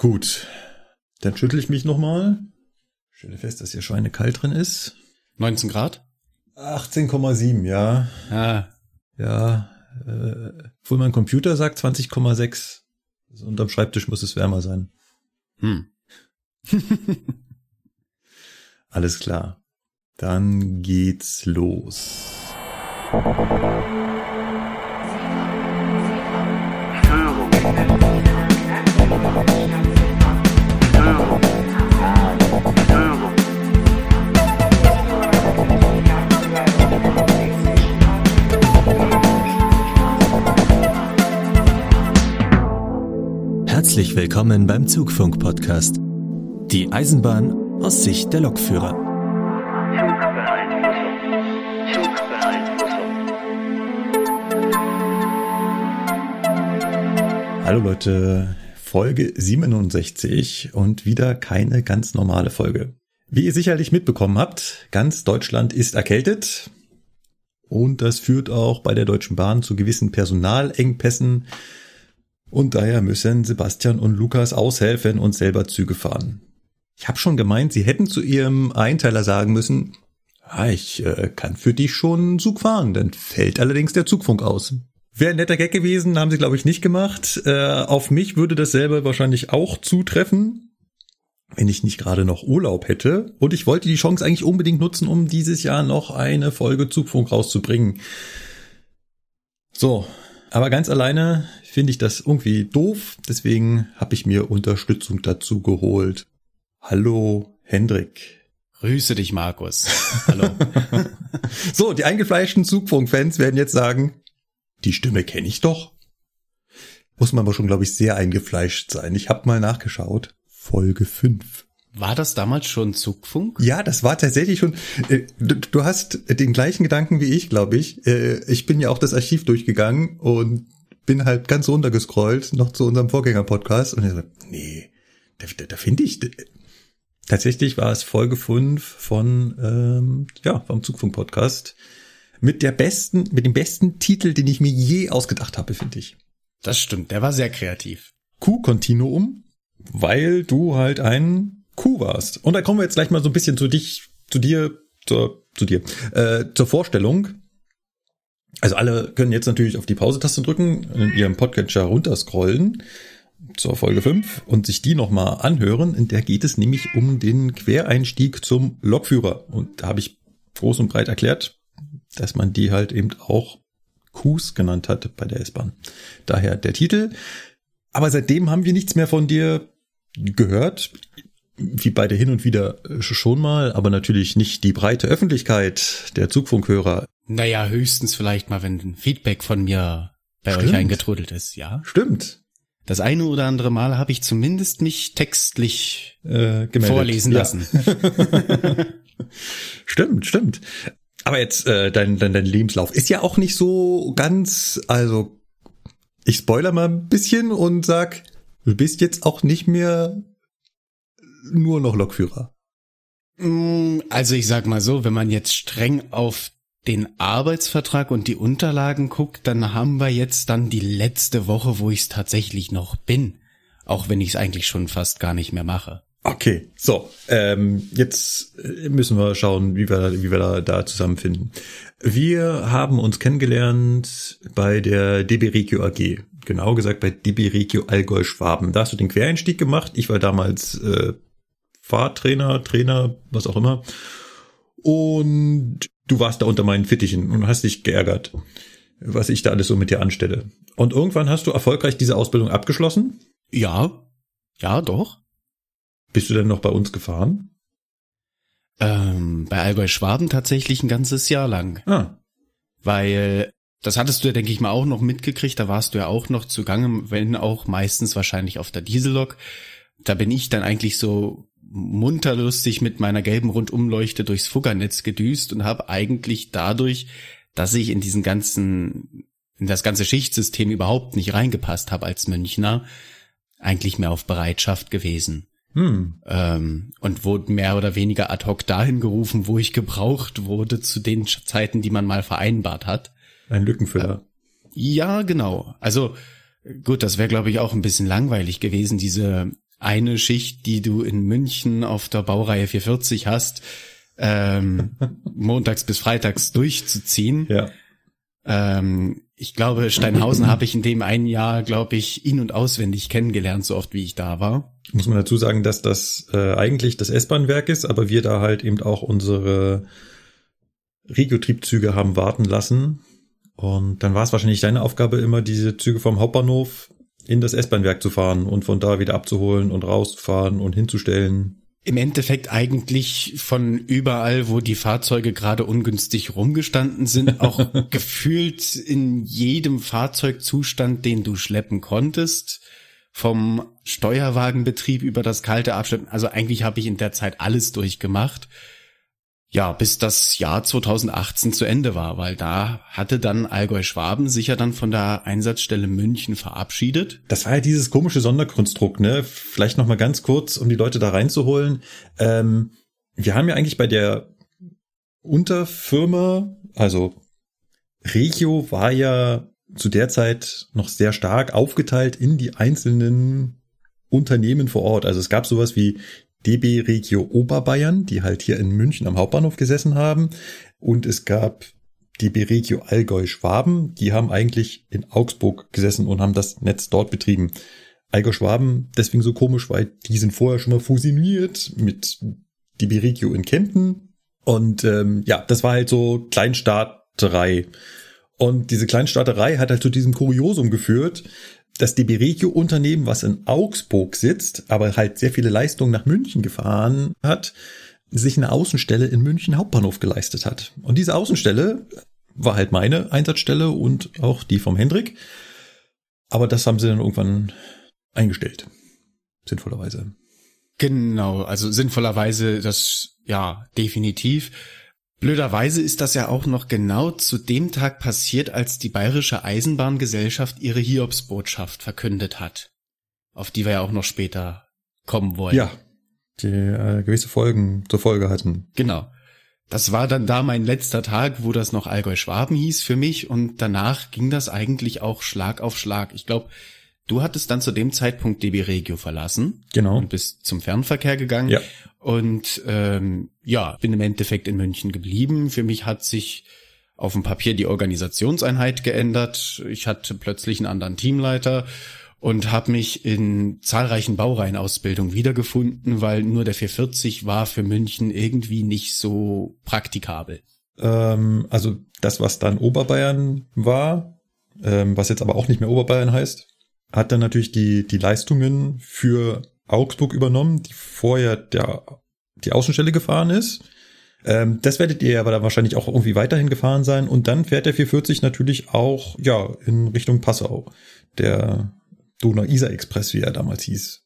Gut, dann schüttel ich mich nochmal. Stelle fest, dass hier schweinekalt drin ist. 19 Grad? 18,7, ja. Ja, obwohl mein Computer sagt 20,6. Also unterm Schreibtisch muss es wärmer sein. Alles klar. Dann geht's los. Herzlich willkommen beim Zugfunk-Podcast. Die Eisenbahn aus Sicht der Lokführer. Hallo Leute, Folge 67 und wieder keine ganz normale Folge. Wie ihr sicherlich mitbekommen habt, ganz Deutschland ist erkältet und das führt auch bei der Deutschen Bahn zu gewissen Personalengpässen. Und daher müssen Sebastian und Lukas aushelfen und selber Züge fahren. Ich habe schon gemeint, sie hätten zu ihrem Einteiler sagen müssen, ich kann für dich schon einen Zug fahren, dann fällt allerdings der Zugfunk aus. Wäre ein netter Gag gewesen, haben sie glaube ich nicht gemacht. Auf mich würde dasselbe wahrscheinlich auch zutreffen, wenn ich nicht gerade noch Urlaub hätte. Und ich wollte die Chance eigentlich unbedingt nutzen, um dieses Jahr noch eine Folge Zugfunk rauszubringen. So, aber ganz alleine finde ich das irgendwie doof, deswegen habe ich mir Unterstützung dazu geholt. Hallo, Hendrik. Grüße dich, Markus. Hallo. So, die eingefleischten Zugfunk-Fans werden jetzt sagen, die Stimme kenne ich doch. Muss man aber schon, glaube ich, sehr eingefleischt sein. Ich habe mal nachgeschaut. Folge 5. War das damals schon Zugfunk? Ja, das war tatsächlich schon. Du hast den gleichen Gedanken wie ich, glaube ich. Ich bin ja auch das Archiv durchgegangen und bin halt ganz runtergescrollt, noch zu unserem Vorgänger-Podcast. Und ich so, nee, da finde ich. Tatsächlich war es Folge 5 vom Zugfunk-Podcast. Mit dem besten Titel, den ich mir je ausgedacht habe, finde ich. Das stimmt, der war sehr kreativ. Q-Kontinuum, weil du halt ein Q warst. Und da kommen wir jetzt gleich mal so ein bisschen zur Vorstellung. Also alle können jetzt natürlich auf die Pause-Taste drücken, in ihrem Podcatcher runterscrollen zur Folge 5 und sich die nochmal anhören. In der geht es nämlich um den Quereinstieg zum Lokführer. Und da habe ich groß und breit erklärt, dass man die halt eben auch Qs genannt hat bei der S-Bahn. Daher der Titel. Aber seitdem haben wir nichts mehr von dir gehört. Wie beide hin und wieder schon mal, aber natürlich nicht die breite Öffentlichkeit der Zugfunkhörer. Naja, höchstens vielleicht mal, wenn ein Feedback von mir bei euch eingetrudelt ist, ja? Stimmt. Das eine oder andere Mal habe ich zumindest mich textlich vorlesen lassen. Stimmt. Aber jetzt dein Lebenslauf ist ja auch nicht so ganz, also ich spoiler mal ein bisschen und sag, du bist jetzt auch nicht mehr nur noch Lokführer. Also ich sag mal so, wenn man jetzt streng auf den Arbeitsvertrag und die Unterlagen guckt, dann haben wir jetzt dann die letzte Woche, wo ich es tatsächlich noch bin. Auch wenn ich es eigentlich schon fast gar nicht mehr mache. Okay, so, jetzt müssen wir schauen, wie wir da zusammenfinden. Wir haben uns kennengelernt bei der DB Regio AG, genau gesagt bei DB Regio Allgäu Schwaben. Da hast du den Quereinstieg gemacht, ich war damals Fahrtrainer, Trainer, was auch immer. Und du warst da unter meinen Fittichen und hast dich geärgert, was ich da alles so mit dir anstelle. Und irgendwann hast du erfolgreich diese Ausbildung abgeschlossen? Ja, doch. Bist du denn noch bei uns gefahren? Bei Allgäu Schwaben tatsächlich ein ganzes Jahr lang. Weil, das hattest du ja, denke ich mal, auch noch mitgekriegt, da warst du ja auch noch zugange, wenn auch meistens wahrscheinlich auf der Diesellok. Da bin ich dann eigentlich so munterlustig mit meiner gelben Rundumleuchte durchs Fuggernetz gedüst und habe eigentlich dadurch, dass ich in das ganze Schichtsystem überhaupt nicht reingepasst habe als Münchner, eigentlich mehr auf Bereitschaft gewesen. Und wurde mehr oder weniger ad hoc dahin gerufen, wo ich gebraucht wurde zu den Zeiten, die man mal vereinbart hat. Ein Lückenfüller. Ja, genau. Also gut, das wäre, glaube ich, auch ein bisschen langweilig gewesen, diese eine Schicht, die du in München auf der Baureihe 440 hast, montags bis freitags durchzuziehen. Ja. Ich glaube, Steinhausen habe ich in dem einen Jahr, glaube ich, in- und auswendig kennengelernt, so oft wie ich da war. Muss man dazu sagen, dass das eigentlich das S-Bahn-Werk ist, aber wir da halt eben auch unsere Regio-Triebzüge haben warten lassen. Und dann war es wahrscheinlich deine Aufgabe, immer diese Züge vom Hauptbahnhof in das S-Bahn-Werk zu fahren und von da wieder abzuholen und rauszufahren und hinzustellen. Im Endeffekt eigentlich von überall, wo die Fahrzeuge gerade ungünstig rumgestanden sind, auch gefühlt in jedem Fahrzeugzustand, den du schleppen konntest, vom Steuerwagenbetrieb über das kalte Abschleppen. Also eigentlich habe ich in der Zeit alles durchgemacht. Ja, bis das Jahr 2018 zu Ende war, weil da hatte dann Allgäu-Schwaben sich ja dann von der Einsatzstelle München verabschiedet. Das war ja dieses komische Sonderkonstrukt, ne? Vielleicht noch mal ganz kurz, um die Leute da reinzuholen. Wir haben ja eigentlich bei der Unterfirma, also Regio war ja zu der Zeit noch sehr stark aufgeteilt in die einzelnen Unternehmen vor Ort. Also es gab sowas wie DB Regio Oberbayern, die halt hier in München am Hauptbahnhof gesessen haben. Und es gab DB Regio Allgäu-Schwaben, die haben eigentlich in Augsburg gesessen und haben das Netz dort betrieben. Allgäu-Schwaben deswegen so komisch, weil die sind vorher schon mal fusioniert mit DB Regio in Kempten. Und das war halt so Kleinstaaterei. Und diese Kleinstaaterei hat halt zu diesem Kuriosum geführt, das DB Regio-Unternehmen, was in Augsburg sitzt, aber halt sehr viele Leistungen nach München gefahren hat, sich eine Außenstelle in München Hauptbahnhof geleistet hat. Und diese Außenstelle war halt meine Einsatzstelle und auch die vom Hendrik. Aber das haben sie dann irgendwann eingestellt. Sinnvollerweise. Genau, also sinnvollerweise das, ja, definitiv. Blöderweise ist das ja auch noch genau zu dem Tag passiert, als die Bayerische Eisenbahngesellschaft ihre Hiobsbotschaft verkündet hat, auf die wir ja auch noch später kommen wollen. Ja, die gewisse Folgen zur Folge hatten. Genau. Das war dann da mein letzter Tag, wo das noch Allgäu-Schwaben hieß für mich, und danach ging das eigentlich auch Schlag auf Schlag. Ich glaube, du hattest dann zu dem Zeitpunkt DB Regio verlassen. Genau. Und bist zum Fernverkehr gegangen. Ja. Und bin im Endeffekt in München geblieben. Für mich hat sich auf dem Papier die Organisationseinheit geändert. Ich hatte plötzlich einen anderen Teamleiter und habe mich in zahlreichen Baureihenausbildungen wiedergefunden, weil nur der 440 war für München irgendwie nicht so praktikabel. Also das, was dann Oberbayern war, was jetzt aber auch nicht mehr Oberbayern heißt, hat dann natürlich die Leistungen für Augsburg übernommen, die vorher die Außenstelle gefahren ist. Das werdet ihr aber dann wahrscheinlich auch irgendwie weiterhin gefahren sein. Und dann fährt der 440 natürlich auch in Richtung Passau. Der Donau-Isar-Express, wie er damals hieß.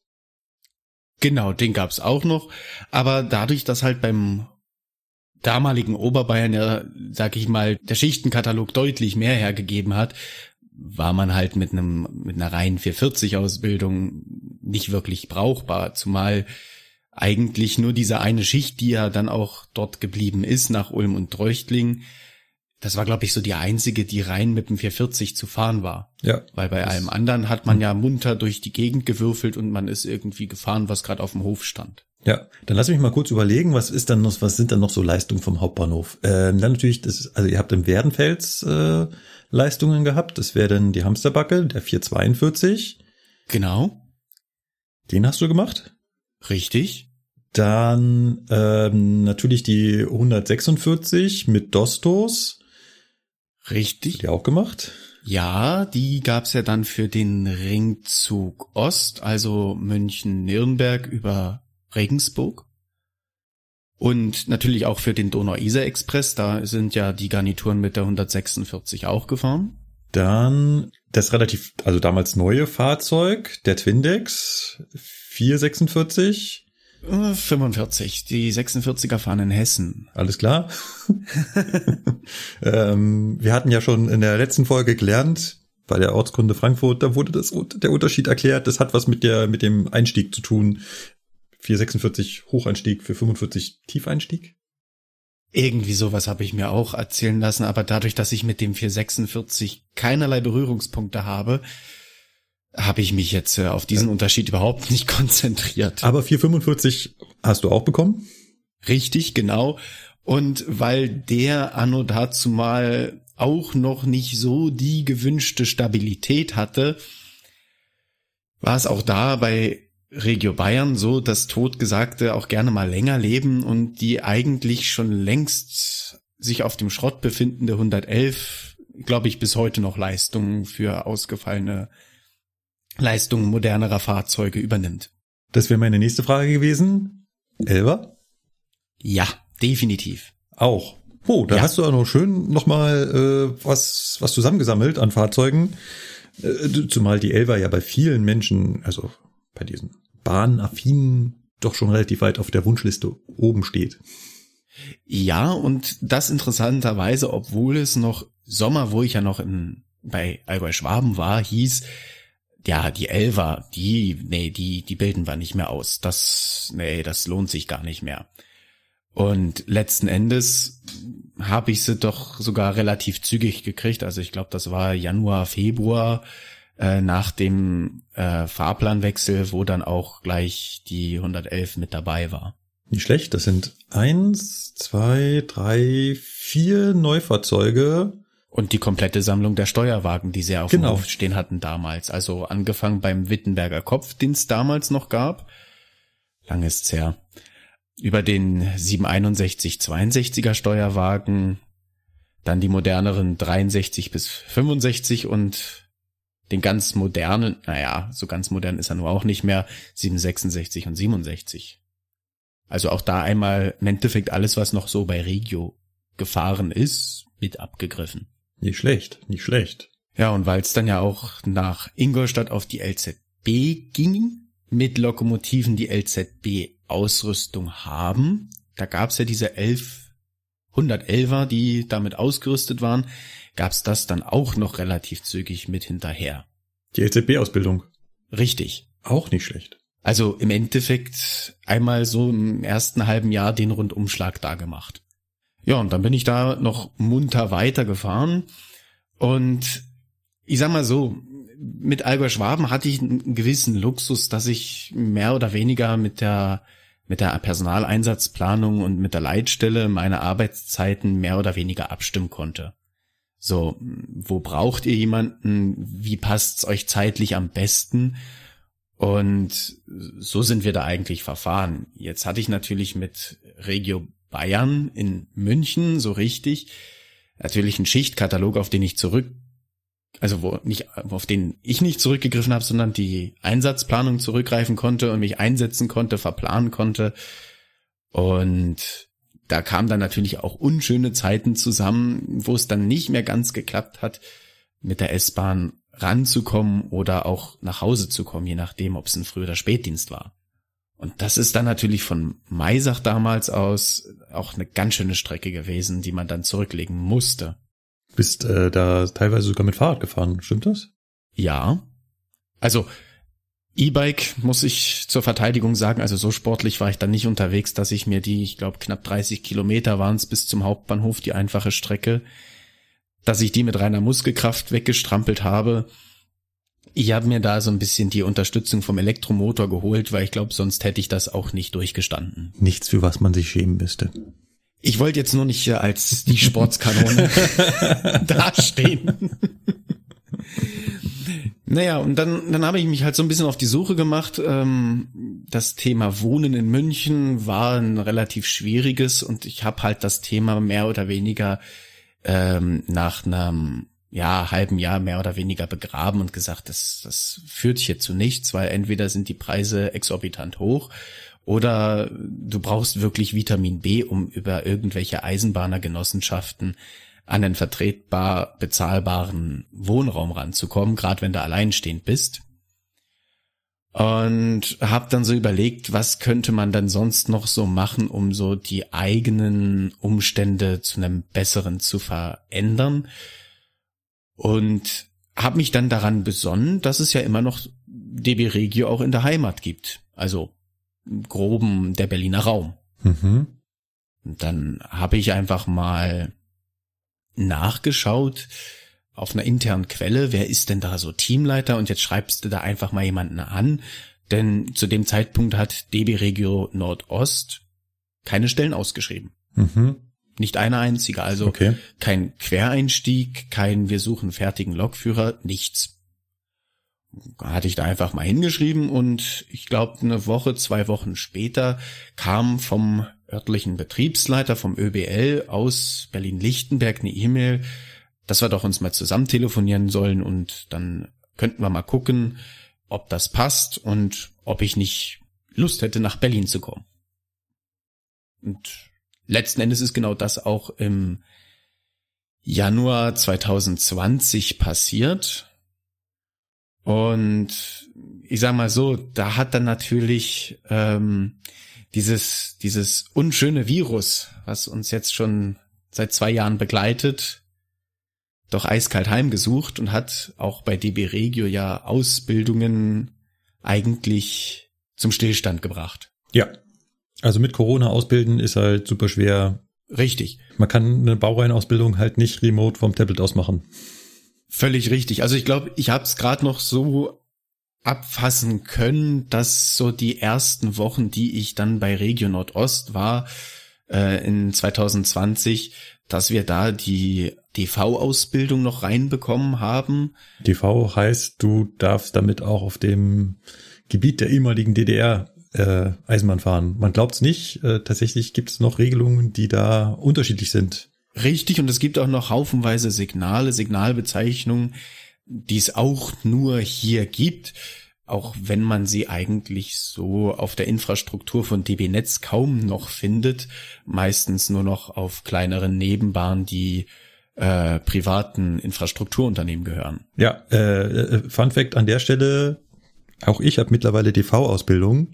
Genau, den gab's auch noch. Aber dadurch, dass halt beim damaligen Oberbayern ja, sag ich mal, der Schichtenkatalog deutlich mehr hergegeben hat, war man halt mit einer reinen 440-Ausbildung nicht wirklich brauchbar, zumal eigentlich nur diese eine Schicht, die ja dann auch dort geblieben ist, nach Ulm und Treuchtling, das war, glaube ich, so die einzige, die rein mit dem 440 zu fahren war. Ja. Weil bei allem anderen hat man ja munter durch die Gegend gewürfelt und man ist irgendwie gefahren, was gerade auf dem Hof stand. Ja, dann lass mich mal kurz überlegen, was sind dann noch so Leistungen vom Hauptbahnhof? Dann natürlich, ihr habt im Werdenfels Leistungen gehabt, das wäre dann die Hamsterbacke, der 442. Genau. Den hast du gemacht? Richtig. Dann natürlich die 146 mit Dostos. Richtig. Hast du die auch gemacht? Ja, die gab's ja dann für den Ringzug Ost, also München-Nürnberg über Regensburg. Und natürlich auch für den Donau-Isar-Express, da sind ja die Garnituren mit der 146 auch gefahren. Dann das relativ, also damals neue Fahrzeug, der Twindex 446. 45, die 46er fahren in Hessen. Alles klar. Wir hatten ja schon in der letzten Folge gelernt, bei der Ortskunde Frankfurt, da wurde der Unterschied erklärt, das hat was mit dem Einstieg zu tun. 446 Hocheinstieg, 445 Tiefeinstieg. Irgendwie sowas habe ich mir auch erzählen lassen, aber dadurch, dass ich mit dem 446 keinerlei Berührungspunkte habe, habe ich mich jetzt auf diesen Unterschied überhaupt nicht konzentriert. Aber 445 hast du auch bekommen? Richtig, genau. Und weil der anno dazu mal auch noch nicht so die gewünschte Stabilität hatte, war es auch da bei Regio Bayern so, dass Totgesagte auch gerne mal länger leben und die eigentlich schon längst sich auf dem Schrott befindende 111, glaube ich, bis heute noch Leistungen für ausgefallene Leistungen modernerer Fahrzeuge übernimmt. Das wäre meine nächste Frage gewesen. 11er? Ja, definitiv. Auch. Oh, da hast du auch noch schön nochmal was zusammengesammelt an Fahrzeugen. Zumal die 11er ja bei vielen Menschen, also bei diesen bahnaffinen, doch schon relativ weit auf der Wunschliste oben steht. Ja, und das interessanterweise, obwohl es noch Sommer, wo ich ja noch bei Allgäu Schwaben war, hieß, ja, die 11er, die bilden wir nicht mehr aus. Das lohnt sich gar nicht mehr. Und letzten Endes habe ich sie doch sogar relativ zügig gekriegt. Also ich glaube, das war Januar, Februar nach dem Fahrplanwechsel, wo dann auch gleich die 111 mit dabei war. Nicht schlecht, das sind 1, 2, 3, 4 Neufahrzeuge. Und die komplette Sammlung der Steuerwagen, die sie auf dem Hof stehen hatten damals. Also angefangen beim Wittenberger Kopf, den es damals noch gab. Lang ist's her. Über den 761-62er Steuerwagen, dann die moderneren 63 bis 65 und den ganz modernen, so ganz modern ist er nur auch nicht mehr, 766 und 67. Also auch da einmal im Endeffekt alles, was noch so bei Regio gefahren ist, mit abgegriffen. Nicht schlecht, nicht schlecht. Ja, und weil es dann ja auch nach Ingolstadt auf die LZB ging, mit Lokomotiven die LZB-Ausrüstung haben, da gab's ja diese 111er, die damit ausgerüstet waren, gab's das dann auch noch relativ zügig mit hinterher. Die LZB-Ausbildung? Richtig. Auch nicht schlecht. Also im Endeffekt einmal so im ersten halben Jahr den Rundumschlag da gemacht. Ja, und dann bin ich da noch munter weitergefahren und ich sag mal so, mit Allgäu Schwaben hatte ich einen gewissen Luxus, dass ich mehr oder weniger mit der Personaleinsatzplanung und mit der Leitstelle meine Arbeitszeiten mehr oder weniger abstimmen konnte. So, wo braucht ihr jemanden? Wie passt's euch zeitlich am besten? Und so sind wir da eigentlich verfahren. Jetzt hatte ich natürlich mit Regio Bayern in München so richtig natürlich einen Schichtkatalog, auf den ich nicht zurückgegriffen habe, sondern die Einsatzplanung zurückgreifen konnte und mich einsetzen konnte, verplanen konnte. Und da kamen dann natürlich auch unschöne Zeiten zusammen, wo es dann nicht mehr ganz geklappt hat, mit der S-Bahn ranzukommen oder auch nach Hause zu kommen, je nachdem, ob es ein Früh- oder Spätdienst war. Und das ist dann natürlich von Maisach damals aus auch eine ganz schöne Strecke gewesen, die man dann zurücklegen musste. Bist da teilweise sogar mit Fahrrad gefahren, stimmt das? Ja. Also E-Bike muss ich zur Verteidigung sagen, also so sportlich war ich dann nicht unterwegs, dass ich mir ich glaube knapp 30 Kilometer waren es bis zum Hauptbahnhof, die einfache Strecke, dass ich die mit reiner Muskelkraft weggestrampelt habe. Ich habe mir da so ein bisschen die Unterstützung vom Elektromotor geholt, weil ich glaube, sonst hätte ich das auch nicht durchgestanden. Nichts, für was man sich schämen müsste. Ich wollte jetzt nur nicht als die Sportskanone dastehen. Naja, und dann habe ich mich halt so ein bisschen auf die Suche gemacht. Das Thema Wohnen in München war ein relativ schwieriges und ich habe halt das Thema mehr oder weniger nach einem halben Jahr mehr oder weniger begraben und gesagt, das führt hier zu nichts, weil entweder sind die Preise exorbitant hoch oder du brauchst wirklich Vitamin B, um über irgendwelche Eisenbahnergenossenschaften an einen vertretbar bezahlbaren Wohnraum ranzukommen, gerade wenn du alleinstehend bist. Und habe dann so überlegt, was könnte man dann sonst noch so machen, um so die eigenen Umstände zu einem besseren zu verändern. Und habe mich dann daran besonnen, dass es ja immer noch DB Regio auch in der Heimat gibt. Also im Groben der Berliner Raum. Mhm. Und dann habe ich einfach mal nachgeschaut auf einer internen Quelle, wer ist denn da so Teamleiter, und jetzt schreibst du da einfach mal jemanden an, denn zu dem Zeitpunkt hat DB Regio Nordost keine Stellen ausgeschrieben. Nicht eine einzige, also kein Quereinstieg, kein wir suchen fertigen Lokführer, nichts. Hatte ich da einfach mal hingeschrieben, und ich glaube 2 Wochen später kam vom örtlichen Betriebsleiter vom ÖBL aus Berlin-Lichtenberg eine E-Mail, dass wir doch uns mal zusammen telefonieren sollen, und dann könnten wir mal gucken, ob das passt und ob ich nicht Lust hätte, nach Berlin zu kommen. Und letzten Endes ist genau das auch im Januar 2020 passiert. Und ich sag mal so, da hat dann natürlich dieses unschöne Virus, was uns jetzt schon seit 2 Jahren begleitet, doch eiskalt heimgesucht und hat auch bei DB Regio ja Ausbildungen eigentlich zum Stillstand gebracht. Ja, also mit Corona ausbilden ist halt super schwer. Richtig. Man kann eine Baureihenausbildung halt nicht remote vom Tablet aus machen. Völlig richtig. Also ich glaube, ich habe es gerade noch so abfassen können, dass so die ersten Wochen, die ich dann bei Regio Nordost war, in 2020, dass wir da die DV-Ausbildung noch reinbekommen haben. DV heißt, du darfst damit auch auf dem Gebiet der ehemaligen DDR Eisenbahn fahren. Man glaubt's nicht, tatsächlich gibt es noch Regelungen, die da unterschiedlich sind. Richtig, und es gibt auch noch haufenweise Signalbezeichnungen, die es auch nur hier gibt, auch wenn man sie eigentlich so auf der Infrastruktur von DB Netz kaum noch findet, meistens nur noch auf kleineren Nebenbahnen, die privaten Infrastrukturunternehmen gehören. Ja, Fun Fact an der Stelle, auch ich habe mittlerweile DV-Ausbildung,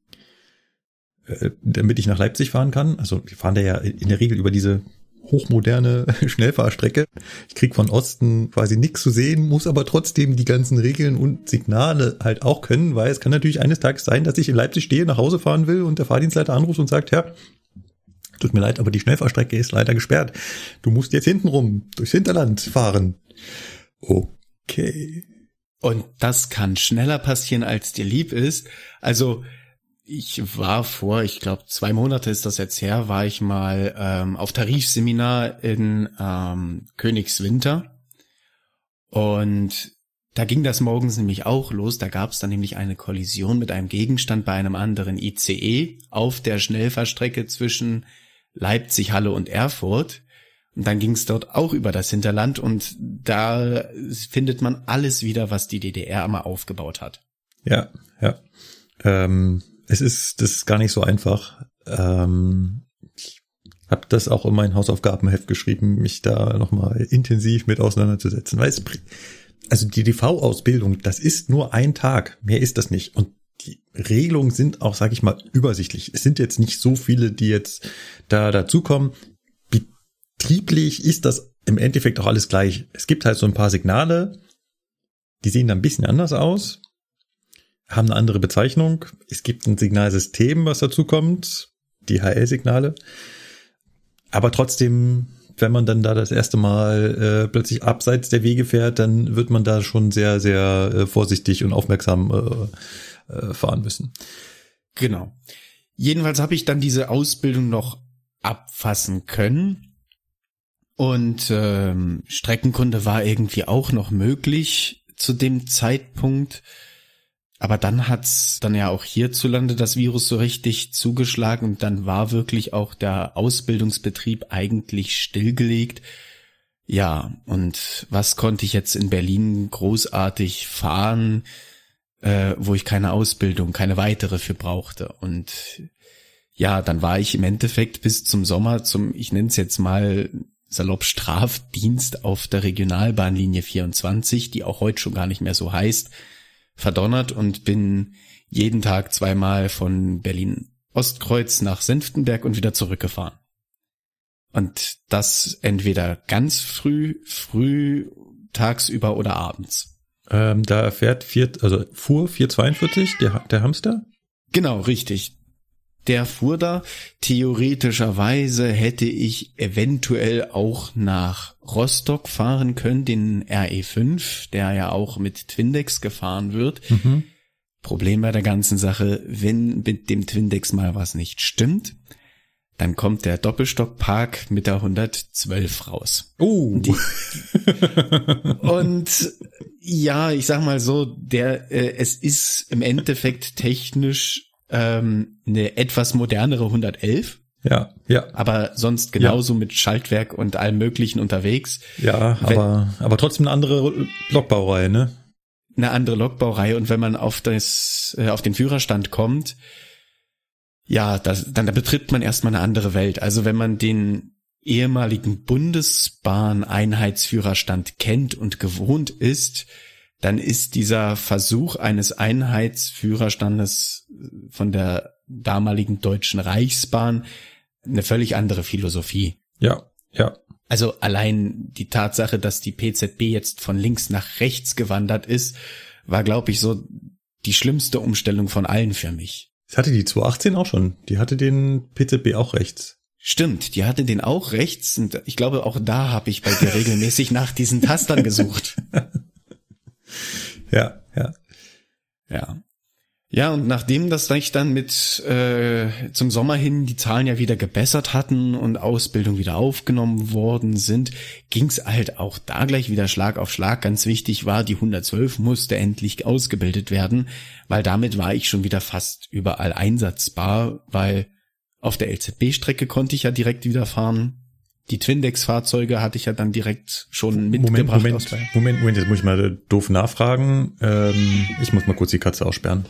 damit ich nach Leipzig fahren kann. Also wir fahren da ja in der Regel über diese hochmoderne Schnellfahrstrecke. Ich krieg von Osten quasi nichts zu sehen, muss aber trotzdem die ganzen Regeln und Signale halt auch können, weil es kann natürlich eines Tages sein, dass ich in Leipzig stehe, nach Hause fahren will und der Fahrdienstleiter anruft und sagt, ja, tut mir leid, aber die Schnellfahrstrecke ist leider gesperrt. Du musst jetzt hintenrum durchs Hinterland fahren. Okay. Und das kann schneller passieren, als dir lieb ist. Also ich war ich glaube 2 Monate ist das jetzt her, war ich mal auf Tarifseminar in Königswinter, und da ging das morgens nämlich auch los. Da gab es dann nämlich eine Kollision mit einem Gegenstand bei einem anderen ICE auf der Schnellfahrstrecke zwischen Leipzig, Halle und Erfurt. Und dann ging es dort auch über das Hinterland, und da findet man alles wieder, was die DDR mal aufgebaut hat. Ja. Das ist gar nicht so einfach. Ich habe das auch in mein Hausaufgabenheft geschrieben, mich da nochmal intensiv mit auseinanderzusetzen. Weil also die DV-Ausbildung, das ist nur ein Tag, mehr ist das nicht. Und die Regelungen sind auch, sage ich mal, übersichtlich. Es sind jetzt nicht so viele, die jetzt da dazukommen. Betrieblich ist das im Endeffekt auch alles gleich. Es gibt halt so ein paar Signale, die sehen dann ein bisschen anders aus, haben eine andere Bezeichnung. Es gibt ein Signalsystem, was dazu kommt, die HL-Signale. Aber trotzdem, wenn man dann da das erste Mal plötzlich abseits der Wege fährt, dann wird man da schon sehr, sehr vorsichtig und aufmerksam fahren müssen. Genau. Jedenfalls habe ich dann diese Ausbildung noch abfassen können. Und Streckenkunde war irgendwie auch noch möglich zu dem Zeitpunkt. Aber dann hat's dann ja auch hierzulande das Virus so richtig zugeschlagen, und dann war wirklich auch der Ausbildungsbetrieb eigentlich stillgelegt. Ja, und was konnte ich jetzt in Berlin großartig fahren, wo ich keine Ausbildung, keine weitere für brauchte? Und ja, dann war ich im Endeffekt bis zum Sommer ich nenne es jetzt mal salopp Strafdienst auf der Regionalbahnlinie 24, die auch heute schon gar nicht mehr so heißt, verdonnert, und bin jeden Tag 2-mal von Berlin-Ostkreuz nach Senftenberg und wieder zurückgefahren. Und das entweder ganz früh, tagsüber oder abends. Da fuhr 442, der Hamster? Genau, richtig. der fuhr da. Theoretischerweise hätte ich eventuell auch nach Rostock fahren können, den RE5, der ja auch mit Twindex gefahren wird. Problem bei der ganzen Sache, wenn mit dem Twindex mal was nicht stimmt, dann kommt der Doppelstockpark mit der 112 raus. Und ja, ich sag mal so, es ist im Endeffekt technisch eine etwas modernere 111. Ja. Aber sonst genauso mit Schaltwerk und allem Möglichen unterwegs. Ja, aber trotzdem eine andere Lokbaureihe, ne? Eine andere Lokbaureihe, und wenn man auf den Führerstand kommt, ja, dann betritt man erstmal eine andere Welt. Also wenn man den ehemaligen Bundesbahn-Einheitsführerstand kennt und gewohnt ist, dann ist dieser Versuch eines Einheitsführerstandes von der damaligen Deutschen Reichsbahn eine völlig andere Philosophie. Ja. Also allein die Tatsache, dass die PZB jetzt von links nach rechts gewandert ist, war, glaube ich, so die schlimmste Umstellung von allen für mich. Das hatte die 218 auch schon. Die hatte den PZB auch rechts. Stimmt, die hatte den auch rechts, und ich glaube, auch da habe ich bei dir regelmäßig nach diesen Tastern gesucht. Ja. Ja, und nachdem das sich dann mit zum Sommer hin die Zahlen ja wieder gebessert hatten und Ausbildung wieder aufgenommen worden sind, ging's halt auch da gleich wieder Schlag auf Schlag. Ganz wichtig war, die 112 musste endlich ausgebildet werden, weil damit war ich schon wieder fast überall einsatzbar, weil auf der LZB-Strecke konnte ich ja direkt wieder fahren. Die Twindex-Fahrzeuge hatte ich ja dann direkt schon mitgebracht. Moment, jetzt muss ich mal doof nachfragen. Ich muss mal kurz die Katze aussperren.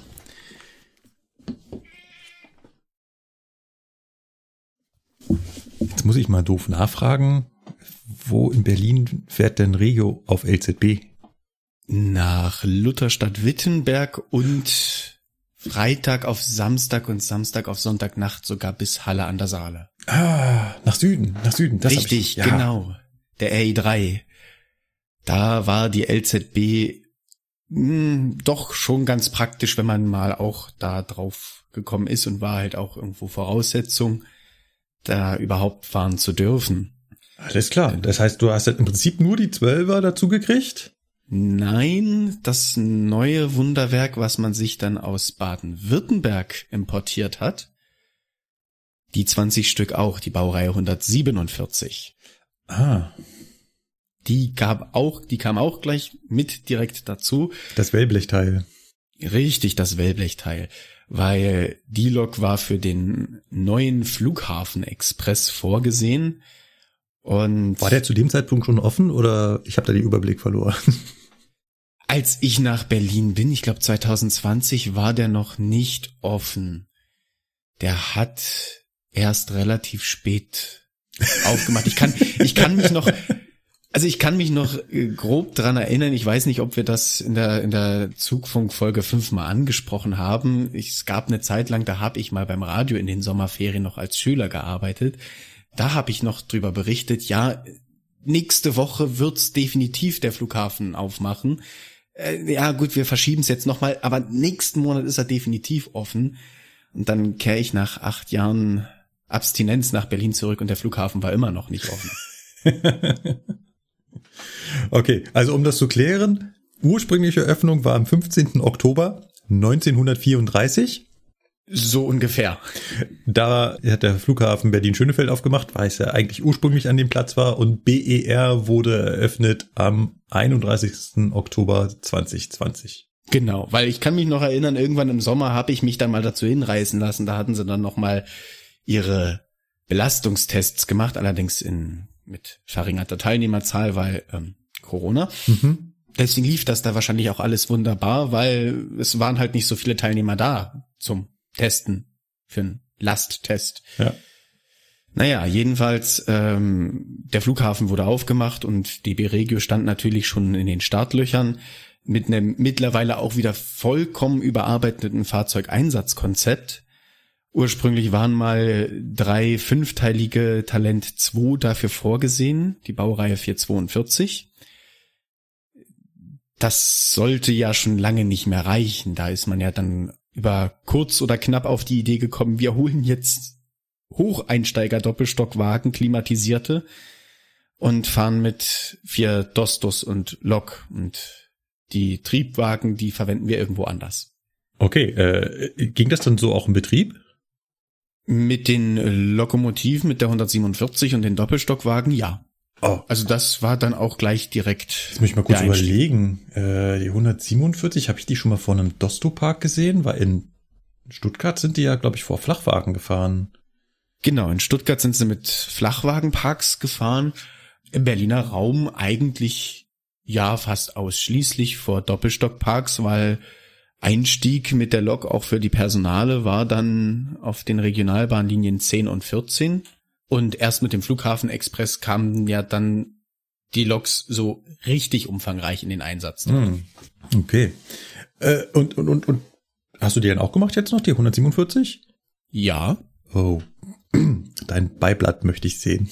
Jetzt muss ich mal doof nachfragen. Wo in Berlin fährt denn Regio auf LZB? Nach Lutherstadt-Wittenberg und Freitag auf Samstag und Samstag auf Sonntagnacht sogar bis Halle an der Saale. Nach Süden. Das richtig, genau. Der RE3. Da war die LZB doch schon ganz praktisch, wenn man mal auch da drauf gekommen ist, und war halt auch irgendwo Voraussetzung, da überhaupt fahren zu dürfen. Alles klar. Das heißt, du hast halt im Prinzip nur die 12er dazu gekriegt? Nein, das neue Wunderwerk, was man sich dann aus Baden-Württemberg importiert hat, die 20 Stück auch, die Baureihe 147. Die kam auch gleich mit direkt dazu. Das Wellblechteil. Richtig, das Wellblechteil. Weil die Lok war für den neuen Flughafen-Express vorgesehen. Und war der zu dem Zeitpunkt schon offen, oder ich habe da den Überblick verloren? Als ich nach Berlin bin, ich glaube 2020, war der noch nicht offen. Der hat erst relativ spät aufgemacht. Ich kann mich noch grob dran erinnern. Ich weiß nicht, ob wir das in der Zugfunk-Folge 5-mal angesprochen haben. Es gab eine Zeit lang, da habe ich mal beim Radio in den Sommerferien noch als Schüler gearbeitet. Da habe ich noch drüber berichtet, ja, nächste Woche wird's definitiv der Flughafen aufmachen. Ja gut, wir verschieben es jetzt nochmal, aber nächsten Monat ist er definitiv offen. Und dann kehre ich nach 8 Jahren Abstinenz nach Berlin zurück und der Flughafen war immer noch nicht offen. Okay, also um das zu klären, ursprüngliche Öffnung war am 15. Oktober 1934. So ungefähr. Da hat der Flughafen Berlin-Schönefeld aufgemacht, weil es ja eigentlich ursprünglich an dem Platz war, und BER wurde eröffnet am 31. Oktober 2020. Genau, weil ich kann mich noch erinnern, irgendwann im Sommer habe ich mich dann mal dazu hinreißen lassen, da hatten sie dann nochmal ihre Belastungstests gemacht, allerdings mit verringerter Teilnehmerzahl, weil Corona. Deswegen lief das da wahrscheinlich auch alles wunderbar, weil es waren halt nicht so viele Teilnehmer da zum Testen, für einen Lasttest. Ja. Naja, jedenfalls, der Flughafen wurde aufgemacht und DB Regio stand natürlich schon in den Startlöchern mit einem mittlerweile auch wieder vollkommen überarbeiteten Fahrzeugeinsatzkonzept. Ursprünglich waren mal 3 5-teilige Talent 2 dafür vorgesehen, die Baureihe 442. Das sollte ja schon lange nicht mehr reichen. Da ist man ja dann über kurz oder knapp auf die Idee gekommen, wir holen jetzt Hocheinsteiger-Doppelstockwagen, klimatisierte, und fahren mit 4 Dostos und Lok, und die Triebwagen, die verwenden wir irgendwo anders. Okay, ging das dann so auch im Betrieb? Mit den Lokomotiven, mit der 147 und den Doppelstockwagen, ja. Oh. Also das war dann auch gleich direkt. Jetzt muss ich mal kurz überlegen. Die 147, habe ich die schon mal vor einem Dosto-Park gesehen? Weil in Stuttgart sind die ja, glaube ich, vor Flachwagen gefahren. Genau, in Stuttgart sind sie mit Flachwagenparks gefahren. Im Berliner Raum eigentlich ja fast ausschließlich vor Doppelstockparks, weil Einstieg mit der Lok auch für die Personale war dann auf den Regionalbahnlinien 10 und 14. Und erst mit dem Flughafenexpress kamen ja dann die Loks so richtig umfangreich in den Einsatz. Okay. Und hast du die dann auch gemacht jetzt noch, die 147? Ja. Oh, dein Beiblatt möchte ich sehen.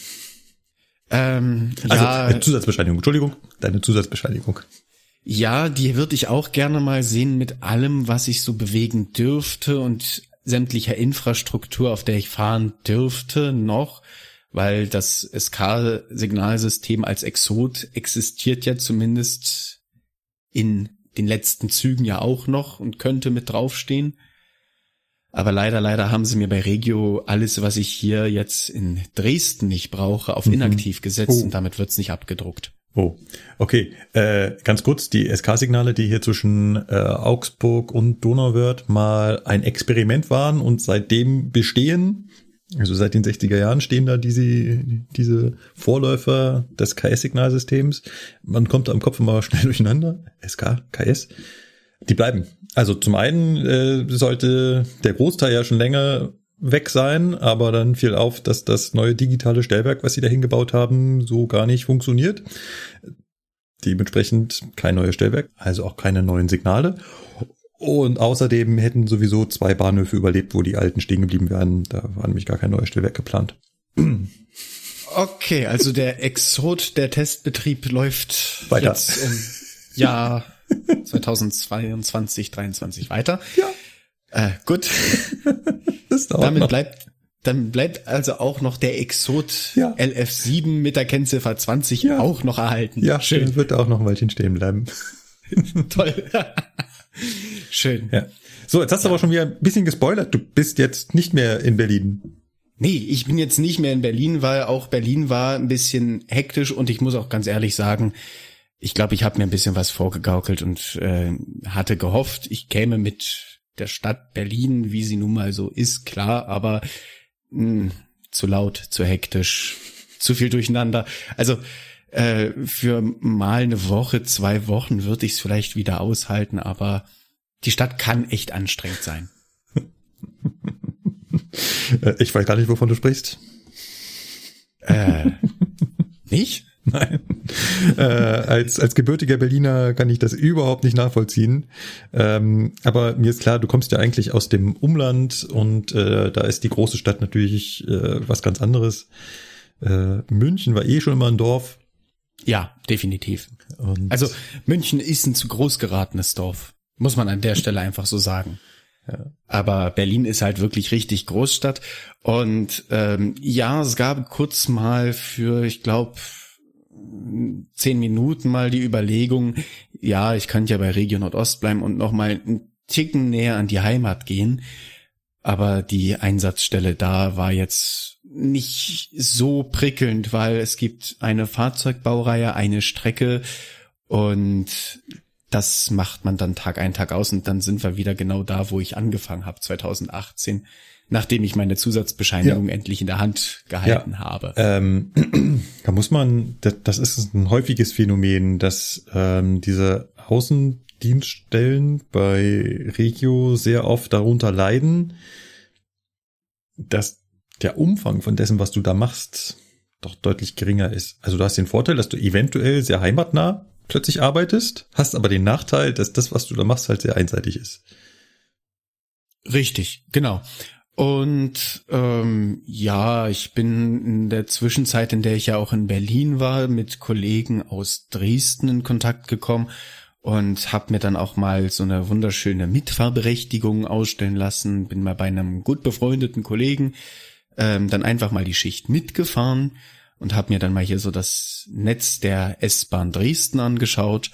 Ja. Zusatzbescheinigung, Entschuldigung, deine Zusatzbescheinigung. Ja, die würde ich auch gerne mal sehen mit allem, was ich so bewegen dürfte und sämtlicher Infrastruktur, auf der ich fahren dürfte noch, weil das SK-Signalsystem als Exot existiert ja zumindest in den letzten Zügen ja auch noch und könnte mit draufstehen. Aber leider haben sie mir bei Regio alles, was ich hier jetzt in Dresden nicht brauche, auf inaktiv gesetzt und damit wird's nicht abgedruckt. Oh, okay. Ganz kurz, die SK-Signale, die hier zwischen Augsburg und Donauwörth mal ein Experiment waren und seitdem bestehen, also seit den 60er Jahren stehen da diese Vorläufer des KS-Signalsystems. Man kommt da im Kopf immer schnell durcheinander. SK, KS. Die bleiben. Also zum einen sollte der Großteil ja schon länger weg sein, aber dann fiel auf, dass das neue digitale Stellwerk, was sie da hingebaut haben, so gar nicht funktioniert. Dementsprechend kein neues Stellwerk, also auch keine neuen Signale. Und außerdem hätten sowieso 2 Bahnhöfe überlebt, wo die alten stehen geblieben wären. Da war nämlich gar kein neues Stellwerk geplant. Okay, also der Exot, der Testbetrieb läuft weiter. Jetzt im Jahr 2022, 2023 weiter. Ja. Gut. Dann bleibt also auch noch der Exot LF7 mit der Kennziffer 20 auch noch erhalten. Ja, schön. Wird auch noch ein Weilchen stehen bleiben. Toll. Schön. Ja. So, jetzt hast du aber schon wieder ein bisschen gespoilert. Du bist jetzt nicht mehr in Berlin. Nee, ich bin jetzt nicht mehr in Berlin, weil auch Berlin war ein bisschen hektisch und ich muss auch ganz ehrlich sagen, ich glaube, ich habe mir ein bisschen was vorgegaukelt und hatte gehofft, ich käme mit der Stadt Berlin, wie sie nun mal so ist, klar, aber zu laut, zu hektisch, zu viel durcheinander. Also für mal eine Woche, 2 Wochen würde ich es vielleicht wieder aushalten, aber die Stadt kann echt anstrengend sein. Ich weiß gar nicht, wovon du sprichst. Nicht? Nein. Als gebürtiger Berliner kann ich das überhaupt nicht nachvollziehen. Aber mir ist klar, du kommst ja eigentlich aus dem Umland und da ist die große Stadt natürlich was ganz anderes. München war schon immer ein Dorf. Ja, definitiv. Und also München ist ein zu groß geratenes Dorf. Muss man an der Stelle einfach so sagen. Ja. Aber Berlin ist halt wirklich richtig Großstadt. Und es gab kurz mal für, ich glaube, 10 Minuten mal die Überlegung, ja, ich könnte ja bei Regio Nordost bleiben und noch mal einen Ticken näher an die Heimat gehen. Aber die Einsatzstelle da war jetzt nicht so prickelnd, weil es gibt eine Fahrzeugbaureihe, eine Strecke und das macht man dann Tag ein, Tag aus und dann sind wir wieder genau da, wo ich angefangen habe, 2018, nachdem ich meine Zusatzbescheinigung endlich in der Hand gehalten habe. Da muss man, das ist ein häufiges Phänomen, dass diese Außendienststellen bei Regio sehr oft darunter leiden, dass der Umfang von dessen, was du da machst, doch deutlich geringer ist. Also du hast den Vorteil, dass du eventuell sehr heimatnah plötzlich arbeitest, hast aber den Nachteil, dass das, was du da machst, halt sehr einseitig ist. Richtig, genau. Und ich bin in der Zwischenzeit, in der ich ja auch in Berlin war, mit Kollegen aus Dresden in Kontakt gekommen und habe mir dann auch mal so eine wunderschöne Mitfahrberechtigung ausstellen lassen. Bin mal bei einem gut befreundeten Kollegen dann einfach mal die Schicht mitgefahren und habe mir dann mal hier so das Netz der S-Bahn Dresden angeschaut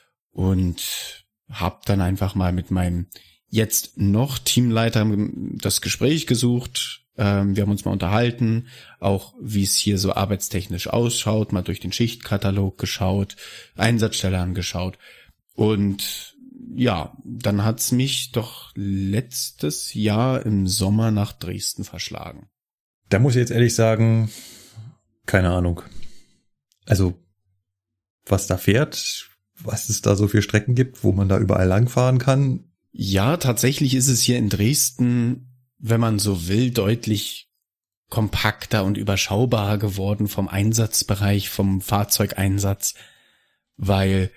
und habe dann einfach mal mit meinem jetzt noch Teamleiter das Gespräch gesucht. Wir haben uns mal unterhalten, auch wie es hier so arbeitstechnisch ausschaut, mal durch den Schichtkatalog geschaut, Einsatzstelle angeschaut. Und ja, dann hat's mich doch letztes Jahr im Sommer nach Dresden verschlagen. Da muss ich jetzt ehrlich sagen, keine Ahnung. Also, was da fährt, was es da so für Strecken gibt, wo man da überall langfahren kann. Ja, tatsächlich ist es hier in Dresden, wenn man so will, deutlich kompakter und überschaubarer geworden vom Einsatzbereich, vom Fahrzeugeinsatz, weil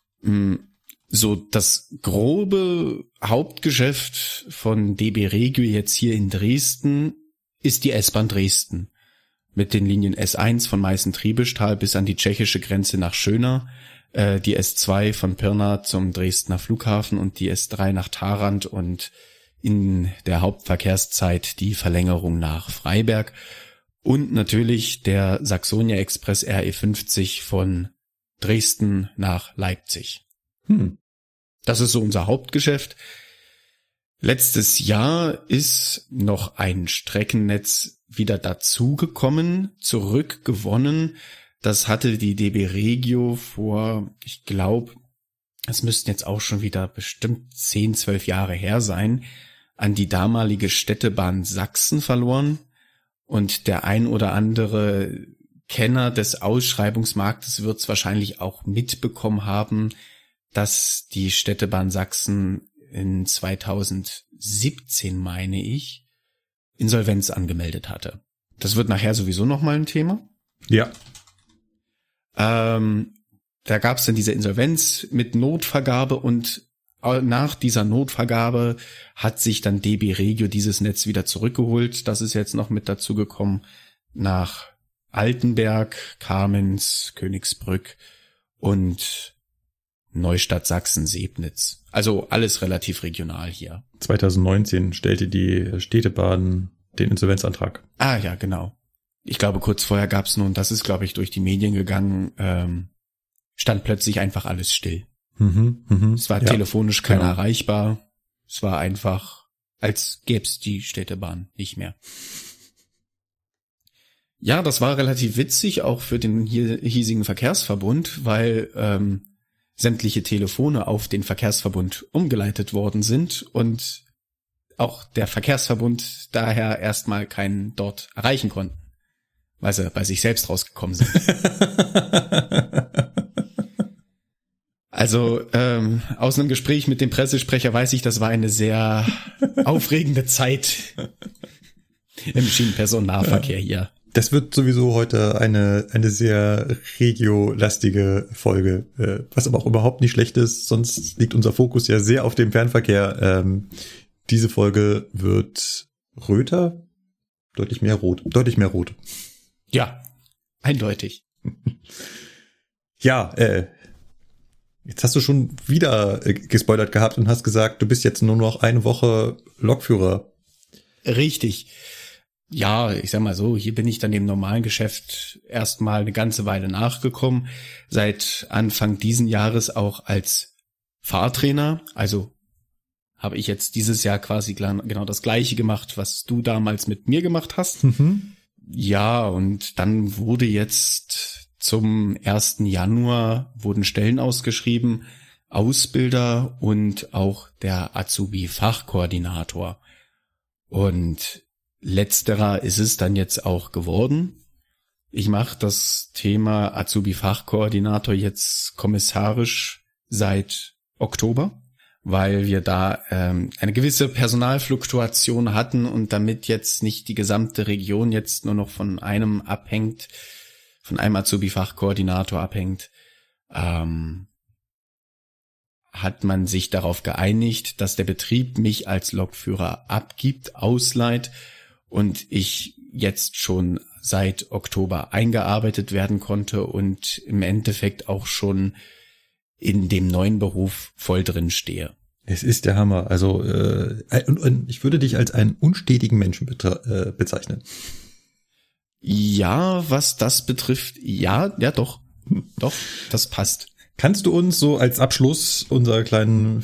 so das grobe Hauptgeschäft von DB Regio jetzt hier in Dresden ist die S-Bahn Dresden mit den Linien S1 von Meißen-Triebestal bis an die tschechische Grenze nach Schöna, die S2 von Pirna zum Dresdner Flughafen und die S3 nach Tharandt und in der Hauptverkehrszeit die Verlängerung nach Freiberg und natürlich der Saxonia Express RE50 von Dresden nach Leipzig. Das ist so unser Hauptgeschäft. Letztes Jahr ist noch ein Streckennetz wieder dazugekommen, zurückgewonnen. Das hatte die DB Regio vor, ich glaube, es müssten jetzt auch schon wieder bestimmt 10, 12 Jahre her sein, an die damalige Städtebahn Sachsen verloren. Und der ein oder andere Kenner des Ausschreibungsmarktes wird es wahrscheinlich auch mitbekommen haben, dass die Städtebahn Sachsen in 2017, meine ich, Insolvenz angemeldet hatte. Das wird nachher sowieso nochmal ein Thema. Ja. Da gab es dann diese Insolvenz mit Notvergabe und nach dieser Notvergabe hat sich dann DB Regio dieses Netz wieder zurückgeholt. Das ist jetzt noch mit dazu gekommen nach Altenberg, Kamenz, Königsbrück und Neustadt Sachsen-Sebnitz. Also alles relativ regional hier. 2019 stellte die Städtebahn den Insolvenzantrag. Ah ja, genau. Ich glaube, kurz vorher gab es nun, das ist, glaube ich, durch die Medien gegangen, stand plötzlich einfach alles still. Es war telefonisch keiner erreichbar. Es war einfach, als gäbe es die Städtebahn nicht mehr. Ja, das war relativ witzig, auch für den hiesigen Verkehrsverbund, weil sämtliche Telefone auf den Verkehrsverbund umgeleitet worden sind und auch der Verkehrsverbund daher erstmal keinen dort erreichen konnten, weil sie bei sich selbst rausgekommen sind. Also aus einem Gespräch mit dem Pressesprecher weiß ich, das war eine sehr aufregende Zeit im Schienenpersonennahverkehr hier. Das wird sowieso heute eine sehr regiolastige Folge, was aber auch überhaupt nicht schlecht ist, sonst liegt unser Fokus ja sehr auf dem Fernverkehr. Diese Folge wird röter, deutlich mehr rot. Ja, eindeutig. Ja, jetzt hast du schon wieder gespoilert gehabt und hast gesagt, du bist jetzt nur noch eine Woche Lokführer. Richtig. Ja, ich sag mal so, hier bin ich dann dem normalen Geschäft erstmal eine ganze Weile nachgekommen. Seit Anfang diesen Jahres auch als Fahrtrainer. Also habe ich jetzt dieses Jahr quasi genau das Gleiche gemacht, was du damals mit mir gemacht hast. Ja, und dann wurde jetzt zum 1. Januar wurden Stellen ausgeschrieben, Ausbilder und auch der Azubi-Fachkoordinator. Und letzterer ist es dann jetzt auch geworden. Ich mache das Thema Azubi-Fachkoordinator jetzt kommissarisch seit Oktober, weil wir da eine gewisse Personalfluktuation hatten und damit jetzt nicht die gesamte Region jetzt nur noch von einem abhängt, von einem Azubi-Fachkoordinator abhängt, hat man sich darauf geeinigt, dass der Betrieb mich als Lokführer abgibt, ausleiht und ich jetzt schon seit Oktober eingearbeitet werden konnte und im Endeffekt auch schon in dem neuen Beruf voll drin stehe. Es ist der Hammer. Also und ich würde dich als einen unstetigen Menschen bezeichnen. Ja, was das betrifft, ja, doch, das passt. Kannst du uns so als Abschluss unserer kleinen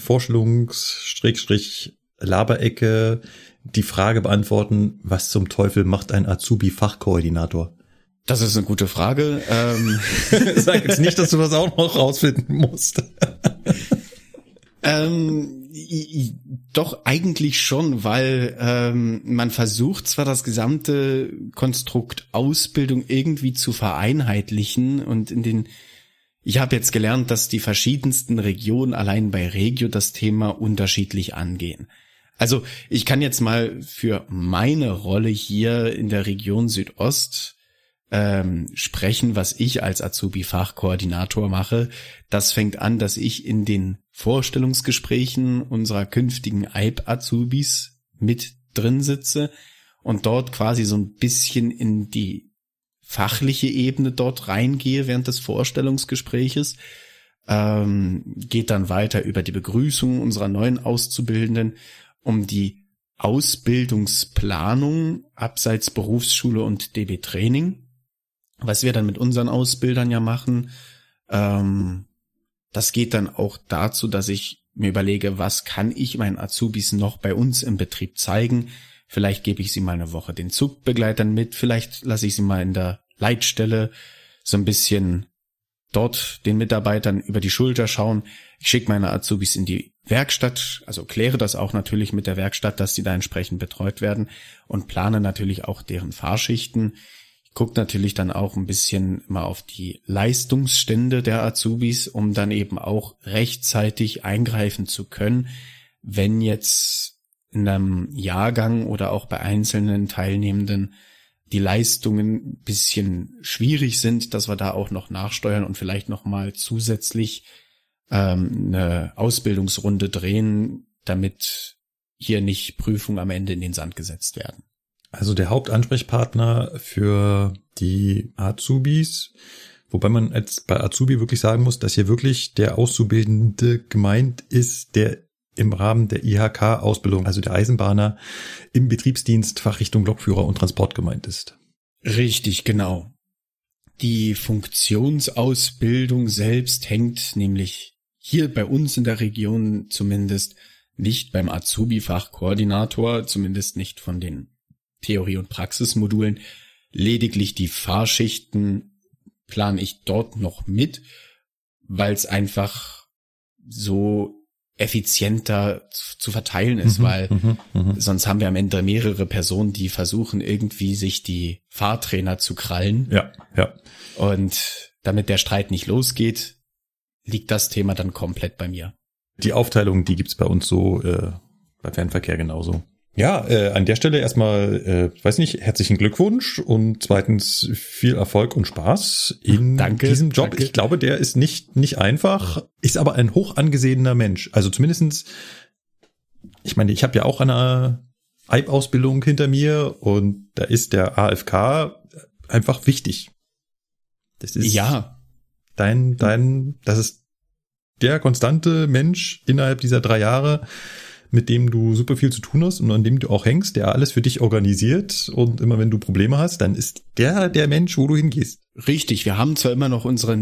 Vorstellungs-Laberecke die Frage beantworten, was zum Teufel macht ein Azubi-Fachkoordinator? Das ist eine gute Frage. Sag jetzt nicht, dass du das auch noch rausfinden musst. Doch eigentlich schon, weil man versucht zwar das gesamte Konstrukt Ausbildung irgendwie zu vereinheitlichen und ich habe jetzt gelernt, dass die verschiedensten Regionen allein bei Regio das Thema unterschiedlich angehen. Also ich kann jetzt mal für meine Rolle hier in der Region Südost sprechen, was ich als Azubi-Fachkoordinator mache. Das fängt an, dass ich in den Vorstellungsgesprächen unserer künftigen AIB-Azubis mit drin sitze und dort quasi so ein bisschen in die fachliche Ebene dort reingehe während des Vorstellungsgespräches. Geht dann weiter über die Begrüßung unserer neuen Auszubildenden, um die Ausbildungsplanung abseits Berufsschule und DB-Training, was wir dann mit unseren Ausbildern ja machen. Das geht dann auch dazu, dass ich mir überlege, was kann ich meinen Azubis noch bei uns im Betrieb zeigen. Vielleicht gebe ich sie mal eine Woche den Zugbegleitern mit, vielleicht lasse ich sie mal in der Leitstelle so ein bisschen dort den Mitarbeitern über die Schulter schauen. Ich schicke meine Azubis in die Werkstatt, also kläre das auch natürlich mit der Werkstatt, dass sie da entsprechend betreut werden und plane natürlich auch deren Fahrschichten. Ich gucke natürlich dann auch ein bisschen immer auf die Leistungsstände der Azubis, um dann eben auch rechtzeitig eingreifen zu können, wenn jetzt in einem Jahrgang oder auch bei einzelnen Teilnehmenden die Leistungen ein bisschen schwierig sind, dass wir da auch noch nachsteuern und vielleicht nochmal zusätzlich eine Ausbildungsrunde drehen, damit hier nicht Prüfungen am Ende in den Sand gesetzt werden. Also der Hauptansprechpartner für die Azubis, wobei man jetzt bei Azubi wirklich sagen muss, dass hier wirklich der Auszubildende gemeint ist, der im Rahmen der IHK-Ausbildung, also der Eisenbahner, im Betriebsdienst Fachrichtung Lokführer und Transport gemeint ist. Richtig, genau. Die Funktionsausbildung selbst hängt nämlich hier bei uns in der Region zumindest nicht beim Azubi-Fachkoordinator, zumindest nicht von den Theorie- und Praxismodulen. Lediglich die Fahrschichten plane ich dort noch mit, weil es einfach so effizienter zu verteilen ist, weil sonst haben wir am Ende mehrere Personen, die versuchen irgendwie sich die Fahrtrainer zu krallen. Ja. Und damit der Streit nicht losgeht, liegt das Thema dann komplett bei mir. Die Aufteilung, die gibt's bei uns so bei Fernverkehr genauso. Ja, an der Stelle erstmal, weiß nicht, herzlichen Glückwunsch und zweitens viel Erfolg und Spaß in diesem Job. Danke. Ich glaube, der ist nicht einfach, ist aber ein hoch angesehener Mensch. Also zumindestens, ich meine, ich habe ja auch eine AIB-Ausbildung hinter mir und da ist der AFK einfach wichtig. Das ist ja das ist der konstante Mensch innerhalb dieser 3 Jahre, mit dem du super viel zu tun hast und an dem du auch hängst, der alles für dich organisiert und immer wenn du Probleme hast, dann ist der Mensch, wo du hingehst. Richtig, wir haben zwar immer noch unsere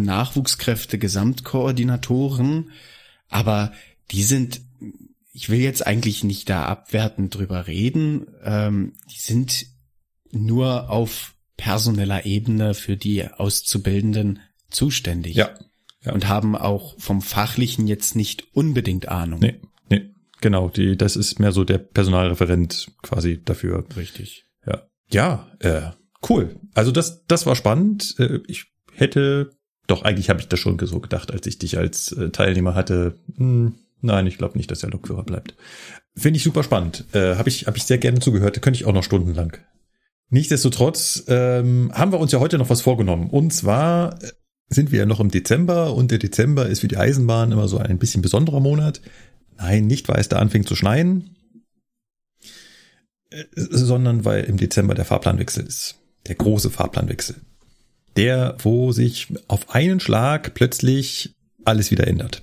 Nachwuchskräfte-Gesamtkoordinatoren, aber die sind, ich will jetzt eigentlich nicht da abwertend drüber reden, die sind nur auf personeller Ebene für die Auszubildenden zuständig. Ja. Und haben auch vom Fachlichen jetzt nicht unbedingt Ahnung. Nee. Genau, das ist mehr so der Personalreferent quasi dafür. Richtig. Ja, cool. Also das war spannend. Eigentlich habe ich das schon so gedacht, als ich dich als Teilnehmer hatte. Nein, ich glaube nicht, dass der Lokführer bleibt. Finde ich super spannend. Hab ich sehr gerne zugehört. Könnte ich auch noch stundenlang. Nichtsdestotrotz haben wir uns ja heute noch was vorgenommen. Und zwar sind wir ja noch im Dezember und der Dezember ist für die Eisenbahn immer so ein bisschen besonderer Monat. Nein, nicht, weil es da anfängt zu schneien, sondern weil im Dezember der Fahrplanwechsel ist. Der große Fahrplanwechsel. Der, wo sich auf einen Schlag plötzlich alles wieder ändert.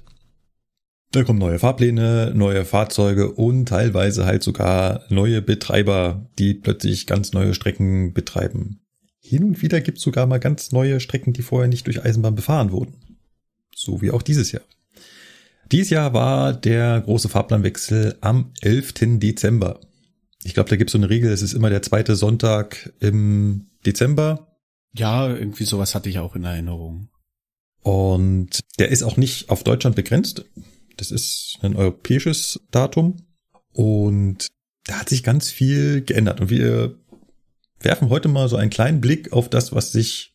Da kommen neue Fahrpläne, neue Fahrzeuge und teilweise halt sogar neue Betreiber, die plötzlich ganz neue Strecken betreiben. Hin und wieder gibt es sogar mal ganz neue Strecken, die vorher nicht durch Eisenbahn befahren wurden. So wie auch dieses Jahr. Dieses Jahr war der große Fahrplanwechsel am 11. Dezember. Ich glaube, da gibt es so eine Regel, es ist immer der zweite Sonntag im Dezember. Ja, irgendwie sowas hatte ich auch in Erinnerung. Und der ist auch nicht auf Deutschland begrenzt. Das ist ein europäisches Datum. Und da hat sich ganz viel geändert. Und wir werfen heute mal so einen kleinen Blick auf das, was sich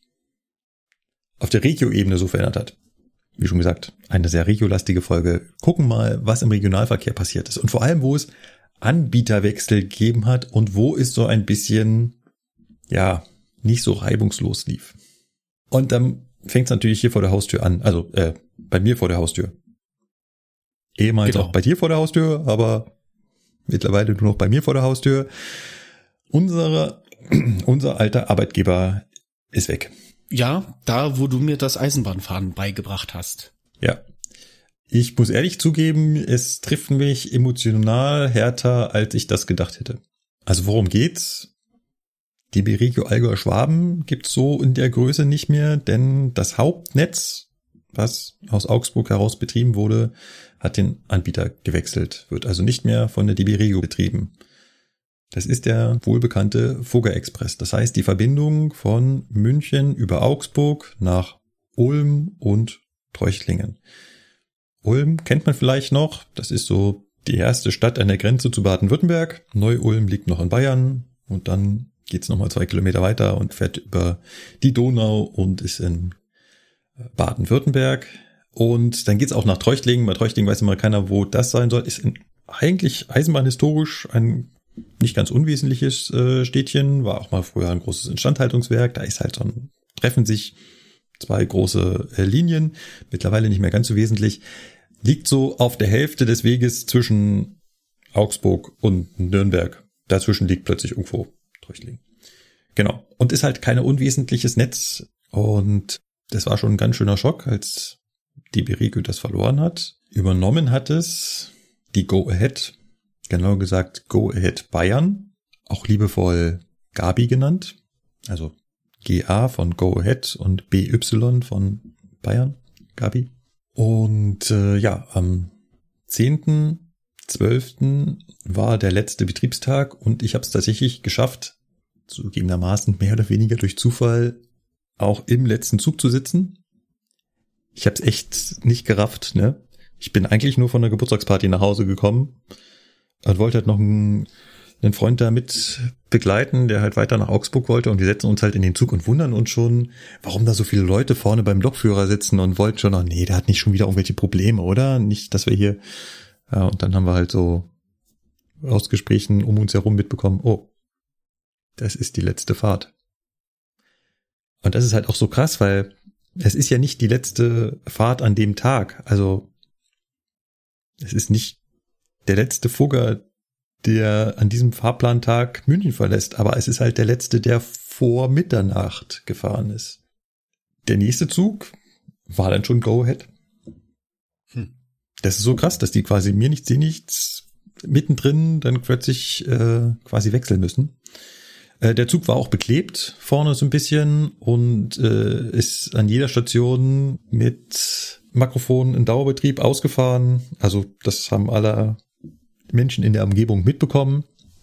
auf der Regio-Ebene so verändert hat. Wie schon gesagt, eine sehr regiolastige Folge. Gucken mal, was im Regionalverkehr passiert ist. Und vor allem, wo es Anbieterwechsel gegeben hat und wo es so ein bisschen, ja, nicht so reibungslos lief. Und dann fängt es natürlich hier vor der Haustür an. Also bei mir vor der Haustür. Ehemals auch bei dir vor der Haustür, aber mittlerweile nur noch bei mir vor der Haustür. Unser alter Arbeitgeber ist weg. Ja, da, wo du mir das Eisenbahnfahren beigebracht hast. Ja. Ich muss ehrlich zugeben, es trifft mich emotional härter, als ich das gedacht hätte. Also worum geht's? DB Regio Allgäu Schwaben gibt's so in der Größe nicht mehr, denn das Hauptnetz, was aus Augsburg heraus betrieben wurde, hat den Anbieter gewechselt, wird also nicht mehr von der DB Regio betrieben. Das ist der wohlbekannte Fugger Express. Das heißt, die Verbindung von München über Augsburg nach Ulm und Treuchtlingen. Ulm kennt man vielleicht noch. Das ist so die erste Stadt an der Grenze zu Baden-Württemberg. Neu-Ulm liegt noch in Bayern. Und dann geht's nochmal 2 Kilometer weiter und fährt über die Donau und ist in Baden-Württemberg. Und dann geht's auch nach Treuchtlingen. Bei Treuchtlingen weiß immer keiner, wo das sein soll. Ist eigentlich eisenbahnhistorisch ein nicht ganz unwesentliches Städtchen. War auch mal früher ein großes Instandhaltungswerk. Da ist halt so treffen sich 2 große Linien. Mittlerweile nicht mehr ganz so wesentlich. Liegt so auf der Hälfte des Weges zwischen Augsburg und Nürnberg. Dazwischen liegt plötzlich irgendwo Treuchtlingen. Genau. Und ist halt kein unwesentliches Netz. Und das war schon ein ganz schöner Schock, als DB Regio das verloren hat. Übernommen hat es die Go Ahead, genau gesagt Go Ahead Bayern, auch liebevoll Gabi genannt. Also GA von Go Ahead und BY von Bayern, Gabi. Und am 10.12. war der letzte Betriebstag und ich habe es tatsächlich geschafft, zugegebenermaßen mehr oder weniger durch Zufall auch im letzten Zug zu sitzen. Ich habe es echt nicht gerafft, ne? Ich bin eigentlich nur von der Geburtstagsparty nach Hause gekommen und wollte halt noch einen Freund da mit begleiten, der halt weiter nach Augsburg wollte, und wir setzen uns halt in den Zug und wundern uns schon, warum da so viele Leute vorne beim Lokführer sitzen und wollten schon, nee, der hat nicht schon wieder irgendwelche Probleme, oder? Nicht, dass wir hier, ja, und dann haben wir halt so aus Gesprächen um uns herum mitbekommen, oh, das ist die letzte Fahrt. Und das ist halt auch so krass, weil es ist ja nicht die letzte Fahrt an dem Tag. Also es ist nicht der letzte Fugger, der an diesem Fahrplantag München verlässt, aber es ist halt der letzte, der vor Mitternacht gefahren ist. Der nächste Zug war dann schon Go Ahead. Das ist so krass, dass die quasi mir nichts, sie nichts mittendrin dann plötzlich quasi wechseln müssen. Der Zug war auch beklebt vorne so ein bisschen und ist an jeder Station mit Mikrofon in Dauerbetrieb ausgefahren. Also das haben alle Menschen in der Umgebung mitbekommen.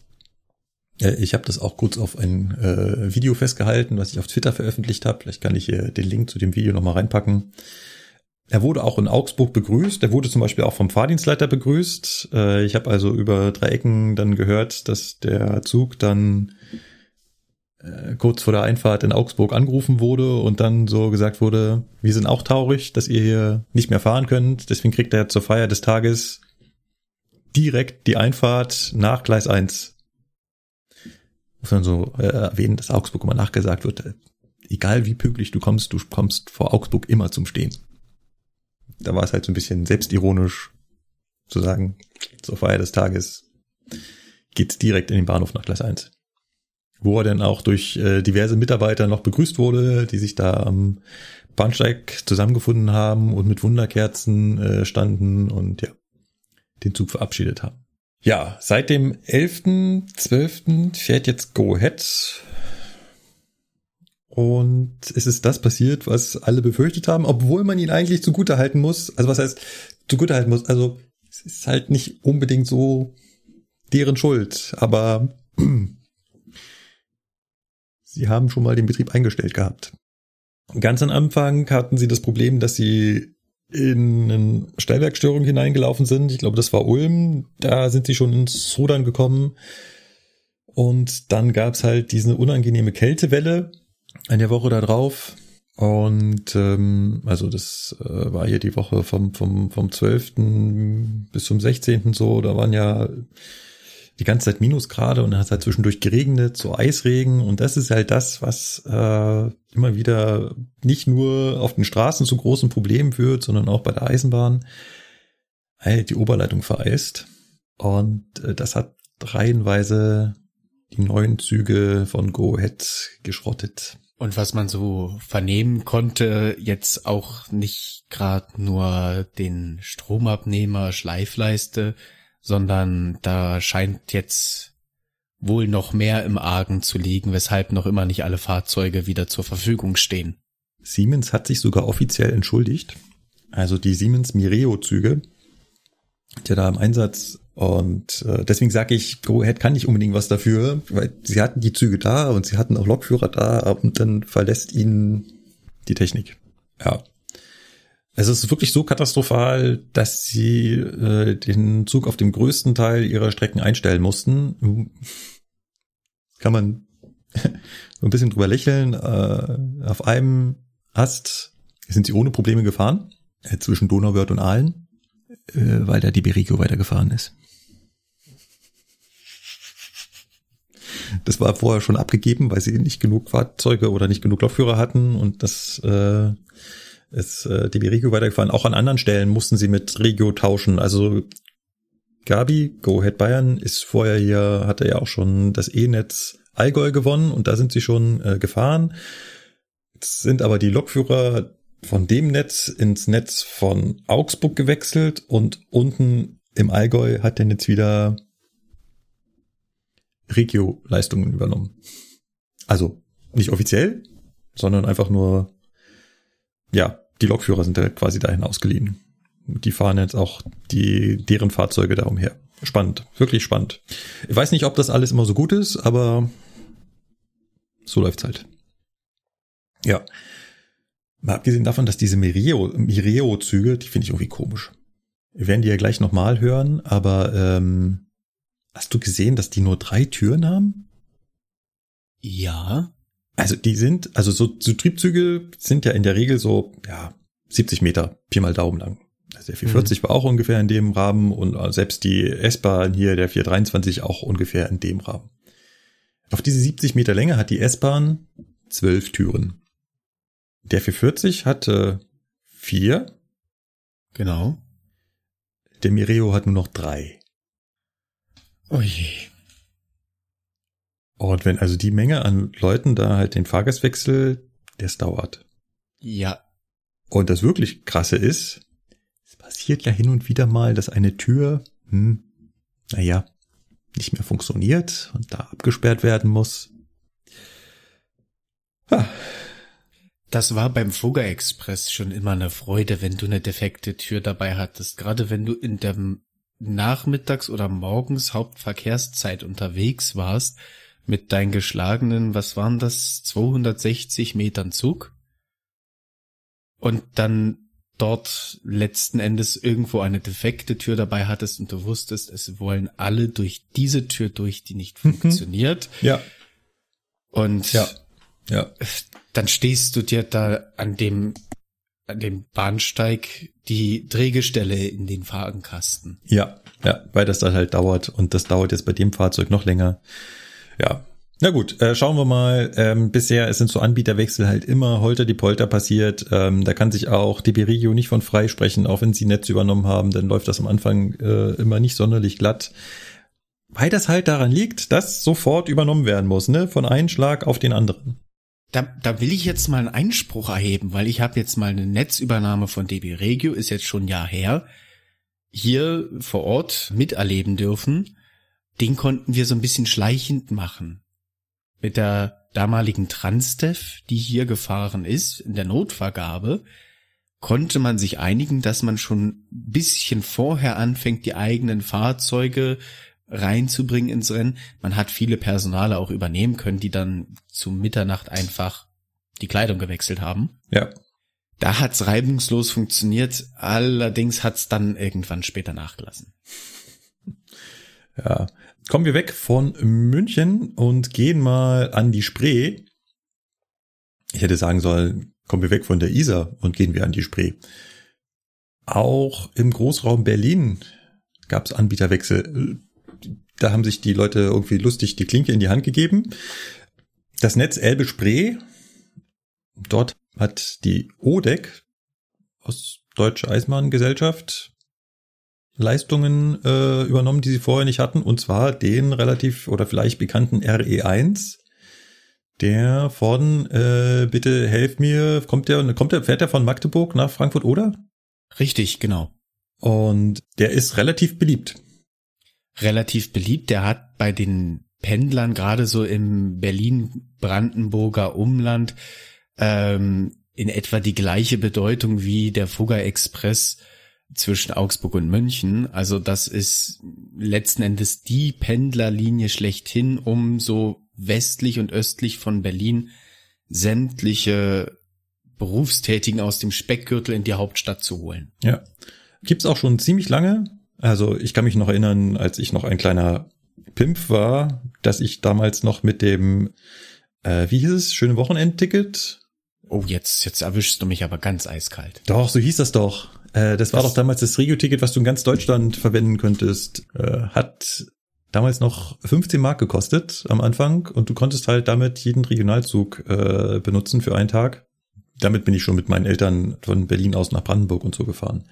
Ich habe das auch kurz auf ein Video festgehalten, was ich auf Twitter veröffentlicht habe. Vielleicht kann ich hier den Link zu dem Video nochmal reinpacken. Er wurde auch in Augsburg begrüßt. Er wurde zum Beispiel auch vom Fahrdienstleiter begrüßt. Ich habe also über 3 Ecken dann gehört, dass der Zug dann kurz vor der Einfahrt in Augsburg angerufen wurde und dann so gesagt wurde, wir sind auch traurig, dass ihr hier nicht mehr fahren könnt. Deswegen kriegt er zur Feier des Tages direkt die Einfahrt nach Gleis 1. Muss man so erwähnen, dass Augsburg immer nachgesagt wird, egal wie pünktlich du kommst vor Augsburg immer zum Stehen. Da war es halt so ein bisschen selbstironisch zu sagen, zur Feier des Tages geht's direkt in den Bahnhof nach Gleis 1. wo er dann auch durch diverse Mitarbeiter noch begrüßt wurde, die sich da am Bahnsteig zusammengefunden haben und mit Wunderkerzen standen und ja, den Zug verabschiedet haben. Ja, seit dem 11.12. fährt jetzt Go Ahead und es ist das passiert, was alle befürchtet haben, obwohl man ihn eigentlich zugutehalten muss. Also was heißt zugutehalten muss? Also es ist halt nicht unbedingt so deren Schuld, aber sie haben schon mal den Betrieb eingestellt gehabt. Ganz am Anfang hatten sie das Problem, dass sie in eine Stellwerkstörung hineingelaufen sind. Ich glaube, das war Ulm. Da sind sie schon ins Rudern gekommen. Und dann gab es halt diese unangenehme Kältewelle in der Woche da drauf. Und also das war hier die Woche vom 12. bis zum 16. so. Da waren ja die ganze Zeit Minusgrade und dann hat es halt zwischendurch geregnet, so Eisregen. Und das ist halt das, was immer wieder nicht nur auf den Straßen zu großen Problemen führt, sondern auch bei der Eisenbahn halt die Oberleitung vereist. Und das hat reihenweise die neuen Züge von Go Ahead geschrottet. Und was man so vernehmen konnte, jetzt auch nicht gerade nur den Stromabnehmer, Schleifleiste, sondern da scheint jetzt wohl noch mehr im Argen zu liegen, weshalb noch immer nicht alle Fahrzeuge wieder zur Verfügung stehen. Siemens hat sich sogar offiziell entschuldigt. Also die Siemens Mireo-Züge, die da im Einsatz. Und deswegen sage ich, Go Ahead kann nicht unbedingt was dafür, weil sie hatten die Züge da und sie hatten auch Lokführer da und dann verlässt ihnen die Technik. Ja. Also es ist wirklich so katastrophal, dass sie den Zug auf dem größten Teil ihrer Strecken einstellen mussten. Kann man so ein bisschen drüber lächeln. Auf einem Ast sind sie ohne Probleme gefahren, zwischen Donauwörth und Aalen, weil da die Berigio weitergefahren ist. Das war vorher schon abgegeben, weil sie nicht genug Fahrzeuge oder nicht genug Lokführer hatten und das ist die Berigio weitergefahren. Auch an anderen Stellen mussten sie mit Regio tauschen. Also Gabi, Go Ahead Bayern, ist vorher hier, hatte ja auch schon das E-Netz Allgäu gewonnen und da sind sie schon gefahren. Jetzt sind aber die Lokführer von dem Netz ins Netz von Augsburg gewechselt und unten im Allgäu hat der Netz wieder Regio-Leistungen übernommen. Also nicht offiziell, sondern einfach nur, ja, die Lokführer sind da quasi dahin ausgeliehen. Die fahren jetzt auch deren Fahrzeuge da umher. Spannend, wirklich spannend. Ich weiß nicht, ob das alles immer so gut ist, aber so läuft's halt. Ja. Mal abgesehen davon, dass diese Mireo-Züge, die finde ich irgendwie komisch. Wir werden die ja gleich nochmal hören, aber hast du gesehen, dass die nur 3 Türen haben? Ja. Also so Triebzüge sind ja in der Regel so, ja, 70 Meter, Pi mal Daumen lang. Also der 440 war auch ungefähr in dem Rahmen und selbst die S-Bahn hier, der 423 auch ungefähr in dem Rahmen. Auf diese 70 Meter Länge hat die S-Bahn 12 Türen. Der 440 hatte 4. Genau. Der Mireo hat nur noch 3. Oh je. Und wenn also die Menge an Leuten da halt den Fahrgastwechsel, das dauert. Ja. Und das wirklich Krasse ist, es passiert ja hin und wieder mal, dass eine Tür, nicht mehr funktioniert und da abgesperrt werden muss. Ah. Das war beim Fugger Express schon immer eine Freude, wenn du eine defekte Tür dabei hattest. Gerade wenn du in der Nachmittags- oder Morgens Hauptverkehrszeit unterwegs warst, mit deinen geschlagenen, was waren das, 260 Metern Zug? Und dann dort letzten Endes irgendwo eine defekte Tür dabei hattest und du wusstest, es wollen alle durch diese Tür durch, die nicht funktioniert. Ja. Und ja. Dann stehst du dir da an dem Bahnsteig die Drehgestelle in den Fahrkasten. Ja, weil das dann halt dauert und das dauert jetzt bei dem Fahrzeug noch länger. Ja, na gut, schauen wir mal. Bisher sind so Anbieterwechsel halt immer holter die Polter passiert. Da kann sich auch die Berigio nicht von frei sprechen, auch wenn sie Netz übernommen haben, dann läuft das am Anfang immer nicht sonderlich glatt. Weil das halt daran liegt, dass sofort übernommen werden muss, ne? Von einem Schlag auf den anderen. Da will ich jetzt mal einen Einspruch erheben, weil ich habe jetzt mal eine Netzübernahme von DB Regio, ist jetzt schon ein Jahr her, hier vor Ort miterleben dürfen. Den konnten wir so ein bisschen schleichend machen. Mit der damaligen Transdev, die hier gefahren ist, in der Notvergabe, konnte man sich einigen, dass man schon ein bisschen vorher anfängt, die eigenen Fahrzeuge reinzubringen ins Rennen. Man hat viele Personale auch übernehmen können, die dann zu Mitternacht einfach die Kleidung gewechselt haben. Ja. Da hat's reibungslos funktioniert, allerdings hat's dann irgendwann später nachgelassen. Ja. Kommen wir weg von München und gehen mal an die Spree. Ich hätte sagen sollen, kommen wir weg von der Isar und gehen wir an die Spree. Auch im Großraum Berlin gab's Anbieterwechsel. Da haben sich die Leute irgendwie lustig die Klinke in die Hand gegeben. Das Netz Elbe-Spree, dort hat die ODEC aus Deutsche Eisenbahngesellschaft Leistungen übernommen, die sie vorher nicht hatten, und zwar den relativ oder vielleicht bekannten RE1. Der von, bitte helft mir, fährt der von Magdeburg nach Frankfurt, oder? Richtig, genau. Und der ist relativ beliebt. Relativ beliebt. Der hat bei den Pendlern gerade so im Berlin-Brandenburger Umland in etwa die gleiche Bedeutung wie der Fugger Express zwischen Augsburg und München. Also das ist letzten Endes die Pendlerlinie schlechthin, um so westlich und östlich von Berlin sämtliche Berufstätigen aus dem Speckgürtel in die Hauptstadt zu holen. Ja, gibt's auch schon ziemlich lange. Also ich kann mich noch erinnern, als ich noch ein kleiner Pimp war, dass ich damals noch mit dem, wie hieß es, schöne Wochenendticket. Oh, jetzt erwischst du mich aber ganz eiskalt. Doch, so hieß das doch. Das war doch damals das Regio-Ticket, was du in ganz Deutschland verwenden könntest. Hat damals noch 15 Mark gekostet am Anfang und du konntest halt damit jeden Regionalzug benutzen für einen Tag. Damit bin ich schon mit meinen Eltern von Berlin aus nach Brandenburg und so gefahren.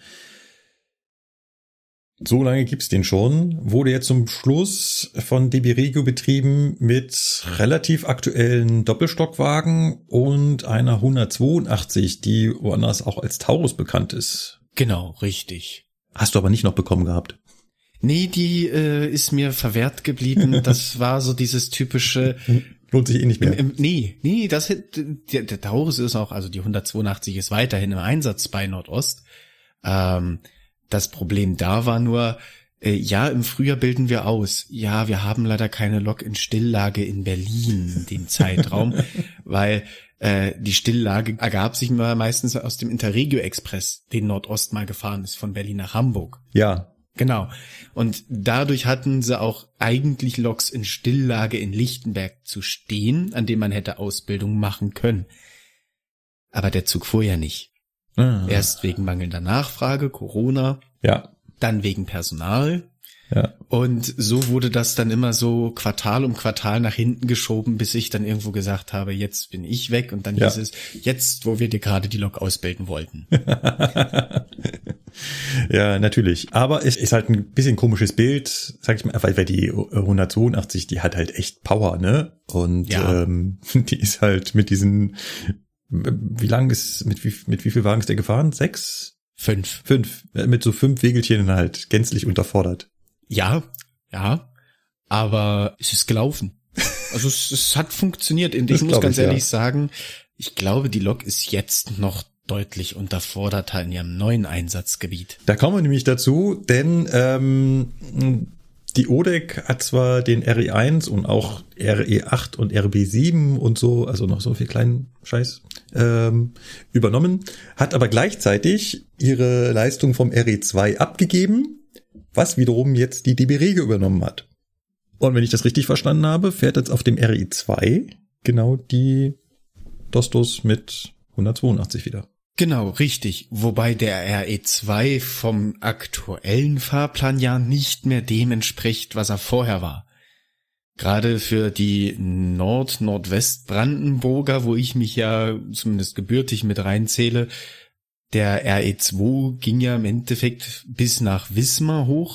So lange gibt's den schon. Wurde jetzt zum Schluss von DB Regio betrieben mit relativ aktuellen Doppelstockwagen und einer 182, die woanders auch als Taurus bekannt ist. Genau, richtig. Hast du aber nicht noch bekommen gehabt? Nee, die ist mir verwehrt geblieben. Das war so dieses typische... Lohnt sich eh nicht mehr. Nee, der Taurus ist auch, also die 182 ist weiterhin im Einsatz bei Nordost. Das Problem da war nur, ja, im Frühjahr bilden wir aus. Ja, wir haben leider keine Lok in Stilllage in Berlin, den Zeitraum, weil die Stilllage ergab sich meistens aus dem Interregio Express, den Nordost mal gefahren ist, von Berlin nach Hamburg. Ja. Genau. Und dadurch hatten sie auch eigentlich Loks in Stilllage in Lichtenberg zu stehen, an dem man hätte Ausbildung machen können. Aber der Zug fuhr ja nicht. Erst wegen mangelnder Nachfrage, Corona, ja, dann wegen Personal. Ja. Und so wurde das dann immer so Quartal um Quartal nach hinten geschoben, bis ich dann irgendwo gesagt habe, jetzt bin ich weg. Und dann hieß es, jetzt, wo wir dir gerade die Lok ausbilden wollten. Ja, natürlich. Aber es ist halt ein bisschen komisches Bild, sag ich mal, weil die 182, die hat halt echt Power, ne? Und ja. Die ist halt mit diesen... mit wie viel Wagen ist der gefahren? 6? 5. Mit so 5 Wegelchen halt gänzlich unterfordert. Ja, aber es ist gelaufen. Also es hat funktioniert. Und ich muss ganz ehrlich sagen, ich glaube, die Lok ist jetzt noch deutlich unterforderter in ihrem neuen Einsatzgebiet. Da kommen wir nämlich dazu, denn die ODEC hat zwar den RE1 und auch RE8 und RB7 und so, also noch so viel kleinen Scheiß, übernommen, hat aber gleichzeitig ihre Leistung vom RE2 abgegeben, was wiederum jetzt die DB Regio übernommen hat. Und wenn ich das richtig verstanden habe, fährt jetzt auf dem RE2 genau die Dostos mit 182 wieder. Genau, richtig. Wobei der RE2 vom aktuellen Fahrplan ja nicht mehr dem entspricht, was er vorher war. Gerade für die Nordwest-Brandenburger, wo ich mich ja zumindest gebürtig mit reinzähle, der RE2 ging ja im Endeffekt bis nach Wismar hoch,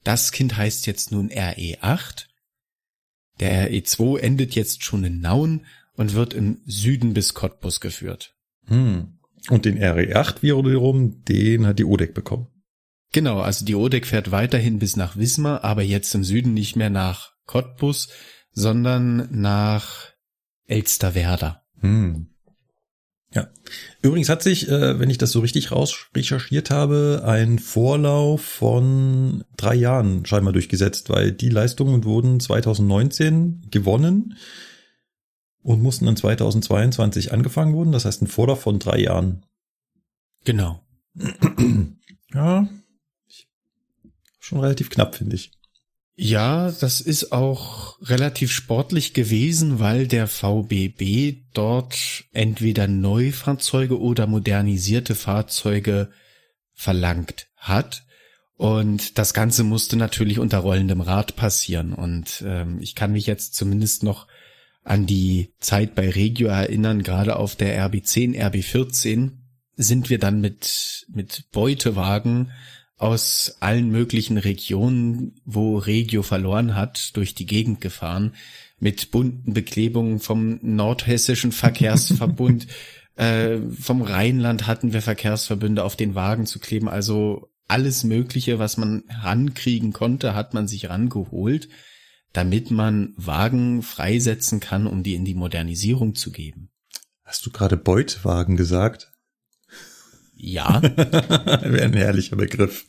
Das Kind heißt jetzt nun RE8. Der RE2 endet jetzt schon in Nauen und wird im Süden bis Cottbus geführt. Und den RE8 wiederum, den hat die ODEC bekommen. Genau, also die ODEC fährt weiterhin bis nach Wismar, aber jetzt im Süden nicht mehr nach Cottbus, sondern nach Elsterwerda. Ja. Übrigens hat sich, wenn ich das so richtig recherchiert habe, ein Vorlauf von 3 Jahren scheinbar durchgesetzt, weil die Leistungen wurden 2019 gewonnen und mussten dann 2022 angefangen wurden. Das heißt ein Vorlauf von 3 Jahren. Genau. Ja, schon relativ knapp, finde ich. Ja, das ist auch relativ sportlich gewesen, weil der VBB dort entweder Neufahrzeuge oder modernisierte Fahrzeuge verlangt hat. Und das Ganze musste natürlich unter rollendem Rad passieren. Und ich kann mich jetzt zumindest noch an die Zeit bei Regio erinnern, gerade auf der RB10, RB14 sind wir dann mit Beutewagen aus allen möglichen Regionen, wo Regio verloren hat, durch die Gegend gefahren, mit bunten Beklebungen vom Nordhessischen Verkehrsverbund, vom Rheinland hatten wir Verkehrsverbünde auf den Wagen zu kleben, also alles Mögliche, was man rankriegen konnte, hat man sich rangeholt, damit man Wagen freisetzen kann, um die in die Modernisierung zu geben. Hast du gerade Beutewagen gesagt? Ja. Wäre ein herrlicher Begriff.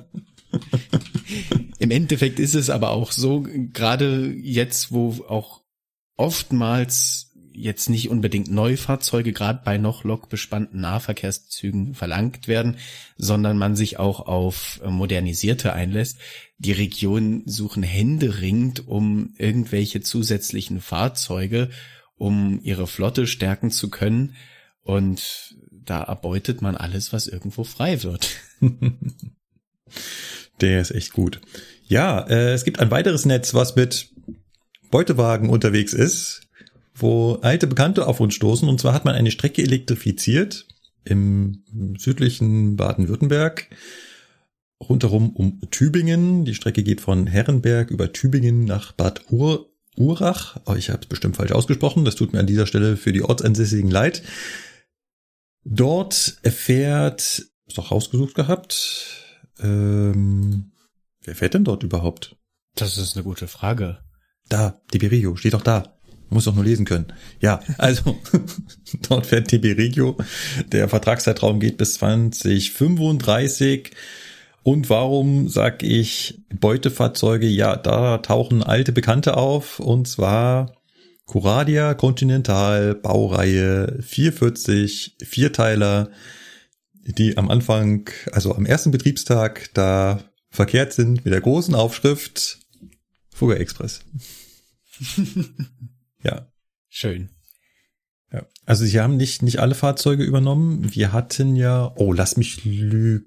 Im Endeffekt ist es aber auch so, gerade jetzt, wo auch oftmals jetzt nicht unbedingt Neufahrzeuge gerade bei noch lokbespannten Nahverkehrszügen verlangt werden, sondern man sich auch auf modernisierte einlässt. Die Regionen suchen händeringend um irgendwelche zusätzlichen Fahrzeuge, um ihre Flotte stärken zu können, und da erbeutet man alles, was irgendwo frei wird. Der ist echt gut. Ja, es gibt ein weiteres Netz, was mit Beutewagen unterwegs ist, wo alte Bekannte auf uns stoßen. Und zwar hat man eine Strecke elektrifiziert im südlichen Baden-Württemberg, rundherum um Tübingen. Die Strecke geht von Herrenberg über Tübingen nach Bad Urach. Oh, ich habe es bestimmt falsch ausgesprochen. Das tut mir an dieser Stelle für die Ortsansässigen leid. Dort fährt, ist doch rausgesucht gehabt, wer fährt denn dort überhaupt? Das ist eine gute Frage. Da, DB Regio, steht doch da. Muss doch nur lesen können. Ja, also dort fährt DB Regio. Der Vertragszeitraum geht bis 2035. Und warum sag ich Beutefahrzeuge? Ja, da tauchen alte Bekannte auf, und zwar Coradia Continental Baureihe 440 Vierteiler, die am Anfang, also am ersten Betriebstag, da verkehrt sind mit der großen Aufschrift Fugger Express. Ja. Schön. Ja. Also sie haben nicht alle Fahrzeuge übernommen. Wir hatten ja, lass mich lügen,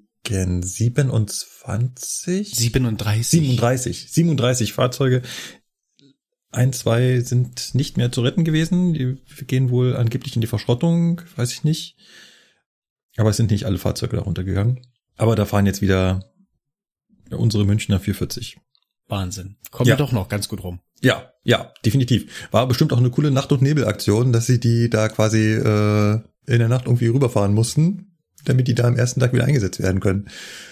37 Fahrzeuge. 1, 2 sind nicht mehr zu retten gewesen. Die gehen wohl angeblich in die Verschrottung, weiß ich nicht. Aber es sind nicht alle Fahrzeuge darunter gegangen. Aber da fahren jetzt wieder unsere Münchner 440. Wahnsinn. Kommen wir doch noch ganz gut rum. Ja, definitiv. War bestimmt auch eine coole Nacht- und Nebelaktion, dass sie die da quasi in der Nacht irgendwie rüberfahren mussten, damit die da am ersten Tag wieder eingesetzt werden können.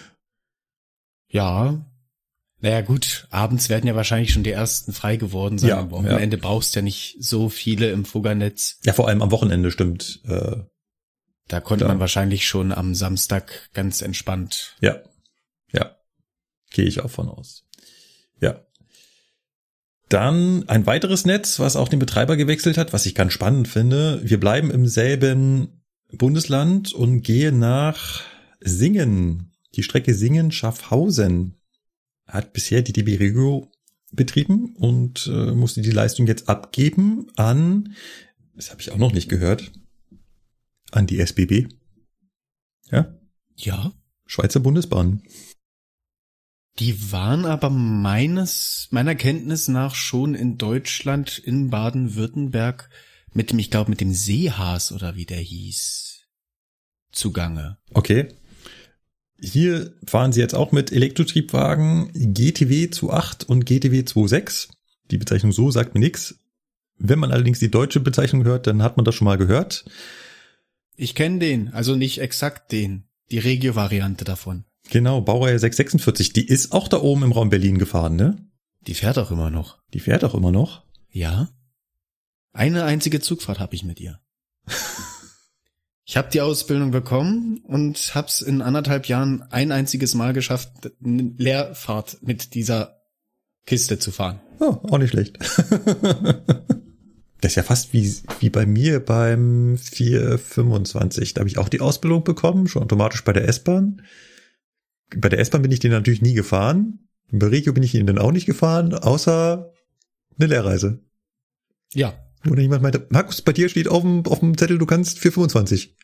Ja. Naja gut, abends werden ja wahrscheinlich schon die ersten frei geworden sein. Am Wochenende brauchst du ja nicht so viele im Fuggernetz. Ja, vor allem am Wochenende, stimmt. Da konnte man wahrscheinlich schon am Samstag ganz entspannt. Ja. Gehe ich auch von aus. Ja. Dann ein weiteres Netz, was auch den Betreiber gewechselt hat, was ich ganz spannend finde. Wir bleiben im selben Bundesland und gehen nach Singen. Die Strecke Singen-Schaffhausen hat bisher die DB Regio betrieben und musste die Leistung jetzt abgeben an, das habe ich auch noch nicht gehört, an die SBB. Ja? Ja. Schweizer Bundesbahn. Die waren aber meiner Kenntnis nach schon in Deutschland, in Baden-Württemberg mit dem Seehaas oder wie der hieß, zugange. Okay. Hier fahren sie jetzt auch mit Elektrotriebwagen GTW 2.8 und GTW 2.6. Die Bezeichnung so sagt mir nichts. Wenn man allerdings die deutsche Bezeichnung hört, dann hat man das schon mal gehört. Ich kenne den, also nicht exakt den. Die Regio-Variante davon. Genau, Baureihe 646. Die ist auch da oben im Raum Berlin gefahren, ne? Die fährt auch immer noch. Die fährt auch immer noch? Ja. Eine einzige Zugfahrt habe ich mit ihr. Ich habe die Ausbildung bekommen und hab's in 1,5 Jahren ein einziges Mal geschafft, eine Leerfahrt mit dieser Kiste zu fahren. Oh, auch nicht schlecht. Das ist ja fast wie bei mir beim 425. Da habe ich auch die Ausbildung bekommen, schon automatisch bei der S-Bahn. Bei der S-Bahn bin ich den natürlich nie gefahren. Bei Regio bin ich ihn dann auch nicht gefahren, außer eine Lehrreise. Ja. Wo dann jemand meinte, Markus, bei dir steht auf dem Zettel, du kannst 425.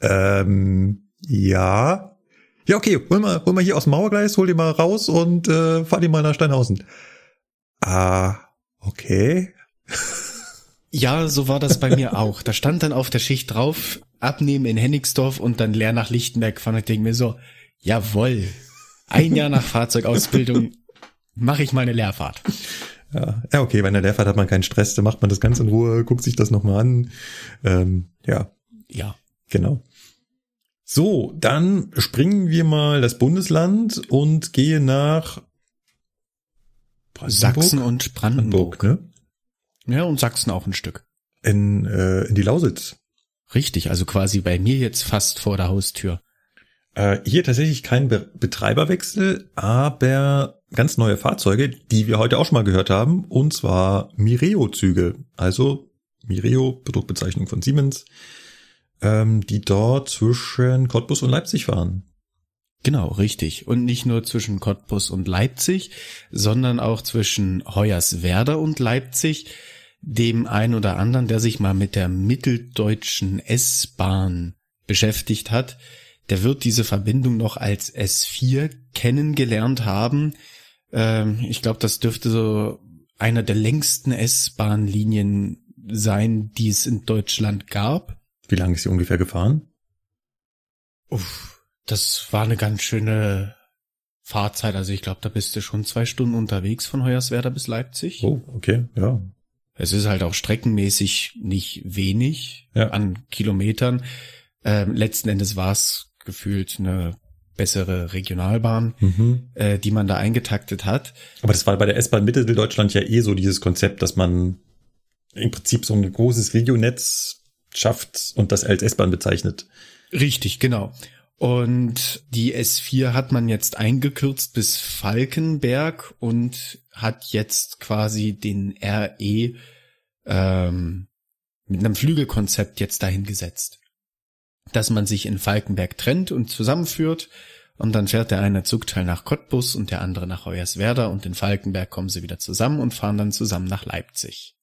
Ja. Ja, okay, hol mal hier aus dem Mauergleis, hol dir mal raus und fahr dir mal nach Steinhausen. Okay. Ja, so war das bei mir auch. Da stand dann auf der Schicht drauf, abnehmen in Hennigsdorf und dann leer nach Lichtenberg fahren. Ich denke mir so, jawohl, 1 Jahr nach Fahrzeugausbildung mache ich meine Leerfahrt. Ja, okay, bei einer Leerfahrt hat man keinen Stress, da macht man das ganz in Ruhe, guckt sich das nochmal an. Ja, genau. So, dann springen wir mal das Bundesland und gehen nach Sachsen und Brandenburg. Ne? Ja, und Sachsen auch ein Stück. In die Lausitz. Richtig, also quasi bei mir jetzt fast vor der Haustür. Hier tatsächlich kein Betreiberwechsel, aber ganz neue Fahrzeuge, die wir heute auch schon mal gehört haben, und zwar Mireo-Züge. Also Mireo, Produktbezeichnung von Siemens, die dort zwischen Cottbus und Leipzig fahren. Genau, richtig. Und nicht nur zwischen Cottbus und Leipzig, sondern auch zwischen Hoyerswerda und Leipzig. Dem einen oder anderen, der sich mal mit der mitteldeutschen S-Bahn beschäftigt hat, der wird diese Verbindung noch als S4 kennengelernt haben. Ich glaube, das dürfte so einer der längsten S-Bahn-Linien sein, die es in Deutschland gab. Wie lange ist sie ungefähr gefahren? Das war eine ganz schöne Fahrzeit. Also ich glaube, da bist du schon 2 Stunden unterwegs von Hoyerswerda bis Leipzig. Oh, okay, ja. Es ist halt auch streckenmäßig nicht wenig an Kilometern. Letzten Endes war es gefühlt eine bessere Regionalbahn, die man da eingetaktet hat. Aber das war bei der S-Bahn Mitteldeutschland ja so dieses Konzept, dass man im Prinzip so ein großes Regionetz schafft und das als S-Bahn bezeichnet. Richtig, genau. Und die S4 hat man jetzt eingekürzt bis Falkenberg und hat jetzt quasi den RE mit einem Flügelkonzept jetzt dahin gesetzt. Dass man sich in Falkenberg trennt und zusammenführt und dann fährt der eine Zugteil nach Cottbus und der andere nach Hoyerswerda und in Falkenberg kommen sie wieder zusammen und fahren dann zusammen nach Leipzig.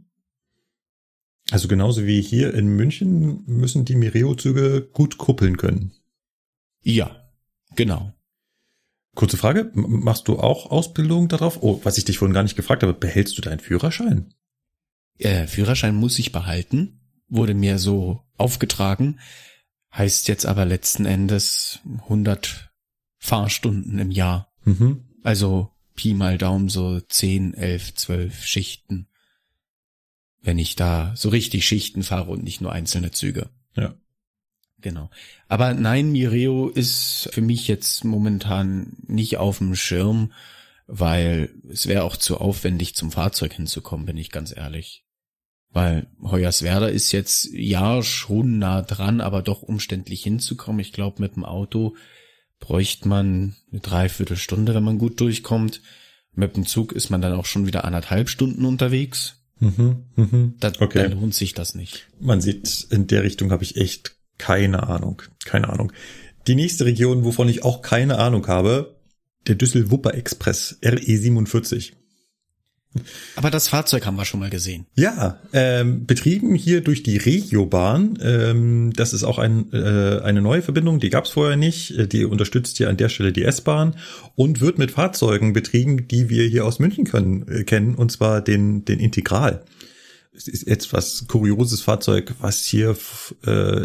Also genauso wie hier in München müssen die Mireo-Züge gut kuppeln können. Ja, genau. Kurze Frage, machst du auch Ausbildung darauf? Oh, was ich dich vorhin gar nicht gefragt habe, behältst du deinen Führerschein? Führerschein muss ich behalten, wurde mir so aufgetragen, heißt jetzt aber letzten Endes 100 Fahrstunden im Jahr. Also Pi mal Daumen so 10, 11, 12 Schichten, wenn ich da so richtig Schichten fahre und nicht nur einzelne Züge. Ja. Genau. Aber nein, Mireo ist für mich jetzt momentan nicht auf dem Schirm, weil es wäre auch zu aufwendig, zum Fahrzeug hinzukommen, bin ich ganz ehrlich. Weil Hoyerswerda ist jetzt ja schon nah dran, aber doch umständlich hinzukommen. Ich glaube, mit dem Auto bräuchte man eine Dreiviertelstunde, wenn man gut durchkommt. Mit dem Zug ist man dann auch schon wieder 1,5 Stunden unterwegs. Okay. Dann lohnt sich das nicht. Man sieht, in der Richtung habe ich echt keine Ahnung. Die nächste Region, wovon ich auch keine Ahnung habe, der Düssel-Wupper-Express, RE47. Aber das Fahrzeug haben wir schon mal gesehen. Ja, betrieben hier durch die Regiobahn. Das ist auch eine neue Verbindung, die gab es vorher nicht. Die unterstützt hier an der Stelle die S-Bahn und wird mit Fahrzeugen betrieben, die wir hier aus München kennen, und zwar den Integral. Es ist etwas kurioses Fahrzeug, was hier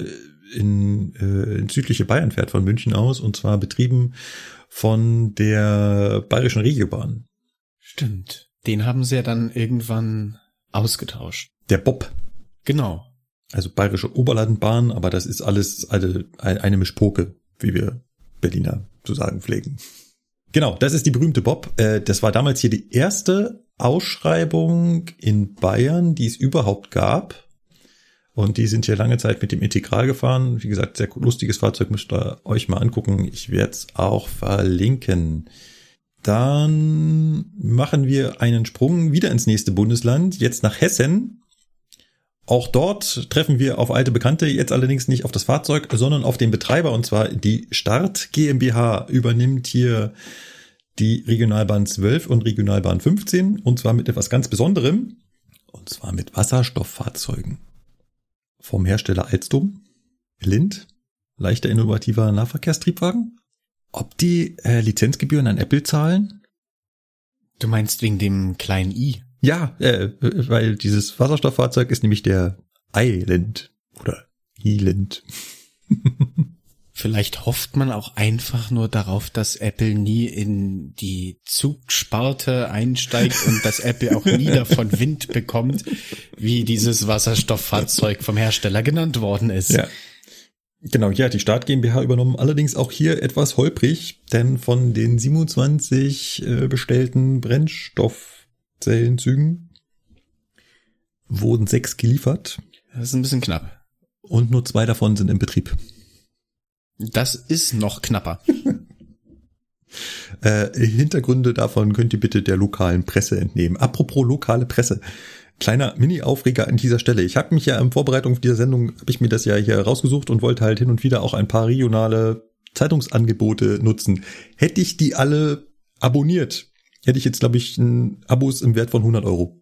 in südliche Bayern fährt von München aus, und zwar betrieben von der Bayerischen Regiobahn. Stimmt. Den haben sie ja dann irgendwann ausgetauscht. Der Bob. Genau. Also Bayerische Oberlandbahn, aber das ist alles eine Mischpoke, wie wir Berliner zu sagen pflegen. Genau, das ist die berühmte Bob. Das war damals hier die erste Ausschreibung in Bayern, die es überhaupt gab. Und die sind hier lange Zeit mit dem Integral gefahren. Wie gesagt, sehr lustiges Fahrzeug, müsst ihr euch mal angucken. Ich werde es auch verlinken. Dann machen wir einen Sprung wieder ins nächste Bundesland, jetzt nach Hessen. Auch dort treffen wir auf alte Bekannte, jetzt allerdings nicht auf das Fahrzeug, sondern auf den Betreiber, und zwar die Start GmbH übernimmt hier die Regionalbahn 12 und Regionalbahn 15, und zwar mit etwas ganz Besonderem, und zwar mit Wasserstofffahrzeugen. Vom Hersteller Alstom, Lind, leichter innovativer Nahverkehrstriebwagen. Ob die Lizenzgebühren an Apple zahlen? Du meinst wegen dem kleinen i? Ja, weil dieses Wasserstofffahrzeug ist nämlich der i-Lind oder i-Lind. Vielleicht hofft man auch einfach nur darauf, dass Apple nie in die Zugsparte einsteigt und dass Apple auch nie davon Wind bekommt, wie dieses Wasserstofffahrzeug vom Hersteller genannt worden ist. Ja. Genau, ja, die Start GmbH übernommen, allerdings auch hier etwas holprig, denn von den 27 bestellten Brennstoffzellenzügen wurden 6 geliefert. Das ist ein bisschen knapp. Und nur 2 davon sind im Betrieb. Das ist noch knapper. Hintergründe davon könnt ihr bitte der lokalen Presse entnehmen. Apropos lokale Presse. Kleiner Mini-Aufreger an dieser Stelle. Ich habe mich ja in Vorbereitung dieser Sendung, habe ich mir das ja hier rausgesucht und wollte halt hin und wieder auch ein paar regionale Zeitungsangebote nutzen. Hätte ich die alle abonniert, hätte ich jetzt, glaube ich, ein Abos im Wert von 100 €.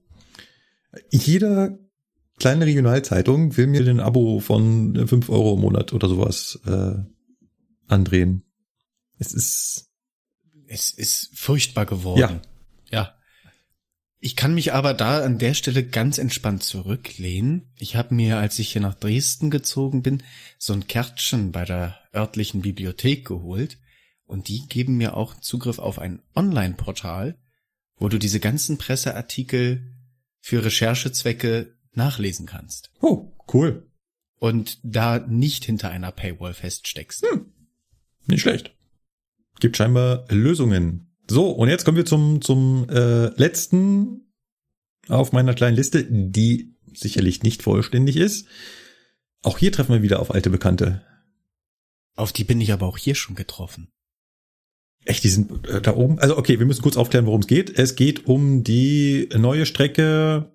Jeder kleine Regionalzeitung will mir ein Abo von 5 € im Monat oder sowas andrehen. Es ist furchtbar geworden. Ja. Ja. Ich kann mich aber da an der Stelle ganz entspannt zurücklehnen. Ich habe mir, als ich hier nach Dresden gezogen bin, so ein Kärtchen bei der örtlichen Bibliothek geholt. Und die geben mir auch Zugriff auf ein Online-Portal, wo du diese ganzen Presseartikel für Recherchezwecke nachlesen kannst. Oh, cool. Und da nicht hinter einer Paywall feststeckst. Nicht schlecht. Gibt scheinbar Lösungen. So, und jetzt kommen wir zum letzten auf meiner kleinen Liste, die sicherlich nicht vollständig ist. Auch hier treffen wir wieder auf alte Bekannte. Auf die bin ich aber auch hier schon getroffen. Echt, die sind da oben? Also okay, wir müssen kurz aufklären, worum es geht. Es geht um die neue Strecke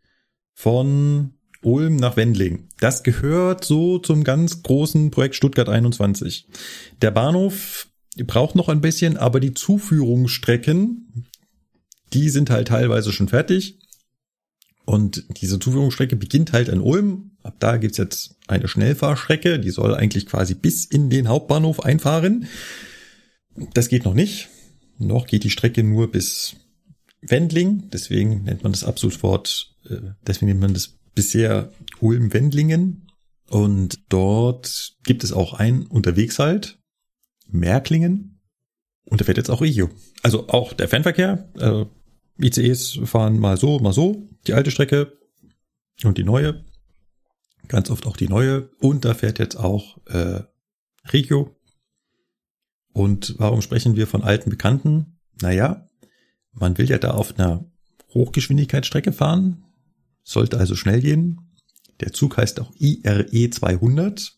von Ulm nach Wendling. Das gehört so zum ganz großen Projekt Stuttgart 21. Der Bahnhof braucht noch ein bisschen, aber die Zuführungsstrecken, die sind halt teilweise schon fertig. Und diese Zuführungsstrecke beginnt halt in Ulm. Ab da gibt's jetzt eine Schnellfahrstrecke, die soll eigentlich quasi bis in den Hauptbahnhof einfahren. Das geht noch nicht. Noch geht die Strecke nur bis Wendling. Deswegen nennt man das ab sofort, deswegen nennt man das bisher Ulm-Wendlingen. Und dort gibt es auch einen Unterwegshalt. Märklingen, und da fährt jetzt auch Regio. Also auch der Fernverkehr, ICEs fahren mal so, die alte Strecke und die neue, ganz oft auch die neue, und da fährt jetzt auch Regio. Und warum sprechen wir von alten Bekannten? Naja, man will ja da auf einer Hochgeschwindigkeitsstrecke fahren, sollte also schnell gehen. Der Zug heißt auch IRE 200.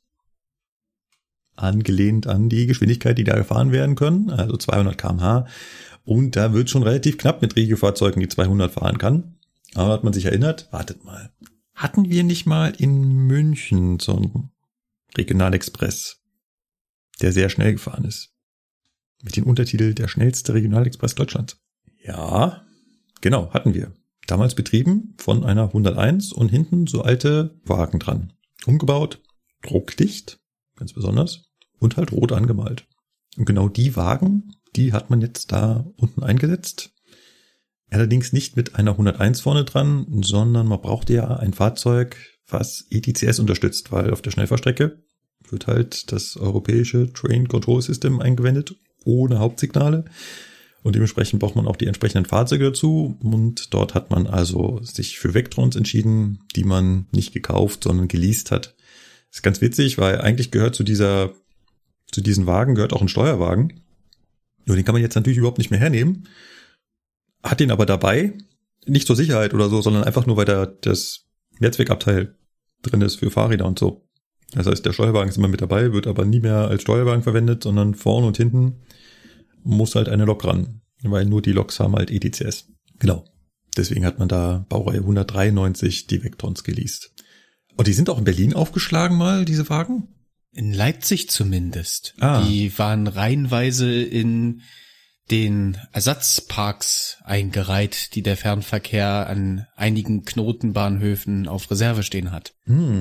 Angelehnt an die Geschwindigkeit, die da gefahren werden können, also 200 km/h. Und da wird schon relativ knapp mit Regio-Fahrzeugen, die 200 fahren kann. Aber hat man sich erinnert, wartet mal, hatten wir nicht mal in München so einen Regionalexpress, der sehr schnell gefahren ist? Mit dem Untertitel der schnellste Regionalexpress Deutschlands. Ja, genau, hatten wir. Damals betrieben von einer 101 und hinten so alte Wagen dran. Umgebaut, druckdicht, ganz besonders. Und halt rot angemalt. Und genau die Wagen, die hat man jetzt da unten eingesetzt. Allerdings nicht mit einer 101 vorne dran, sondern man brauchte ja ein Fahrzeug, was ETCS unterstützt, weil auf der Schnellfahrstrecke wird halt das europäische Train Control System eingewendet, ohne Hauptsignale. Und dementsprechend braucht man auch die entsprechenden Fahrzeuge dazu. Und dort hat man also sich für Vectrons entschieden, die man nicht gekauft, sondern geleast hat. Das ist ganz witzig, weil eigentlich gehört zu diesen Wagen gehört auch ein Steuerwagen. Nur den kann man jetzt natürlich überhaupt nicht mehr hernehmen. Hat den aber dabei, nicht zur Sicherheit oder so, sondern einfach nur, weil da das Netzwerkabteil drin ist für Fahrräder und so. Das heißt, der Steuerwagen ist immer mit dabei, wird aber nie mehr als Steuerwagen verwendet, sondern vorne und hinten muss halt eine Lok ran, weil nur die Loks haben halt ETCS. Genau. Deswegen hat man da Baureihe 193 die Vectrons geleast. Und die sind auch in Berlin aufgeschlagen mal, diese Wagen? In Leipzig zumindest. Die waren reihenweise in den Ersatzparks eingereiht, die der Fernverkehr an einigen Knotenbahnhöfen auf Reserve stehen hat.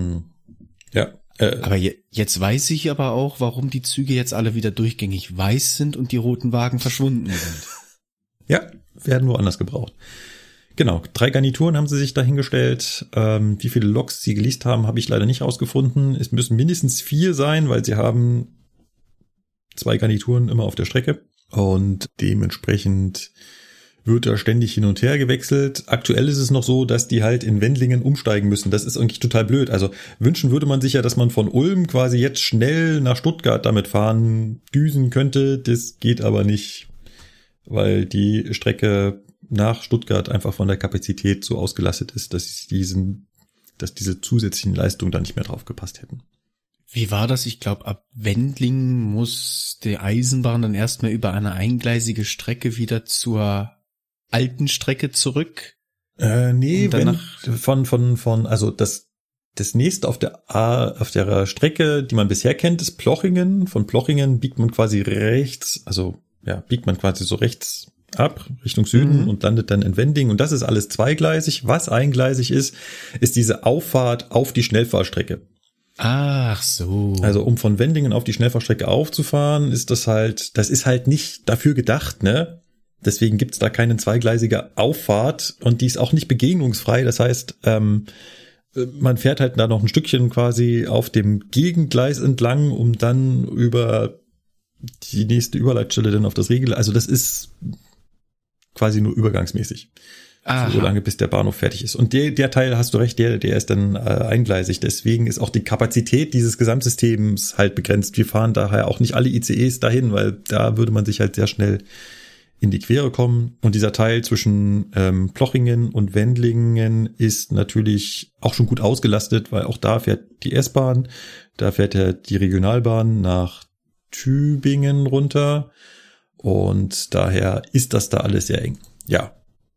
Ja. Aber jetzt weiß ich aber auch, warum die Züge jetzt alle wieder durchgängig weiß sind und die roten Wagen verschwunden sind. Ja, werden woanders gebraucht. Genau, 3 Garnituren haben sie sich dahingestellt. Wie viele Loks sie geleast haben, habe ich leider nicht rausgefunden. Es müssen mindestens 4 sein, weil sie haben 2 Garnituren immer auf der Strecke. Und dementsprechend wird da ständig hin und her gewechselt. Aktuell ist es noch so, dass die halt in Wendlingen umsteigen müssen. Das ist eigentlich total blöd. Also wünschen würde man sich ja, dass man von Ulm quasi jetzt schnell nach Stuttgart damit fahren, düsen könnte. Das geht aber nicht, weil die Strecke nach Stuttgart einfach von der Kapazität so ausgelastet ist, dass diese zusätzlichen Leistungen da nicht mehr drauf gepasst hätten. Wie war das? Ich glaube, ab Wendlingen muss die Eisenbahn dann erstmal über eine eingleisige Strecke wieder zur alten Strecke zurück. Nee, also das nächste auf der Strecke, die man bisher kennt, ist Plochingen. Von Plochingen biegt man quasi so rechts ab Richtung Süden und landet dann in Wendlingen. Und das ist alles zweigleisig. Was eingleisig ist diese Auffahrt auf die Schnellfahrstrecke. Ach so. Also um von Wendlingen auf die Schnellfahrstrecke aufzufahren, das ist halt nicht dafür gedacht, ne? Deswegen gibt's da keine zweigleisige Auffahrt und die ist auch nicht begegnungsfrei. Das heißt, man fährt halt da noch ein Stückchen quasi auf dem Gegengleis entlang, um dann über die nächste Überleitstelle dann auf das Regel. Also das ist quasi nur übergangsmäßig. Aha. So lange, bis der Bahnhof fertig ist. Und der Teil, hast du recht, der ist dann eingleisig. Deswegen ist auch die Kapazität dieses Gesamtsystems halt begrenzt. Wir fahren daher auch nicht alle ICEs dahin, weil da würde man sich halt sehr schnell in die Quere kommen. Und dieser Teil zwischen Plochingen und Wendlingen ist natürlich auch schon gut ausgelastet, weil auch da fährt die S-Bahn, da fährt ja die Regionalbahn nach Tübingen runter. Und daher ist das da alles sehr eng. Ja.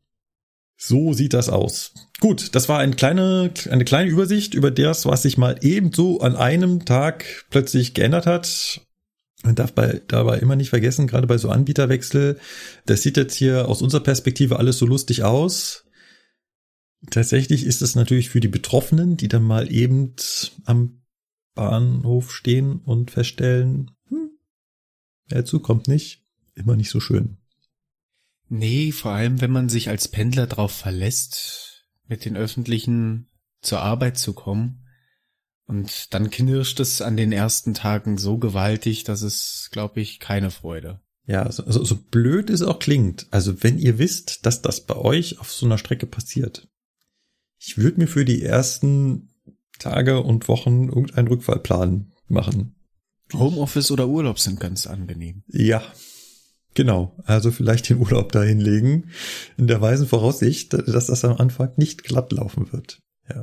So sieht das aus. Gut, das war eine kleine Übersicht über das, was sich mal ebenso an einem Tag plötzlich geändert hat. Man darf dabei immer nicht vergessen, gerade bei so Anbieterwechsel, das sieht jetzt hier aus unserer Perspektive alles so lustig aus. Tatsächlich ist es natürlich für die Betroffenen, die dann mal eben am Bahnhof stehen und feststellen, der Zug kommt nicht, immer nicht so schön. Nee, vor allem, wenn man sich als Pendler drauf verlässt, mit den Öffentlichen zur Arbeit zu kommen. Und dann knirscht es an den ersten Tagen so gewaltig, dass es, glaube ich, keine Freude. Ja, so blöd es auch klingt. Also wenn ihr wisst, dass das bei euch auf so einer Strecke passiert, ich würde mir für die ersten Tage und Wochen irgendeinen Rückfallplan machen. Homeoffice oder Urlaub sind ganz angenehm. Ja. Genau, also vielleicht den Urlaub da hinlegen, in der weisen Voraussicht, dass das am Anfang nicht glatt laufen wird. Ja.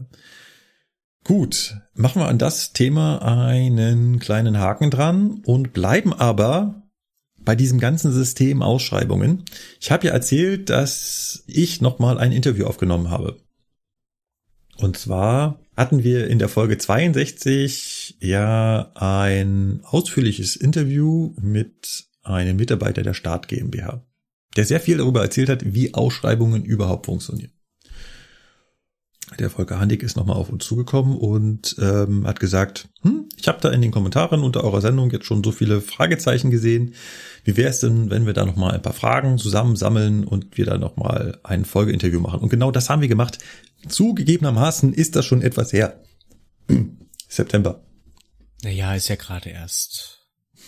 Gut, machen wir an das Thema einen kleinen Haken dran und bleiben aber bei diesem ganzen System Ausschreibungen. Ich habe ja erzählt, dass ich nochmal ein Interview aufgenommen habe. Und zwar hatten wir in der Folge 62 ja ein ausführliches Interview mit einem Mitarbeiter der Start GmbH, der sehr viel darüber erzählt hat, wie Ausschreibungen überhaupt funktionieren. Der Volker Handig ist nochmal auf uns zugekommen und hat gesagt, ich habe da in den Kommentaren unter eurer Sendung jetzt schon so viele Fragezeichen gesehen. Wie wäre es denn, wenn wir da nochmal ein paar Fragen zusammensammeln und wir da nochmal ein Folgeinterview machen? Und genau das haben wir gemacht. Zugegebenermaßen ist das schon etwas her. September. Naja, ist ja gerade erst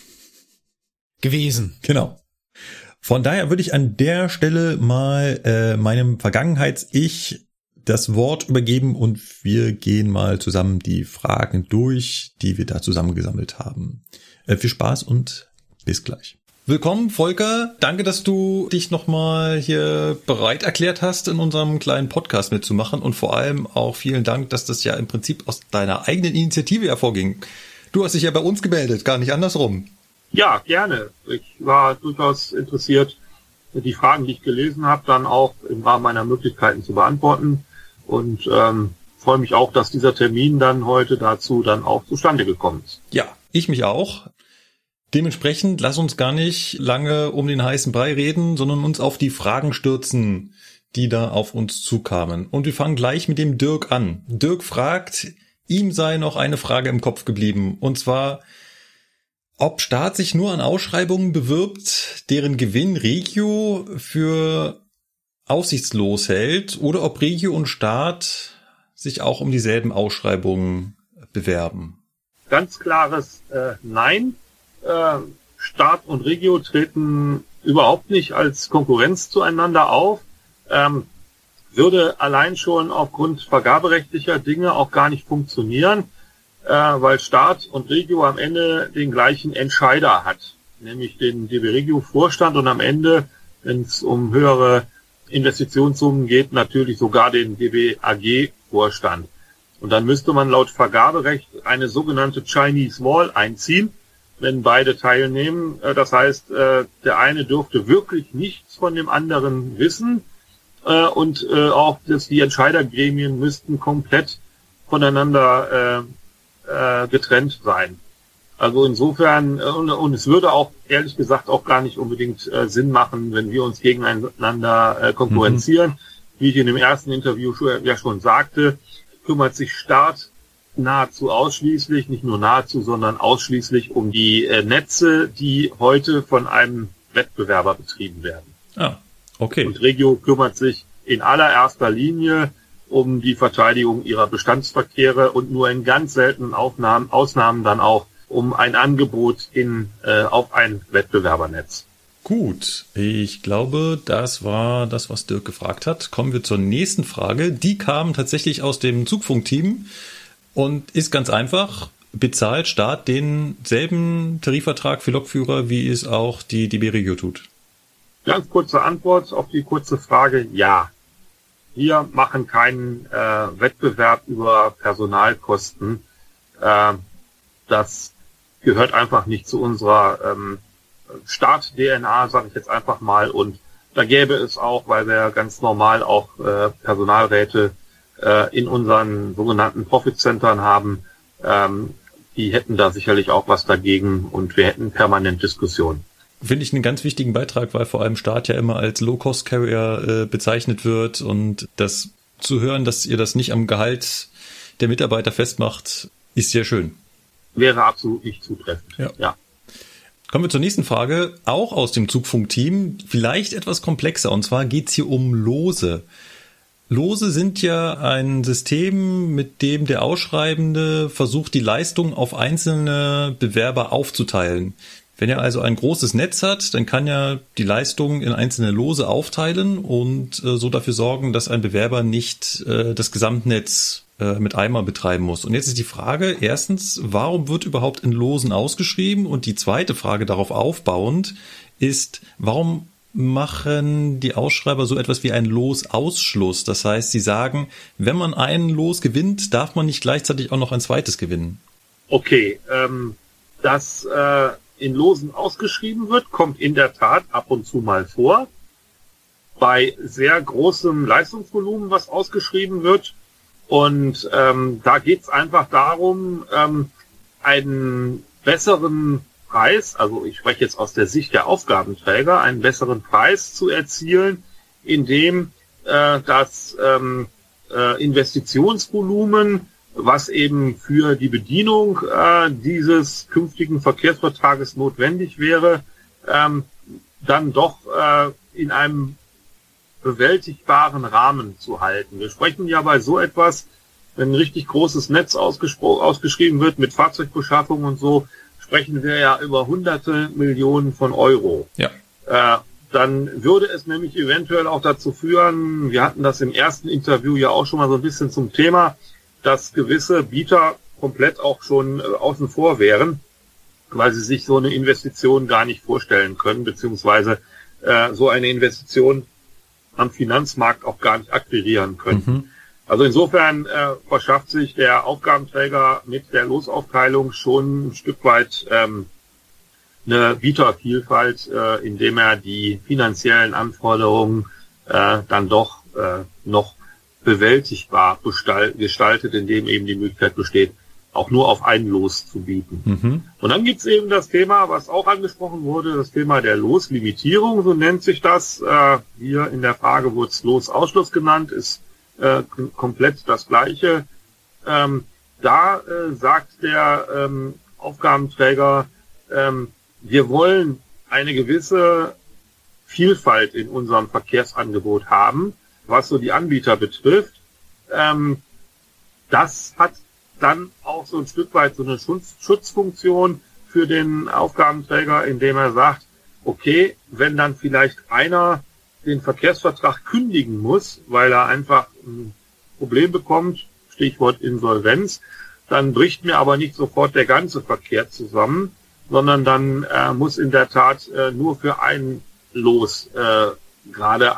gewesen. Genau. Von daher würde ich an der Stelle mal meinem Vergangenheits-Ich das Wort übergeben und wir gehen mal zusammen die Fragen durch, die wir da zusammengesammelt haben. Viel Spaß und bis gleich. Willkommen, Volker. Danke, dass du dich nochmal hier bereit erklärt hast, in unserem kleinen Podcast mitzumachen und vor allem auch vielen Dank, dass das ja im Prinzip aus deiner eigenen Initiative hervorging. Du hast dich ja bei uns gemeldet, gar nicht andersrum. Ja, gerne. Ich war durchaus interessiert, die Fragen, die ich gelesen habe, dann auch im Rahmen meiner Möglichkeiten zu beantworten und freue mich auch, dass dieser Termin dann heute dazu dann auch zustande gekommen ist. Ja, ich mich auch. Dementsprechend lass uns gar nicht lange um den heißen Brei reden, sondern uns auf die Fragen stürzen, die da auf uns zukamen. Und wir fangen gleich mit dem Dirk an. Dirk fragt, ihm sei noch eine Frage im Kopf geblieben, und zwar, ob Staat sich nur an Ausschreibungen bewirbt, deren Gewinn Regio für aussichtslos hält, oder ob Regio und Staat sich auch um dieselben Ausschreibungen bewerben. Ganz klares Nein. Staat und Regio treten überhaupt nicht als Konkurrenz zueinander auf. Würde allein schon aufgrund vergaberechtlicher Dinge auch gar nicht funktionieren, weil Staat und Regio am Ende den gleichen Entscheider hat, nämlich den DB Regio Vorstand und am Ende, wenn es um höhere Investitionssummen geht, natürlich sogar den DB AG Vorstand. Und dann müsste man laut Vergaberecht eine sogenannte Chinese Wall einziehen, wenn beide teilnehmen. Das heißt, der eine dürfte wirklich nichts von dem anderen wissen und auch die Entscheidergremien müssten komplett voneinander getrennt sein. Also insofern, und es würde auch ehrlich gesagt auch gar nicht unbedingt Sinn machen, wenn wir uns gegeneinander konkurrenzieren. Wie ich in dem ersten Interview schon sagte, kümmert sich Staat nahezu ausschließlich, nicht nur nahezu, sondern ausschließlich um die Netze, die heute von einem Wettbewerber betrieben werden. Ah, okay. Und Regio kümmert sich in allererster Linie um die Verteidigung ihrer Bestandsverkehre und nur in ganz seltenen Ausnahmen dann auch um ein Angebot auf ein Wettbewerbernetz. Gut, ich glaube, das war das, was Dirk gefragt hat. Kommen wir zur nächsten Frage. Die kam tatsächlich aus dem Zugfunkteam und ist ganz einfach. Bezahlt Staat denselben Tarifvertrag für Lokführer, wie es auch die DB Regio tut? Ganz kurze Antwort auf die kurze Frage, ja. Wir machen keinen Wettbewerb über Personalkosten. Das gehört einfach nicht zu unserer Staat-DNA, sage ich jetzt einfach mal. Und da gäbe es auch, weil wir ganz normal auch Personalräte in unseren sogenannten Profit-Centern haben, die hätten da sicherlich auch was dagegen und wir hätten permanent Diskussionen. Finde ich einen ganz wichtigen Beitrag, weil vor allem Staat ja immer als Low-Cost-Carrier bezeichnet wird und das zu hören, dass ihr das nicht am Gehalt der Mitarbeiter festmacht, ist sehr schön. Wäre absolut nicht zutreffend. Ja. Kommen wir zur nächsten Frage, auch aus dem Zugfunkteam, vielleicht etwas komplexer, und zwar geht's hier um Lose. Lose sind ja ein System, mit dem der Ausschreibende versucht, die Leistung auf einzelne Bewerber aufzuteilen. Wenn er also ein großes Netz hat, dann kann er die Leistung in einzelne Lose aufteilen und so dafür sorgen, dass ein Bewerber nicht das Gesamtnetz mit einmal betreiben muss. Und jetzt ist die Frage, erstens, warum wird überhaupt in Losen ausgeschrieben? Und die zweite Frage darauf aufbauend ist, warum machen die Ausschreiber so etwas wie einen Losausschluss? Das heißt, sie sagen, wenn man einen Los gewinnt, darf man nicht gleichzeitig auch noch ein zweites gewinnen. Okay, dass in Losen ausgeschrieben wird, kommt in der Tat ab und zu mal vor. Bei sehr großem Leistungsvolumen, was ausgeschrieben wird. Und da geht's einfach darum, einen besseren Preis, also ich spreche jetzt aus der Sicht der Aufgabenträger, einen besseren Preis zu erzielen, indem das Investitionsvolumen, was eben für die Bedienung dieses künftigen Verkehrsvertrages notwendig wäre, dann doch in einem bewältigbaren Rahmen zu halten. Wir sprechen ja bei so etwas wenn ein richtig großes Netz ausgeschrieben wird mit Fahrzeugbeschaffung und so, sprechen wir ja über hunderte Millionen von Euro. Ja. Dann würde es nämlich eventuell auch dazu führen, wir hatten das im ersten Interview ja auch schon mal so ein bisschen zum Thema, dass gewisse Bieter komplett auch schon außen vor wären, weil sie sich so eine Investition gar nicht vorstellen können, beziehungsweise so eine Investition am Finanzmarkt auch gar nicht akquirieren können. Mhm. Also insofern verschafft sich der Aufgabenträger mit der Losaufteilung schon ein Stück weit eine Bietervielfalt, indem er die finanziellen Anforderungen dann doch noch bewältigbar gestaltet, indem eben die Möglichkeit besteht, auch nur auf ein Los zu bieten. Mhm. Und dann gibt's eben das Thema, was auch angesprochen wurde, das Thema der Loslimitierung, so nennt sich das. Hier in der Frage wurde es Losausschluss genannt, ist komplett das Gleiche. Da sagt der Aufgabenträger, wir wollen eine gewisse Vielfalt in unserem Verkehrsangebot haben, was so die Anbieter betrifft. Das hat dann auch so ein Stück weit so eine Schutzfunktion für den Aufgabenträger, indem er sagt, okay, wenn dann vielleicht einer den Verkehrsvertrag kündigen muss, weil er einfach ein Problem bekommt, Stichwort Insolvenz, dann bricht mir aber nicht sofort der ganze Verkehr zusammen, sondern dann muss in der Tat nur für ein Los gerade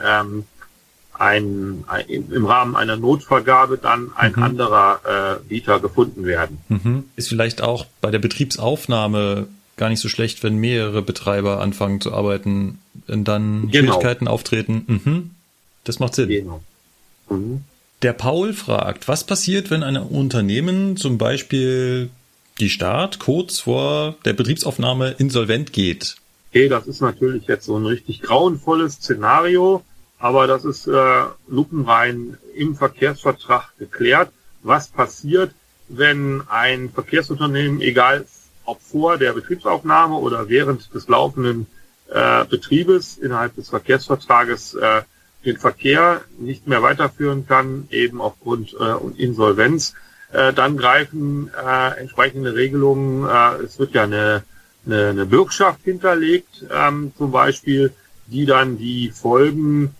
im Rahmen einer Notvergabe dann ein anderer Bieter gefunden werden. Mhm. Ist vielleicht auch bei der Betriebsaufnahme gar nicht so schlecht, wenn mehrere Betreiber anfangen zu arbeiten und dann Schwierigkeiten auftreten. Mhm. Das macht Sinn. Genau. Mhm. Der Paul fragt, was passiert, wenn ein Unternehmen, zum Beispiel die Staat, kurz vor der Betriebsaufnahme insolvent geht? Okay, das ist natürlich jetzt so ein richtig grauenvolles Szenario, aber das ist lupenrein im Verkehrsvertrag geklärt. Was passiert, wenn ein Verkehrsunternehmen, egal ob vor der Betriebsaufnahme oder während des laufenden Betriebes innerhalb des Verkehrsvertrages den Verkehr nicht mehr weiterführen kann, eben aufgrund Insolvenz, dann greifen entsprechende Regelungen. Es wird ja eine Bürgschaft hinterlegt, zum Beispiel, die dann die Folgen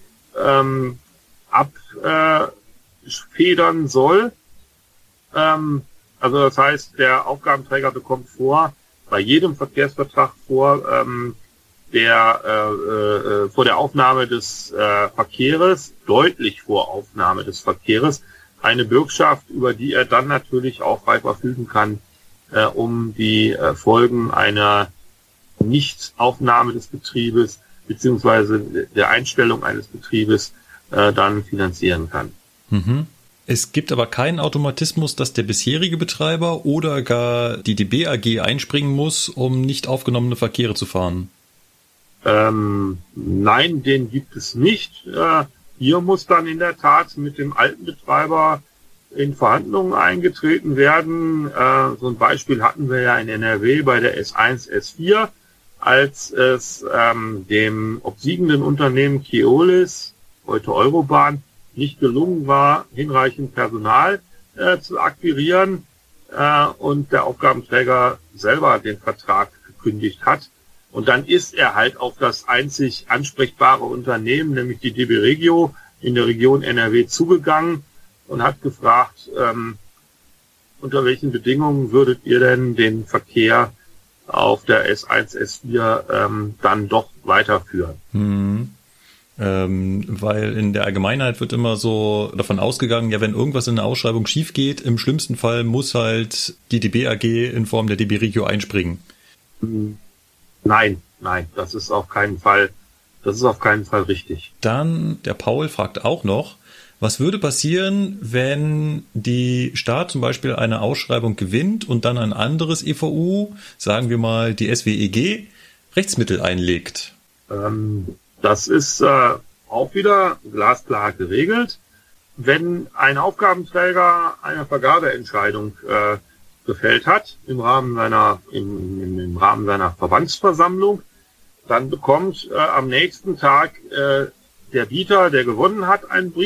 abfedern soll. Also das heißt, der Aufgabenträger bekommt bei jedem Verkehrsvertrag vor der Aufnahme des Verkehres, deutlich vor Aufnahme des Verkehres, eine Bürgschaft, über die er dann natürlich auch frei verfügen kann, um die Folgen einer Nichtaufnahme des Betriebes beziehungsweise der Einstellung eines Betriebes dann finanzieren kann. Mhm. Es gibt aber keinen Automatismus, dass der bisherige Betreiber oder gar die DB AG einspringen muss, um nicht aufgenommene Verkehre zu fahren. Nein, den gibt es nicht. Hier muss dann in der Tat mit dem alten Betreiber in Verhandlungen eingetreten werden. So ein Beispiel hatten wir ja in NRW bei der S1, S4, als es dem obsiegenden Unternehmen Keolis, heute Eurobahn, nicht gelungen war, hinreichend Personal zu akquirieren und der Aufgabenträger selber den Vertrag gekündigt hat. Und dann ist er halt auf das einzig ansprechbare Unternehmen, nämlich die DB Regio in der Region NRW, zugegangen und hat gefragt, unter welchen Bedingungen würdet ihr denn den Verkehr auf der S1, S4 dann doch weiterführen? Mhm. Weil in der Allgemeinheit wird immer so davon ausgegangen, ja, wenn irgendwas in der Ausschreibung schief geht, im schlimmsten Fall muss halt die DB AG in Form der DB Regio einspringen. Nein, das ist auf keinen Fall richtig. Dann, der Paul fragt auch noch, was würde passieren, wenn die Stadt zum Beispiel eine Ausschreibung gewinnt und dann ein anderes EVU, sagen wir mal die SWEG, Rechtsmittel einlegt? Das ist auch wieder glasklar geregelt. Wenn ein Aufgabenträger eine Vergabeentscheidung gefällt hat im Rahmen seiner Verbandsversammlung, dann bekommt am nächsten Tag der Bieter, der gewonnen hat, einen Brief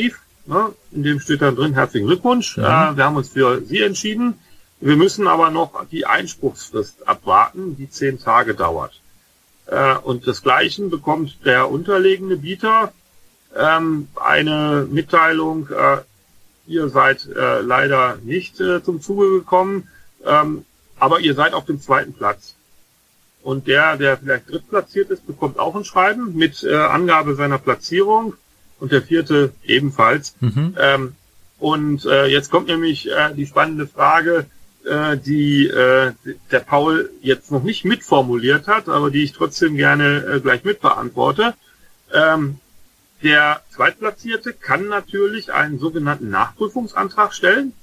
Ne? In dem steht dann drin, herzlichen Glückwunsch, wir haben uns für Sie entschieden. Wir müssen aber noch die Einspruchsfrist abwarten, die 10 Tage dauert. Und desgleichen bekommt der unterlegene Bieter eine Mitteilung, ihr seid leider nicht zum Zuge gekommen, aber ihr seid auf dem 2. Platz. Und der vielleicht drittplatziert ist, bekommt auch ein Schreiben mit Angabe seiner Platzierung und der 4. ebenfalls. Und jetzt kommt nämlich die spannende Frage, die der Paul jetzt noch nicht mitformuliert hat, aber die ich trotzdem gerne gleich mitbeantworte. Der Zweitplatzierte kann natürlich einen sogenannten Nachprüfungsantrag stellen.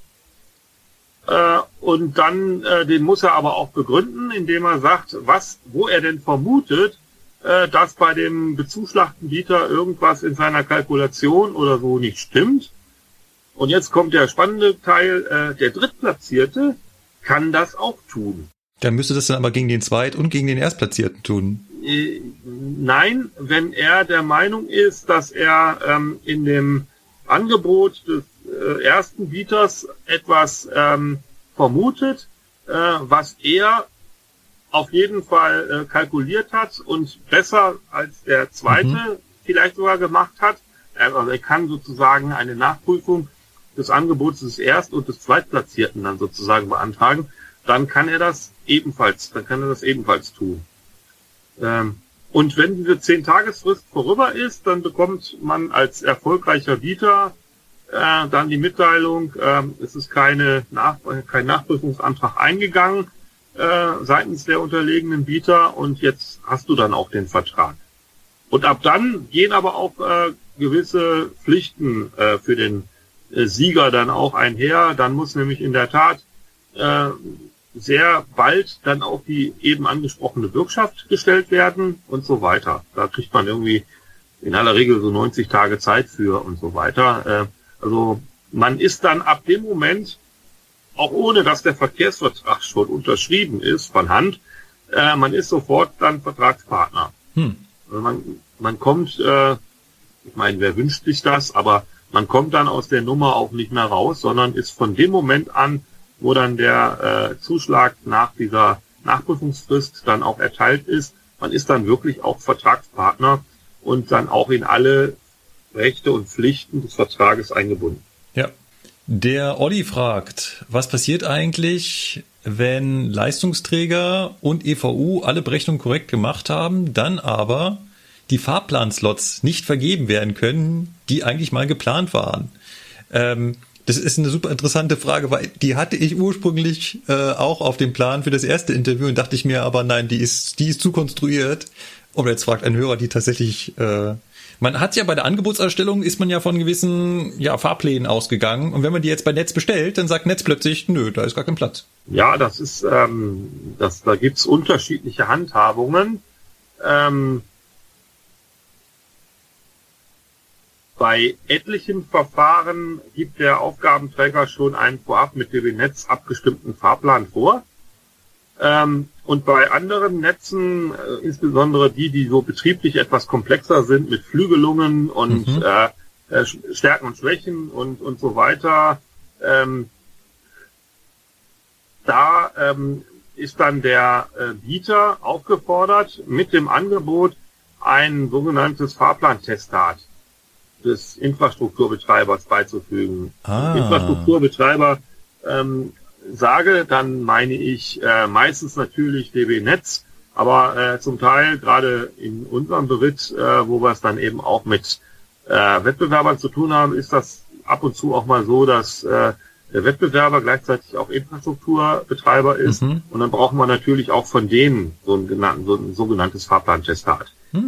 Und dann, den muss er aber auch begründen, indem er sagt, wo er denn vermutet, dass bei dem bezuschlagten Bieter irgendwas in seiner Kalkulation oder so nicht stimmt. Und jetzt kommt der spannende Teil, der Drittplatzierte kann das auch tun. Der müsste das dann aber gegen den Zweit- und gegen den Erstplatzierten tun. Nein, wenn er der Meinung ist, dass er in dem Angebot des ersten Bieters etwas vermutet, was er auf jeden Fall kalkuliert hat und besser als der Zweite vielleicht sogar gemacht hat. Also er kann sozusagen eine Nachprüfung des Angebots des Erst- und des Zweitplatzierten dann sozusagen beantragen. Dann kann er das ebenfalls tun. Und wenn diese 10-Tagesfrist vorüber ist, dann bekommt man als erfolgreicher Bieter dann die Mitteilung, es ist kein Nachprüfungsantrag eingegangen seitens der unterlegenen Bieter und jetzt hast du dann auch den Vertrag. Und ab dann gehen aber auch gewisse Pflichten für den Sieger dann auch einher. Dann muss nämlich in der Tat sehr bald dann auch die eben angesprochene Bürgschaft gestellt werden und so weiter. Da kriegt man irgendwie in aller Regel so 90 Tage Zeit für und so weiter. Also man ist dann ab dem Moment, auch ohne dass der Verkehrsvertrag schon unterschrieben ist von Hand, man ist sofort dann Vertragspartner. Also man kommt, ich meine, wer wünscht sich das, aber man kommt dann aus der Nummer auch nicht mehr raus, sondern ist von dem Moment an, wo dann der Zuschlag nach dieser Nachprüfungsfrist dann auch erteilt ist, man ist dann wirklich auch Vertragspartner und dann auch in alle Rechte und Pflichten des Vertrages eingebunden. Ja. Der Olli fragt, was passiert eigentlich, wenn Leistungsträger und EVU alle Berechnungen korrekt gemacht haben, dann aber die Fahrplanslots nicht vergeben werden können, die eigentlich mal geplant waren? Das ist eine super interessante Frage, weil die hatte ich ursprünglich auch auf dem Plan für das erste Interview und dachte ich mir, aber nein, die ist zu konstruiert. Und jetzt fragt ein Hörer, die tatsächlich, man hat ja bei der Angebotserstellung, ist man ja von gewissen Fahrplänen ausgegangen. Und wenn man die jetzt bei Netz bestellt, dann sagt Netz plötzlich, nö, da ist gar kein Platz. Ja, das ist, da gibt's unterschiedliche Handhabungen. Bei etlichen Verfahren gibt der Aufgabenträger schon einen vorab mit DB Netz abgestimmten Fahrplan vor. Und bei anderen Netzen, insbesondere die so betrieblich etwas komplexer sind mit Flügelungen und Stärken und Schwächen und so weiter, da ist dann der Bieter aufgefordert, mit dem Angebot ein sogenanntes Fahrplantestat des Infrastrukturbetreibers beizufügen. Infrastrukturbetreiber sage, dann meine ich meistens natürlich DB Netz, aber zum Teil gerade in unserem Beritt, wo wir es dann eben auch mit Wettbewerbern zu tun haben, ist das ab und zu auch mal so, dass der Wettbewerber gleichzeitig auch Infrastrukturbetreiber ist und dann brauchen wir natürlich auch von denen so ein sogenanntes Fahrplantestat.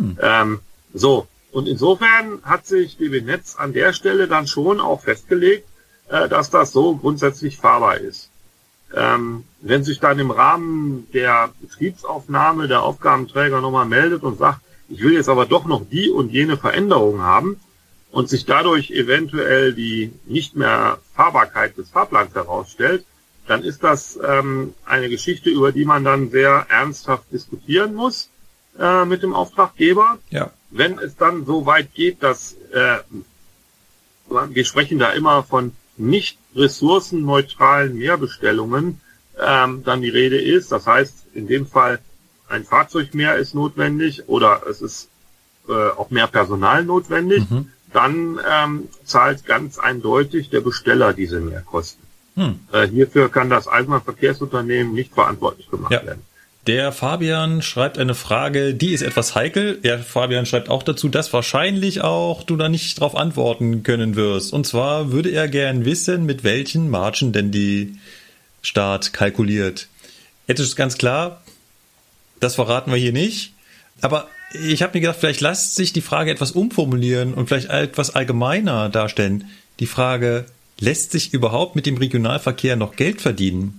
Und insofern hat sich DB Netz an der Stelle dann schon auch festgelegt, dass das so grundsätzlich fahrbar ist. Wenn sich dann im Rahmen der Betriebsaufnahme der Aufgabenträger nochmal meldet und sagt, ich will jetzt aber doch noch die und jene Veränderung haben und sich dadurch eventuell die nicht mehr Fahrbarkeit des Fahrplans herausstellt, dann ist das eine Geschichte, über die man dann sehr ernsthaft diskutieren muss mit dem Auftraggeber. Ja. Wenn es dann so weit geht, dass wir sprechen da immer von nicht ressourcenneutralen Mehrbestellungen, dann die Rede ist. Das heißt, in dem Fall ein Fahrzeug mehr ist notwendig oder es ist auch mehr Personal notwendig, dann zahlt ganz eindeutig der Besteller diese Mehrkosten. Hierfür kann das Eisenbahnverkehrsunternehmen nicht verantwortlich gemacht werden. Der Fabian schreibt eine Frage, die ist etwas heikel. Der Fabian schreibt auch dazu, dass wahrscheinlich auch du da nicht drauf antworten können wirst. Und zwar würde er gern wissen, mit welchen Margen denn die Staat kalkuliert. Jetzt ist ganz klar, das verraten wir hier nicht. Aber ich habe mir gedacht, vielleicht lässt sich die Frage etwas umformulieren und vielleicht etwas allgemeiner darstellen. Die Frage, lässt sich überhaupt mit dem Regionalverkehr noch Geld verdienen?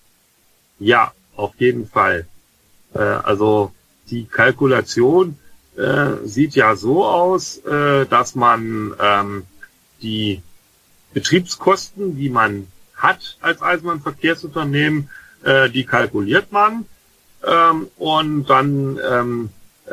Ja, auf jeden Fall. Also die Kalkulation sieht ja so aus, dass man die Betriebskosten, die man hat als Eisenbahnverkehrsunternehmen, die kalkuliert man und dann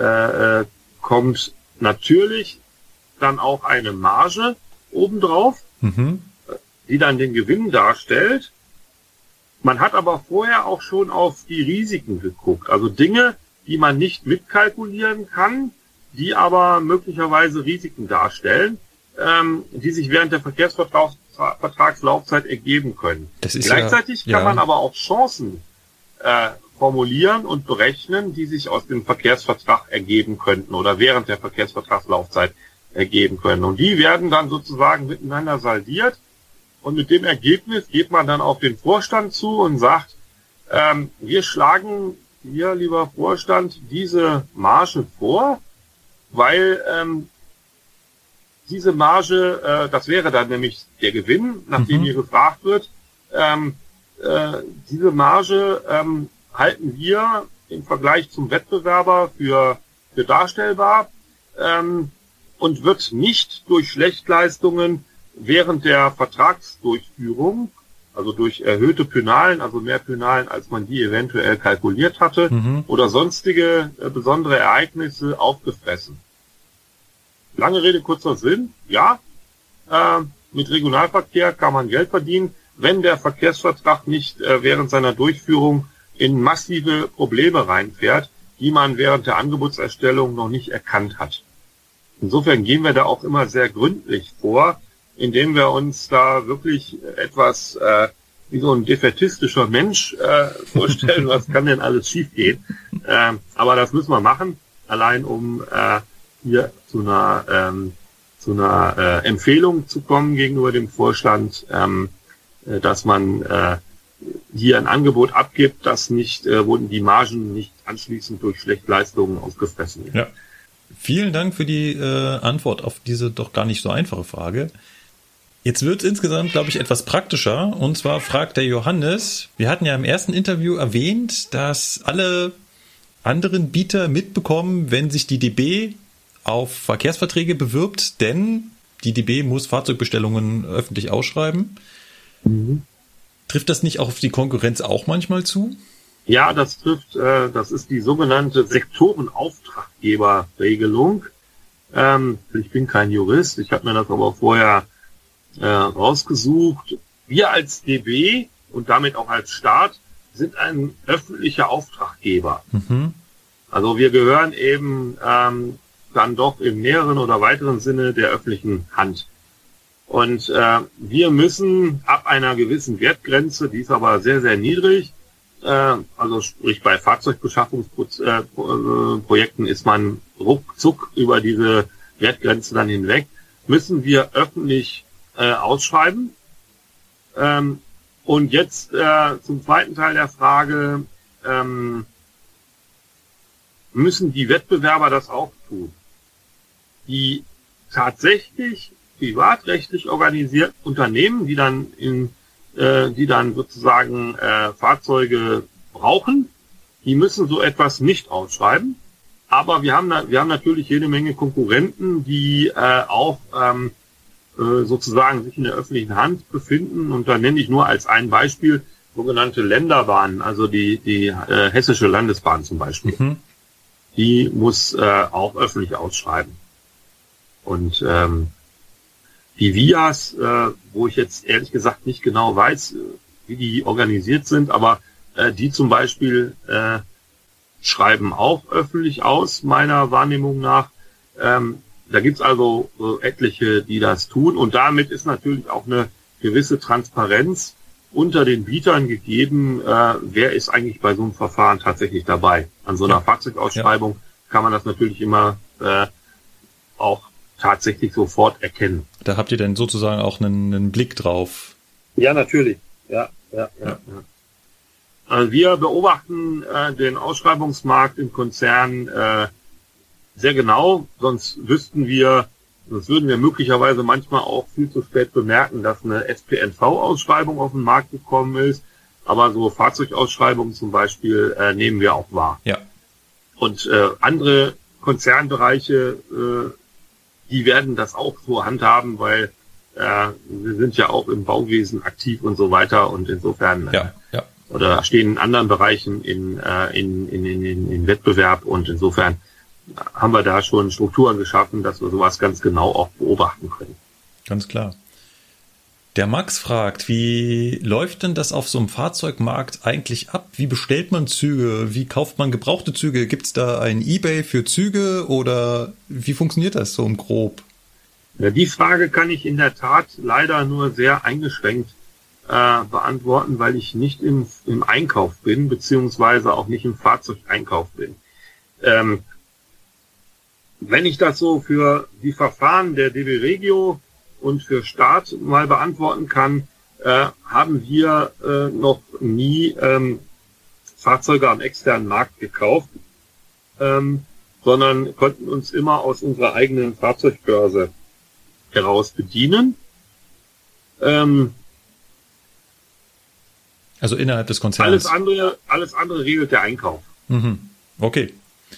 kommt natürlich dann auch eine Marge obendrauf, die dann den Gewinn darstellt. Man hat aber vorher auch schon auf die Risiken geguckt, also Dinge, die man nicht mitkalkulieren kann, die aber möglicherweise Risiken darstellen, die sich während der Verkehrsvertragslaufzeit ergeben können. Gleichzeitig kann man aber auch Chancen formulieren und berechnen, die sich aus dem Verkehrsvertrag ergeben könnten oder während der Verkehrsvertragslaufzeit ergeben können. Und die werden dann sozusagen miteinander saldiert. Und mit dem Ergebnis geht man dann auf den Vorstand zu und sagt, wir schlagen hier, lieber Vorstand, diese Marge vor, weil diese Marge, das wäre dann nämlich der Gewinn, nachdem hier gefragt wird, diese Marge halten wir im Vergleich zum Wettbewerber für darstellbar und wird nicht durch Schlechtleistungen während der Vertragsdurchführung, also durch erhöhte Penalen, also mehr Penalen, als man die eventuell kalkuliert hatte, oder sonstige besondere Ereignisse aufgefressen. Lange Rede, kurzer Sinn. Ja, mit Regionalverkehr kann man Geld verdienen, wenn der Verkehrsvertrag nicht während seiner Durchführung in massive Probleme reinfährt, die man während der Angebotserstellung noch nicht erkannt hat. Insofern gehen wir da auch immer sehr gründlich vor, indem wir uns da wirklich etwas wie so ein defätistischer Mensch vorstellen, was kann denn alles schiefgehen. Aber das müssen wir machen, allein um hier zu einer Empfehlung zu kommen gegenüber dem Vorstand, dass man hier ein Angebot abgibt, das nicht, wo die Margen nicht anschließend durch Schlechtleistungen aufgefressen werden. Ja. Vielen Dank für die Antwort auf diese doch gar nicht so einfache Frage. Jetzt wird es insgesamt, glaube ich, etwas praktischer. Und zwar fragt der Johannes, wir hatten ja im ersten Interview erwähnt, dass alle anderen Bieter mitbekommen, wenn sich die DB auf Verkehrsverträge bewirbt, denn die DB muss Fahrzeugbestellungen öffentlich ausschreiben. Trifft das nicht auch auf die Konkurrenz auch manchmal zu? Ja, das trifft, das ist die sogenannte Sektorenauftraggeberregelung. Ich bin kein Jurist, ich habe mir das aber vorher rausgesucht. Wir als DB und damit auch als Staat sind ein öffentlicher Auftraggeber. Also wir gehören eben dann doch im näheren oder weiteren Sinne der öffentlichen Hand. Und wir müssen ab einer gewissen Wertgrenze, die ist aber sehr, sehr niedrig, also sprich bei Fahrzeugbeschaffungsprojekten ist man ruckzuck über diese Wertgrenze dann hinweg, müssen wir öffentlich ausschreiben. Und jetzt zum zweiten Teil der Frage, müssen die Wettbewerber das auch tun? Die tatsächlich privatrechtlich organisierten Unternehmen, die dann sozusagen Fahrzeuge brauchen, die müssen so etwas nicht ausschreiben. Aber wir haben natürlich jede Menge Konkurrenten, die auch sozusagen sich in der öffentlichen Hand befinden. Und da nenne ich nur als ein Beispiel sogenannte Länderbahnen, also die Hessische Landesbahn zum Beispiel. Die muss auch öffentlich ausschreiben. Und Die VIAs, wo ich jetzt ehrlich gesagt nicht genau weiß, wie die organisiert sind, aber die zum Beispiel schreiben auch öffentlich aus, meiner Wahrnehmung nach. Da gibt's also etliche, die das tun, und damit ist natürlich auch eine gewisse Transparenz unter den Bietern gegeben, wer ist eigentlich bei so einem Verfahren tatsächlich dabei. An so einer Fahrzeugausschreibung kann man das natürlich immer auch tatsächlich sofort erkennen. Da habt ihr dann sozusagen auch einen Blick drauf. Ja, natürlich. Ja. Also wir beobachten den Ausschreibungsmarkt im Konzern sehr genau, sonst würden wir möglicherweise manchmal auch viel zu spät bemerken, dass eine SPNV-Ausschreibung auf den Markt gekommen ist. Aber so Fahrzeugausschreibungen zum Beispiel nehmen wir auch wahr. Ja. Und andere Konzernbereiche, die werden das auch so handhaben, weil wir sind ja auch im Bauwesen aktiv und so weiter, und insofern oder stehen in anderen Bereichen in Wettbewerb, und insofern haben wir da schon Strukturen geschaffen, dass wir sowas ganz genau auch beobachten können. Ganz klar. Der Max fragt, wie läuft denn das auf so einem Fahrzeugmarkt eigentlich ab? Wie bestellt man Züge? Wie kauft man gebrauchte Züge? Gibt es da ein eBay für Züge, oder wie funktioniert das so im Grob? Ja, die Frage kann ich in der Tat leider nur sehr eingeschränkt beantworten, weil ich nicht im Einkauf bin, beziehungsweise auch nicht im Fahrzeugeinkauf bin. Wenn ich das so für die Verfahren der DB Regio und für Start mal beantworten kann, haben wir noch nie Fahrzeuge am externen Markt gekauft, sondern konnten uns immer aus unserer eigenen Fahrzeugbörse heraus bedienen. Also innerhalb des Konzerns. Alles andere regelt der Einkauf. Mhm. Okay.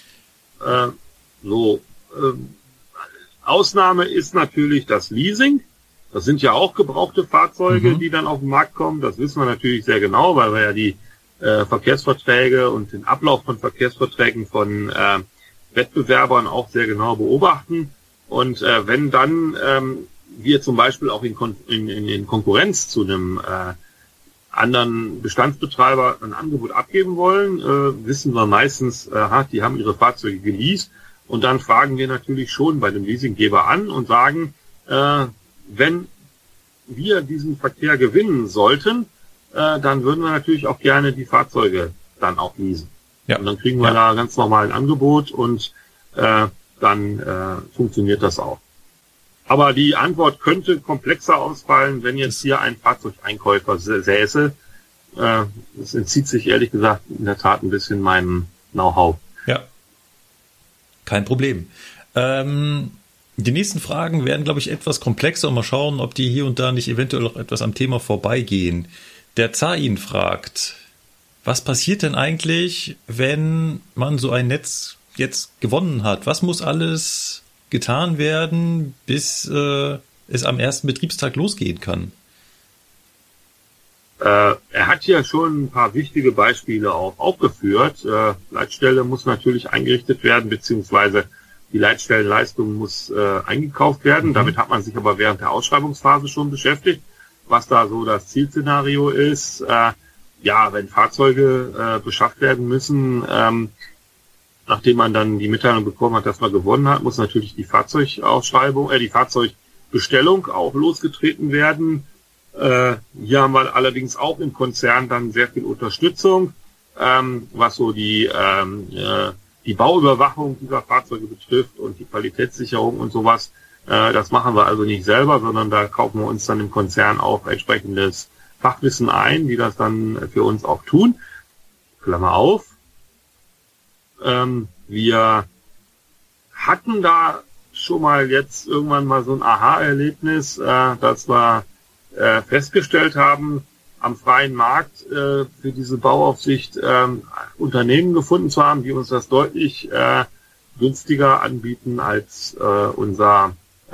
Ausnahme ist natürlich das Leasing. Das sind ja auch gebrauchte Fahrzeuge, die dann auf den Markt kommen. Das wissen wir natürlich sehr genau, weil wir ja die Verkehrsverträge und den Ablauf von Verkehrsverträgen von Wettbewerbern auch sehr genau beobachten. Und wenn dann wir zum Beispiel auch in Konkurrenz zu einem anderen Bestandsbetreiber ein Angebot abgeben wollen, wissen wir meistens, die haben ihre Fahrzeuge geleast, und dann fragen wir natürlich schon bei dem Leasinggeber an und sagen, wenn wir diesen Verkehr gewinnen sollten, dann würden wir natürlich auch gerne die Fahrzeuge dann auch leasen. Ja. Und dann kriegen wir da ganz normal ein Angebot, und dann funktioniert das auch. Aber die Antwort könnte komplexer ausfallen, wenn jetzt hier ein Fahrzeugeinkäufer säße. Das entzieht sich ehrlich gesagt in der Tat ein bisschen meinem Know-how. Ja, kein Problem. Die nächsten Fragen werden, glaube ich, etwas komplexer. Mal schauen, ob die hier und da nicht eventuell auch etwas am Thema vorbeigehen. Der Zain fragt, was passiert denn eigentlich, wenn man so ein Netz jetzt gewonnen hat? Was muss alles getan werden, bis es am ersten Betriebstag losgehen kann? Er hat hier schon ein paar wichtige Beispiele auch aufgeführt. Leitstelle muss natürlich eingerichtet werden, beziehungsweise die Leitstellenleistung muss eingekauft werden. Damit hat man sich aber während der Ausschreibungsphase schon beschäftigt, was da so das Zielszenario ist. Wenn Fahrzeuge beschafft werden müssen, nachdem man dann die Mitteilung bekommen hat, dass man gewonnen hat, muss natürlich die die Fahrzeugbestellung auch losgetreten werden. Hier haben wir allerdings auch im Konzern dann sehr viel Unterstützung, was so die Bauüberwachung dieser Fahrzeuge betrifft und die Qualitätssicherung und sowas. Das machen wir also nicht selber, sondern da kaufen wir uns dann im Konzern auch entsprechendes Fachwissen ein, die das dann für uns auch tun. Klammer auf. Wir hatten da schon mal jetzt irgendwann mal so ein Aha-Erlebnis, dass wir festgestellt haben, am freien Markt für diese Bauaufsicht Unternehmen gefunden zu haben, die uns das deutlich günstiger anbieten als unser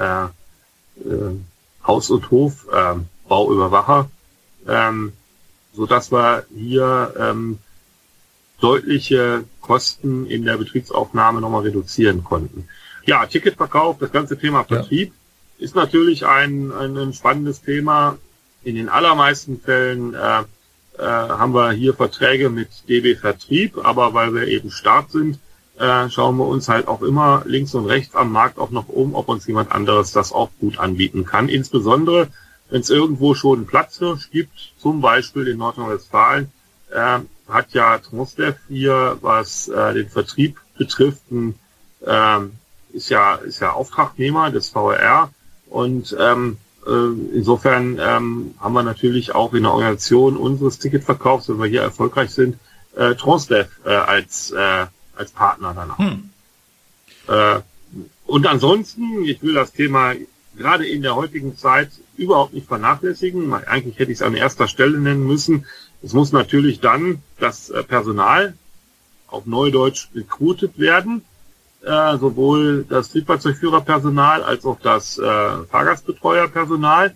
Haus- und Hof Bauüberwacher, so dass wir hier deutliche Kosten in der Betriebsaufnahme nochmal reduzieren konnten. Ja, Ticketverkauf, das ganze Thema Vertrieb ist natürlich ein spannendes Thema. In den allermeisten Fällen haben wir hier Verträge mit DB Vertrieb, aber weil wir eben Start sind, schauen wir uns halt auch immer links und rechts am Markt auch noch um, ob uns jemand anderes das auch gut anbieten kann. Insbesondere, wenn es irgendwo schon einen Platzhirsch gibt, zum Beispiel in Nordrhein-Westfalen, hat ja Transdev hier, was den Vertrieb betrifft, ist ja Auftragnehmer des VR und insofern haben wir natürlich auch in der Organisation unseres Ticketverkaufs, wenn wir hier erfolgreich sind, Transdev als Partner danach. Und ansonsten, ich will das Thema gerade in der heutigen Zeit überhaupt nicht vernachlässigen. Eigentlich hätte ich es an erster Stelle nennen müssen. Es muss natürlich dann das Personal auf Neudeutsch recruited werden. Sowohl das Triebfahrzeugführerpersonal als auch das Fahrgastbetreuerpersonal.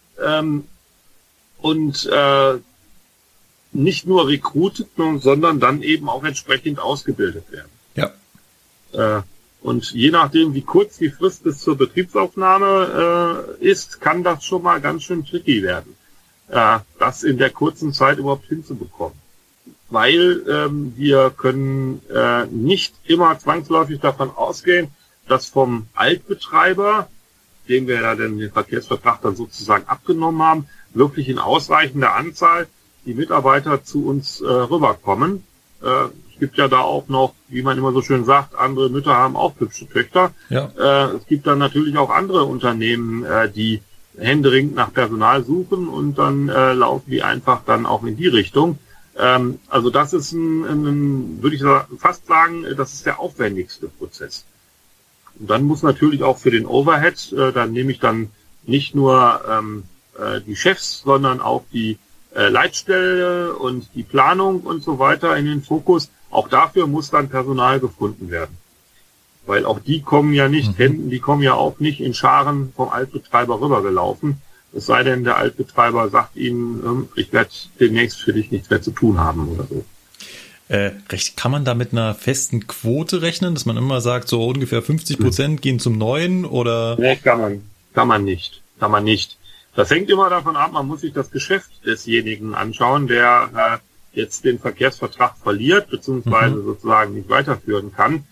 Und nicht nur recruited, sondern dann eben auch entsprechend ausgebildet werden. Ja. Und je nachdem, wie kurz die Frist bis zur Betriebsaufnahme ist, kann das schon mal ganz schön tricky werden, das in der kurzen Zeit überhaupt hinzubekommen. Weil wir können nicht immer zwangsläufig davon ausgehen, dass vom Altbetreiber, dem wir ja den Verkehrsvertrag dann sozusagen abgenommen haben, wirklich in ausreichender Anzahl die Mitarbeiter zu uns rüberkommen. Es gibt ja da auch noch, wie man immer so schön sagt, andere Mütter haben auch hübsche Töchter. Ja. Es gibt dann natürlich auch andere Unternehmen, die händeringend nach Personal suchen und dann laufen die einfach dann auch in die Richtung. Also das ist würde ich fast sagen, das ist der aufwendigste Prozess. Und dann muss natürlich auch für den Overhead, dann nehme ich dann nicht nur die Chefs, sondern auch die Leitstelle und die Planung und so weiter in den Fokus. Auch dafür muss dann Personal gefunden werden. Weil auch die kommen ja nicht, die kommen ja auch nicht in Scharen vom Altbetreiber rübergelaufen. Es sei denn, der Altbetreiber sagt ihnen, ich werde demnächst für dich nichts mehr zu tun haben oder so. Kann man da mit einer festen Quote rechnen, dass man immer sagt, so ungefähr 50% gehen zum Neuen oder? Nee, kann man nicht. Das hängt immer davon ab, man muss sich das Geschäft desjenigen anschauen, der jetzt den Verkehrsvertrag verliert, beziehungsweise sozusagen nicht weiterführen kann.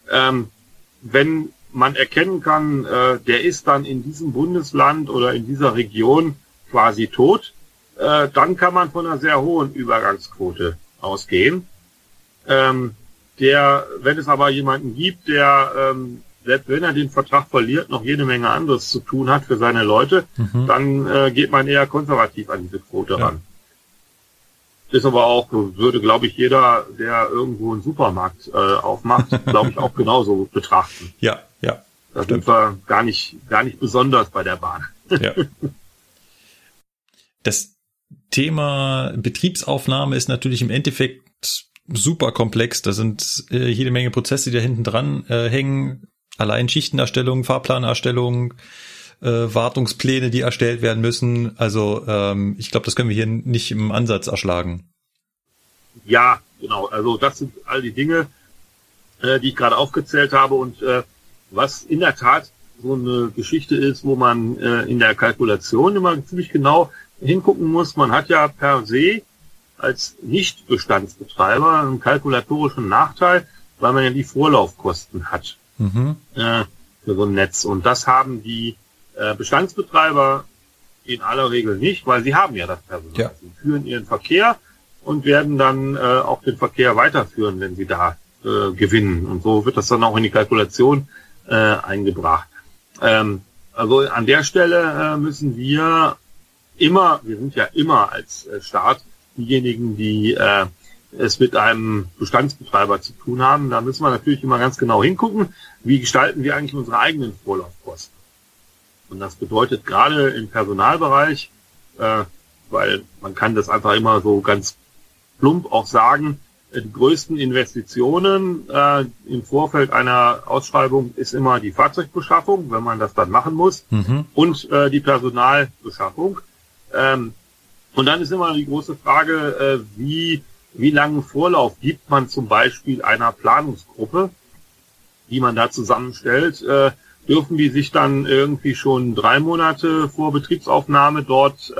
Wenn man erkennen kann, der ist dann in diesem Bundesland oder in dieser Region quasi tot, dann kann man von einer sehr hohen Übergangsquote ausgehen. Wenn es aber jemanden gibt, der selbst wenn er den Vertrag verliert, noch jede Menge anderes zu tun hat für seine Leute, dann geht man eher konservativ an diese Quote ran. Ist aber auch, würde, glaube ich, jeder, der irgendwo einen Supermarkt aufmacht, glaube ich, auch genauso betrachten. Ja. Da sind wir gar nicht besonders bei der Bahn. Ja. Das Thema Betriebsaufnahme ist natürlich im Endeffekt super komplex. Da sind jede Menge Prozesse, die da hinten dran hängen. Allein Schichtenerstellung, Fahrplanerstellung, Wartungspläne, die erstellt werden müssen. Also ich glaube, das können wir hier nicht im Ansatz erschlagen. Ja, genau. Also das sind all die Dinge, die ich gerade aufgezählt habe und was in der Tat so eine Geschichte ist, wo man in der Kalkulation immer ziemlich genau hingucken muss. Man hat ja per se als Nicht-Bestandsbetreiber einen kalkulatorischen Nachteil, weil man ja die Vorlaufkosten hat für so ein Netz. Und das haben die Bestandsbetreiber in aller Regel nicht, weil sie haben ja das Personal. Ja. Sie führen ihren Verkehr und werden dann auch den Verkehr weiterführen, wenn sie da gewinnen. Und so wird das dann auch in die Kalkulation eingebracht. Also an der Stelle müssen wir sind ja immer als Staat diejenigen, die es mit einem Bestandsbetreiber zu tun haben. Da müssen wir natürlich immer ganz genau hingucken, wie gestalten wir eigentlich unsere eigenen Vorlaufkosten. Und das bedeutet gerade im Personalbereich, weil man kann das einfach immer so ganz plump auch sagen, die größten Investitionen im Vorfeld einer Ausschreibung ist immer die Fahrzeugbeschaffung, wenn man das dann machen muss, und die Personalbeschaffung. Und dann ist immer die große Frage, wie langen Vorlauf gibt man zum Beispiel einer Planungsgruppe, die man da zusammenstellt, dürfen die sich dann irgendwie schon 3 Monate vor Betriebsaufnahme dort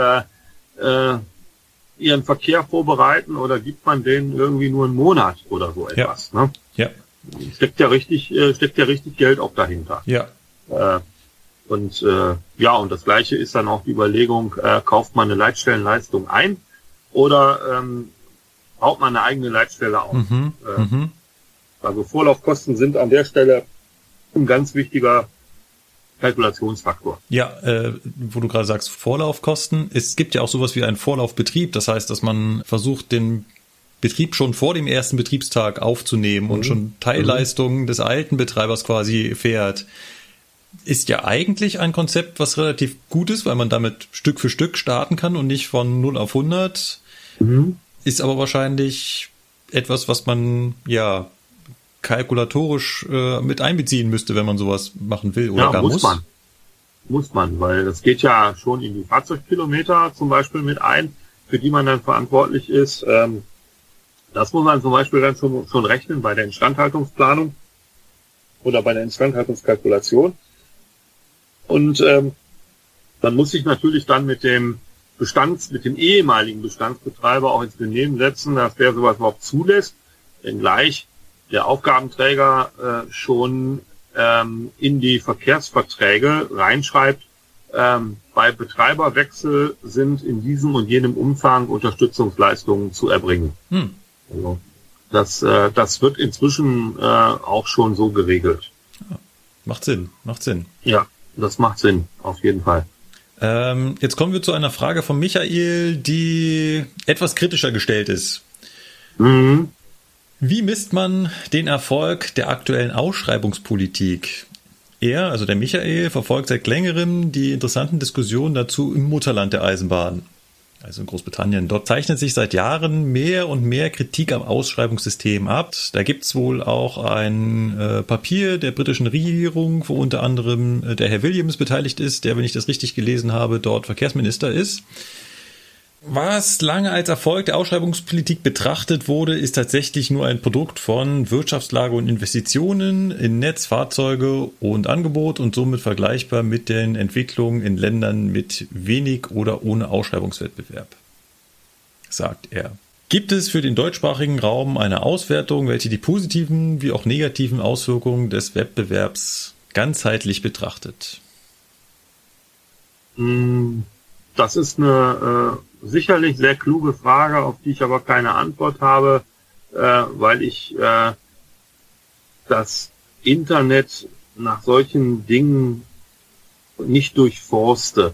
ihren Verkehr vorbereiten oder gibt man denen irgendwie nur einen Monat oder so etwas? Ja. Ne? Ja. Steckt ja richtig Geld auch dahinter. Ja. Und das Gleiche ist dann auch die Überlegung, kauft man eine Leitstellenleistung ein oder baut man eine eigene Leitstelle auf. Also Vorlaufkosten sind an der Stelle ein ganz wichtiger Kalkulationsfaktor. Ja, wo du gerade sagst, Vorlaufkosten. Es gibt ja auch sowas wie einen Vorlaufbetrieb. Das heißt, dass man versucht, den Betrieb schon vor dem ersten Betriebstag aufzunehmen und schon Teilleistungen des alten Betreibers quasi fährt. Ist ja eigentlich ein Konzept, was relativ gut ist, weil man damit Stück für Stück starten kann und nicht von 0 auf 100. Ist aber wahrscheinlich etwas, was man kalkulatorisch mit einbeziehen müsste, wenn man sowas machen will oder gar muss. Muss man, weil das geht ja schon in die Fahrzeugkilometer zum Beispiel mit ein, für die man dann verantwortlich ist. Das muss man zum Beispiel dann schon rechnen bei der Instandhaltungsplanung oder bei der Instandhaltungskalkulation. Und man muss sich natürlich dann mit dem ehemaligen Bestandsbetreiber auch ins Benehmen setzen, dass der sowas überhaupt zulässt, wenngleich der Aufgabenträger schon in die Verkehrsverträge reinschreibt, bei Betreiberwechsel sind in diesem und jenem Umfang Unterstützungsleistungen zu erbringen. Also das wird inzwischen auch schon so geregelt. Ja, macht Sinn. Ja, das macht Sinn, auf jeden Fall. Jetzt kommen wir zu einer Frage von Michael, die etwas kritischer gestellt ist. Wie misst man den Erfolg der aktuellen Ausschreibungspolitik? Er, also der Michael, verfolgt seit längerem die interessanten Diskussionen dazu im Mutterland der Eisenbahn, also in Großbritannien. Dort zeichnet sich seit Jahren mehr und mehr Kritik am Ausschreibungssystem ab. Da gibt's wohl auch ein Papier der britischen Regierung, wo unter anderem der Herr Williams beteiligt ist, der, wenn ich das richtig gelesen habe, dort Verkehrsminister ist. Was lange als Erfolg der Ausschreibungspolitik betrachtet wurde, ist tatsächlich nur ein Produkt von Wirtschaftslage und Investitionen in Netz, Fahrzeuge und Angebot und somit vergleichbar mit den Entwicklungen in Ländern mit wenig oder ohne Ausschreibungswettbewerb, sagt er. Gibt es für den deutschsprachigen Raum eine Auswertung, welche die positiven wie auch negativen Auswirkungen des Wettbewerbs ganzheitlich betrachtet? Das ist eine sicherlich sehr kluge Frage, auf die ich aber keine Antwort habe, weil ich das Internet nach solchen Dingen nicht durchforste.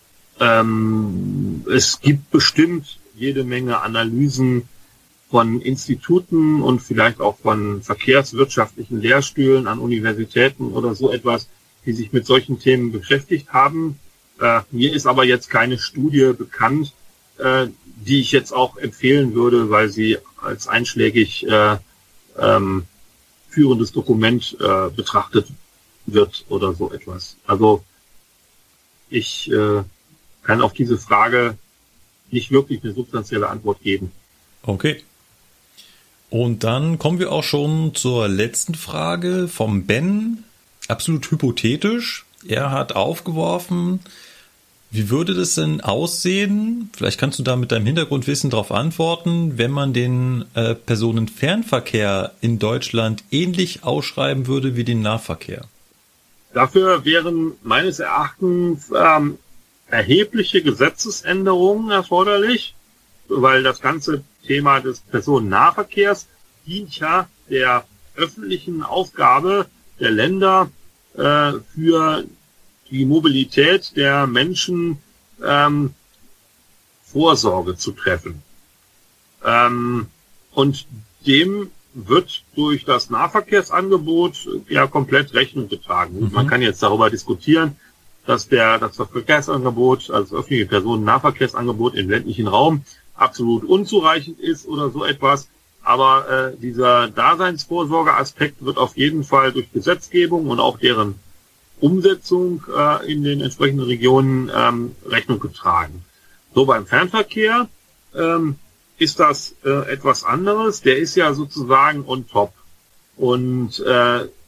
Es gibt bestimmt jede Menge Analysen von Instituten und vielleicht auch von verkehrswirtschaftlichen Lehrstühlen an Universitäten oder so etwas, die sich mit solchen Themen beschäftigt haben. Mir ist aber jetzt keine Studie bekannt, die ich jetzt auch empfehlen würde, weil sie als einschlägig führendes Dokument betrachtet wird oder so etwas. Also ich kann auf diese Frage nicht wirklich eine substanzielle Antwort geben. Okay. Und dann kommen wir auch schon zur letzten Frage vom Ben. Absolut hypothetisch. Er hat aufgeworfen, wie würde das denn aussehen? Vielleicht kannst du da mit deinem Hintergrundwissen darauf antworten, wenn man den Personenfernverkehr in Deutschland ähnlich ausschreiben würde wie den Nahverkehr. Dafür wären meines Erachtens erhebliche Gesetzesänderungen erforderlich, weil das ganze Thema des Personennahverkehrs dient ja der öffentlichen Aufgabe der Länder für die Mobilität der Menschen Vorsorge zu treffen. Und dem wird durch das Nahverkehrsangebot ja komplett Rechnung getragen. Man kann jetzt darüber diskutieren, dass das Verkehrsangebot, also das öffentliche Personennahverkehrsangebot im ländlichen Raum absolut unzureichend ist oder so etwas. Aber dieser Daseinsvorsorgeaspekt wird auf jeden Fall durch Gesetzgebung und auch deren Umsetzung in den entsprechenden Regionen Rechnung getragen. So, beim Fernverkehr ist das etwas anderes. Der ist ja sozusagen on top. Und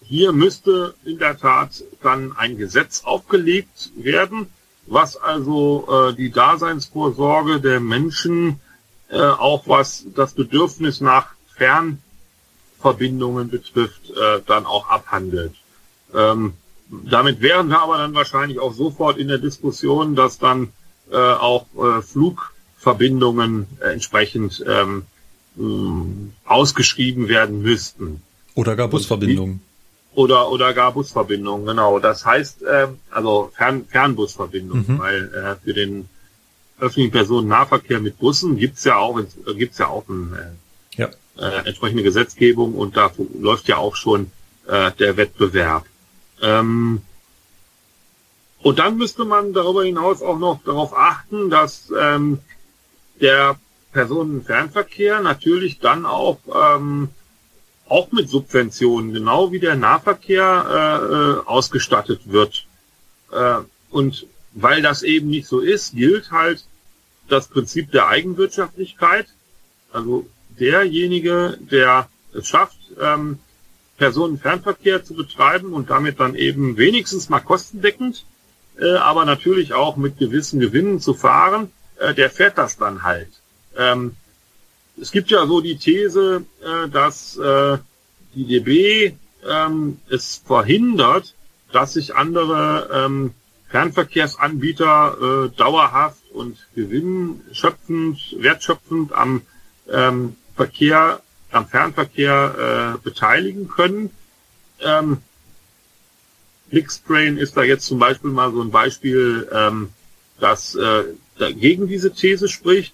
hier müsste in der Tat dann ein Gesetz aufgelegt werden, was also die Daseinsvorsorge der Menschen, auch was das Bedürfnis nach Fernverbindungen betrifft, dann auch abhandelt. Damit wären wir aber dann wahrscheinlich auch sofort in der Diskussion, dass dann auch Flugverbindungen entsprechend ausgeschrieben werden müssten. Oder gar Busverbindungen. Oder gar Busverbindungen, genau. Das heißt, also Fernbusverbindungen, weil für den öffentlichen Personennahverkehr mit Bussen gibt's ja auch eine entsprechende Gesetzgebung, und da läuft ja auch schon der Wettbewerb. Und dann müsste man darüber hinaus auch noch darauf achten, dass der Personenfernverkehr natürlich dann auch mit Subventionen, genau wie der Nahverkehr, ausgestattet wird. Und weil das eben nicht so ist, gilt halt das Prinzip der Eigenwirtschaftlichkeit. Also derjenige, der es schafft, Personenfernverkehr zu betreiben und damit dann eben wenigstens mal kostendeckend, aber natürlich auch mit gewissen Gewinnen zu fahren, der fährt das dann halt. Es gibt ja so die These, dass die DB es verhindert, dass sich andere Fernverkehrsanbieter dauerhaft und wertschöpfend am Fernverkehr beteiligen können. Flixtrain ist da jetzt zum Beispiel mal so ein Beispiel, das dagegen diese These spricht.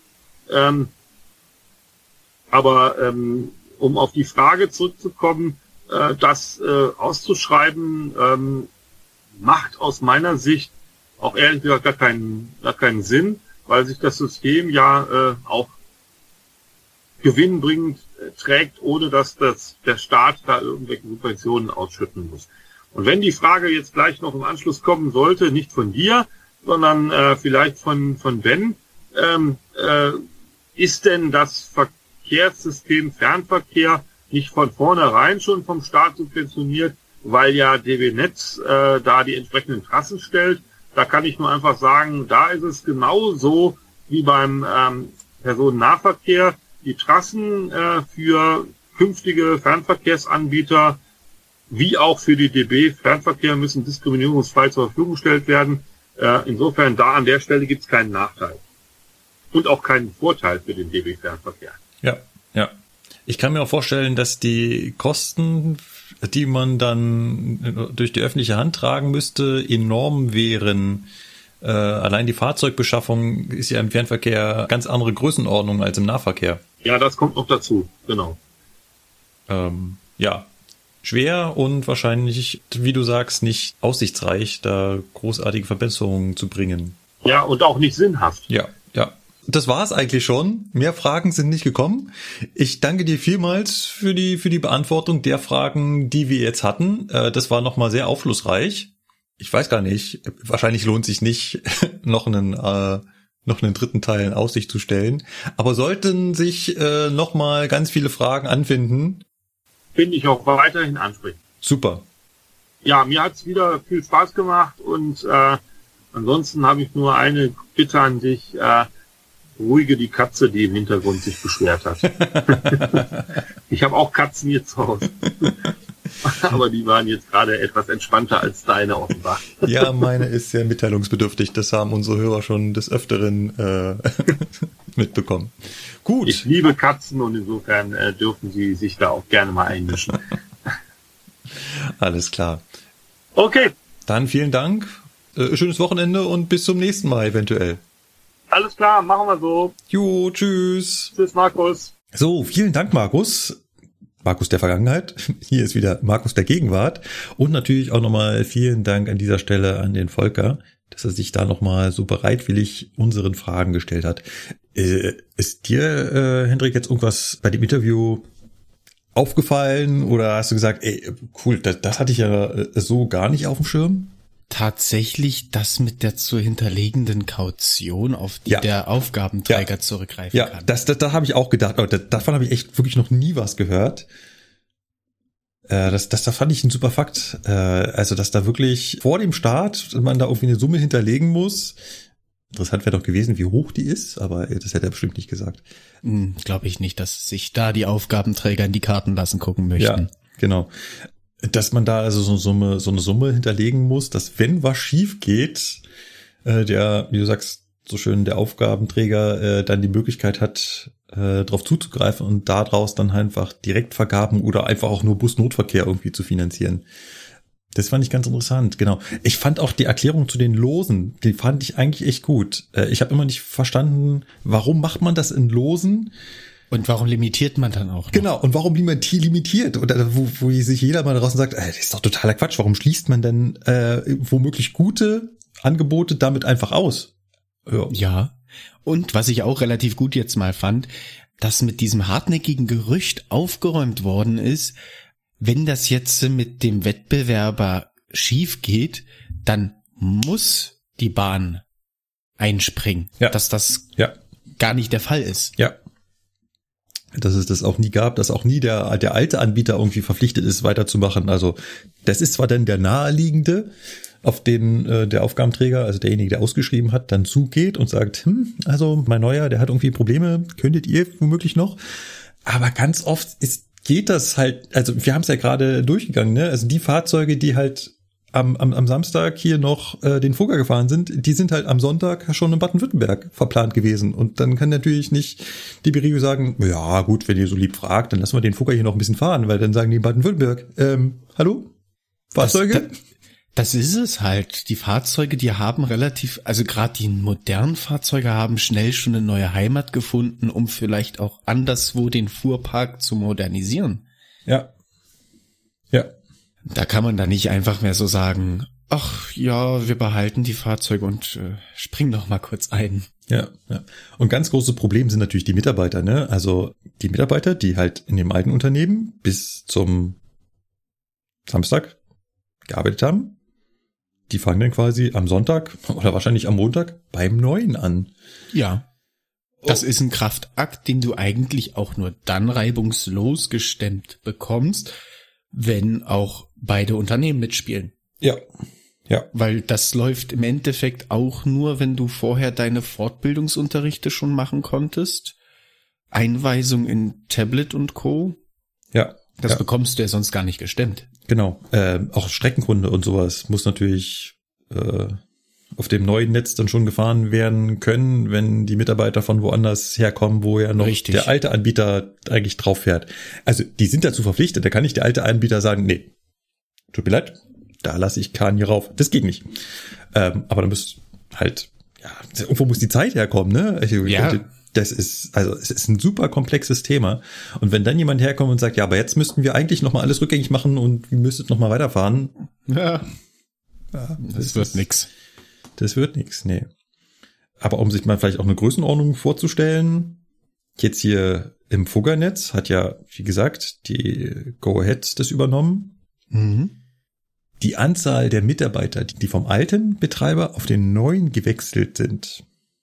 Aber um auf die Frage zurückzukommen, das auszuschreiben, macht aus meiner Sicht auch ehrlich gesagt gar keinen Sinn, weil sich das System ja auch gewinnbringend trägt, ohne dass der Staat da irgendwelche Subventionen ausschütten muss. Und wenn die Frage jetzt gleich noch im Anschluss kommen sollte, nicht von dir, sondern vielleicht von Ben, ist denn das Verkehrssystem Fernverkehr nicht von vornherein schon vom Staat subventioniert, weil ja DB Netz da die entsprechenden Trassen stellt? Da kann ich nur einfach sagen, da ist es genauso wie beim Personennahverkehr. Die Trassen für künftige Fernverkehrsanbieter wie auch für die DB Fernverkehr müssen diskriminierungsfrei zur Verfügung gestellt werden. Insofern da an der Stelle gibt es keinen Nachteil. Und auch keinen Vorteil für den DB Fernverkehr. Ja. Ich kann mir auch vorstellen, dass die Kosten, die man dann durch die öffentliche Hand tragen müsste, enorm wären. Allein die Fahrzeugbeschaffung ist ja im Fernverkehr ganz andere Größenordnung als im Nahverkehr. Ja, das kommt noch dazu, genau. Schwer und wahrscheinlich, wie du sagst, nicht aussichtsreich, da großartige Verbesserungen zu bringen. Ja, und auch nicht sinnhaft. Ja. Das war's eigentlich schon. Mehr Fragen sind nicht gekommen. Ich danke dir vielmals für die Beantwortung der Fragen, die wir jetzt hatten. Das war nochmal sehr aufschlussreich. Ich weiß gar nicht, wahrscheinlich lohnt sich nicht, noch einen dritten Teil in Aussicht zu stellen. Aber sollten sich nochmal ganz viele Fragen anfinden, finde ich auch weiterhin ansprechend. Super. Ja, mir hat's wieder viel Spaß gemacht, und ansonsten habe ich nur eine Bitte an dich. Ruhige die Katze, die im Hintergrund sich beschwert hat. Ich habe auch Katzen hier zu Hause. Aber die waren jetzt gerade etwas entspannter als deine offenbar. Ja, meine ist sehr mitteilungsbedürftig. Das haben unsere Hörer schon des Öfteren mitbekommen. Gut. Ich liebe Katzen, und insofern dürfen sie sich da auch gerne mal einmischen. Alles klar. Okay. Dann vielen Dank. Schönes Wochenende und bis zum nächsten Mal eventuell. Alles klar, machen wir so. Jo, tschüss. Tschüss, Markus. So, vielen Dank, Markus. Markus der Vergangenheit. Hier ist wieder Markus der Gegenwart. Und natürlich auch nochmal vielen Dank an dieser Stelle an den Volker, dass er sich da nochmal so bereitwillig unseren Fragen gestellt hat. Ist dir, Hendrik, jetzt irgendwas bei dem Interview aufgefallen? Oder hast du gesagt, ey, cool, das hatte ich ja so gar nicht auf dem Schirm? Tatsächlich das mit der zu hinterlegenden Kaution, auf die der Aufgabenträger zurückgreifen kann. Da habe ich auch gedacht, davon habe ich echt wirklich noch nie was gehört. Das fand ich ein super Fakt. Also, dass da wirklich vor dem Start man da irgendwie eine Summe hinterlegen muss. Interessant wäre doch gewesen, wie hoch die ist, aber das hätte er bestimmt nicht gesagt. Glaube ich nicht, dass sich da die Aufgabenträger in die Karten lassen gucken möchten. Ja, genau. Dass man da also so eine Summe hinterlegen muss, dass wenn was schief geht, der, wie du sagst, so schön der Aufgabenträger dann die Möglichkeit hat, drauf zuzugreifen und daraus dann einfach Direktvergaben oder einfach auch nur Busnotverkehr irgendwie zu finanzieren. Das fand ich ganz interessant, genau. Ich fand auch die Erklärung zu den Losen, die fand ich eigentlich echt gut. Ich habe immer nicht verstanden, warum macht man das in Losen? Und warum limitiert man dann auch noch? Genau, und warum limitiert? Oder wo sich jeder mal draußen sagt, das ist doch totaler Quatsch, warum schließt man denn womöglich gute Angebote damit einfach aus? Ja, und was ich auch relativ gut jetzt mal fand, dass mit diesem hartnäckigen Gerücht aufgeräumt worden ist, wenn das jetzt mit dem Wettbewerber schief geht, dann muss die Bahn einspringen, dass das gar nicht der Fall ist. Ja. Dass es das auch nie gab, dass auch nie der alte Anbieter irgendwie verpflichtet ist, weiterzumachen. Also das ist zwar dann der naheliegende, auf den der Aufgabenträger, also derjenige, der ausgeschrieben hat, dann zugeht und sagt, also mein Neuer, der hat irgendwie Probleme, könntet ihr womöglich noch? Aber ganz oft geht das halt, also wir haben es ja gerade durchgegangen, ne? Also die Fahrzeuge, die halt am Samstag hier noch den Fugger gefahren sind, die sind halt am Sonntag schon in Baden-Württemberg verplant gewesen. Und dann kann natürlich nicht die DB sagen, ja gut, wenn ihr so lieb fragt, dann lassen wir den Fugger hier noch ein bisschen fahren, weil dann sagen die in Baden-Württemberg, hallo? Fahrzeuge? Das ist es halt. Die Fahrzeuge, die haben also gerade die modernen Fahrzeuge haben schnell schon eine neue Heimat gefunden, um vielleicht auch anderswo den Fuhrpark zu modernisieren. Ja. Ja. Da kann man da nicht einfach mehr so sagen, ach ja, wir behalten die Fahrzeuge und springen doch mal kurz ein. Ja, ja. Und ganz großes Problem sind natürlich die Mitarbeiter, ne? Also die Mitarbeiter, die halt in dem alten Unternehmen bis zum Samstag gearbeitet haben, die fangen dann quasi am Sonntag oder wahrscheinlich am Montag beim Neuen an. Ja. Das ist ein Kraftakt, den du eigentlich auch nur dann reibungslos gestemmt bekommst, wenn auch beide Unternehmen mitspielen. Ja. Ja. Weil das läuft im Endeffekt auch nur, wenn du vorher deine Fortbildungsunterrichte schon machen konntest. Einweisung in Tablet und Co. Ja. Das bekommst du ja sonst gar nicht gestemmt. Genau. Auch Streckenkunde und sowas muss natürlich auf dem neuen Netz dann schon gefahren werden können, wenn die Mitarbeiter von woanders herkommen, wo ja noch der alte Anbieter eigentlich drauf fährt. Also die sind dazu verpflichtet. Da kann nicht der alte Anbieter sagen, nee, tut mir leid, da lasse ich Kahn hier rauf. Das geht nicht. Aber da muss halt, irgendwo muss die Zeit herkommen, ne? Das ist, also es ist ein super komplexes Thema. Und wenn dann jemand herkommt und sagt, ja, aber jetzt müssten wir eigentlich nochmal alles rückgängig machen und ihr müsstet nochmal weiterfahren. Ja, das wird nix. Das wird nix, nee. Aber um sich mal vielleicht auch eine Größenordnung vorzustellen, jetzt hier im Fuggernetz hat ja, wie gesagt, die Go-Ahead das übernommen. Mhm. Die Anzahl der Mitarbeiter, die vom alten Betreiber auf den neuen gewechselt sind,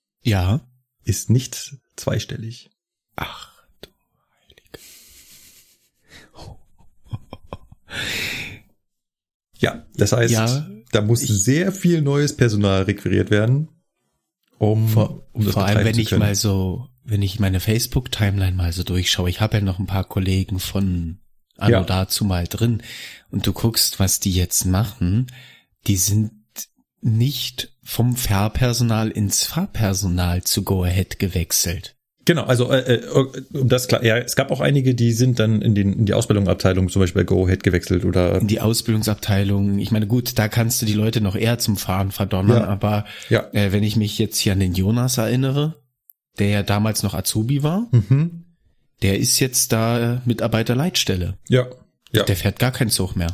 ist nicht zweistellig. Ach, du Heilige. Ja, das heißt, da muss sehr viel neues Personal requiriert werden, um das vor allem, betreiben zu können. wenn ich meine Facebook-Timeline mal so durchschaue, ich habe ja noch ein paar Kollegen von Anno dazu mal drin und du guckst, was die jetzt machen, die sind nicht vom Fährpersonal ins Fahrpersonal zu Go-Ahead gewechselt. Genau, also um das klar, ja, es gab auch einige, die sind dann in die Ausbildungsabteilung zum Beispiel bei Go-Ahead gewechselt oder in die Ausbildungsabteilung. Ich meine, gut, da kannst du die Leute noch eher zum Fahren verdonnern, aber wenn ich mich jetzt hier an den Jonas erinnere, der ja damals noch Azubi war, der ist jetzt da Mitarbeiterleitstelle. Ja. Der fährt gar keinen Zug mehr.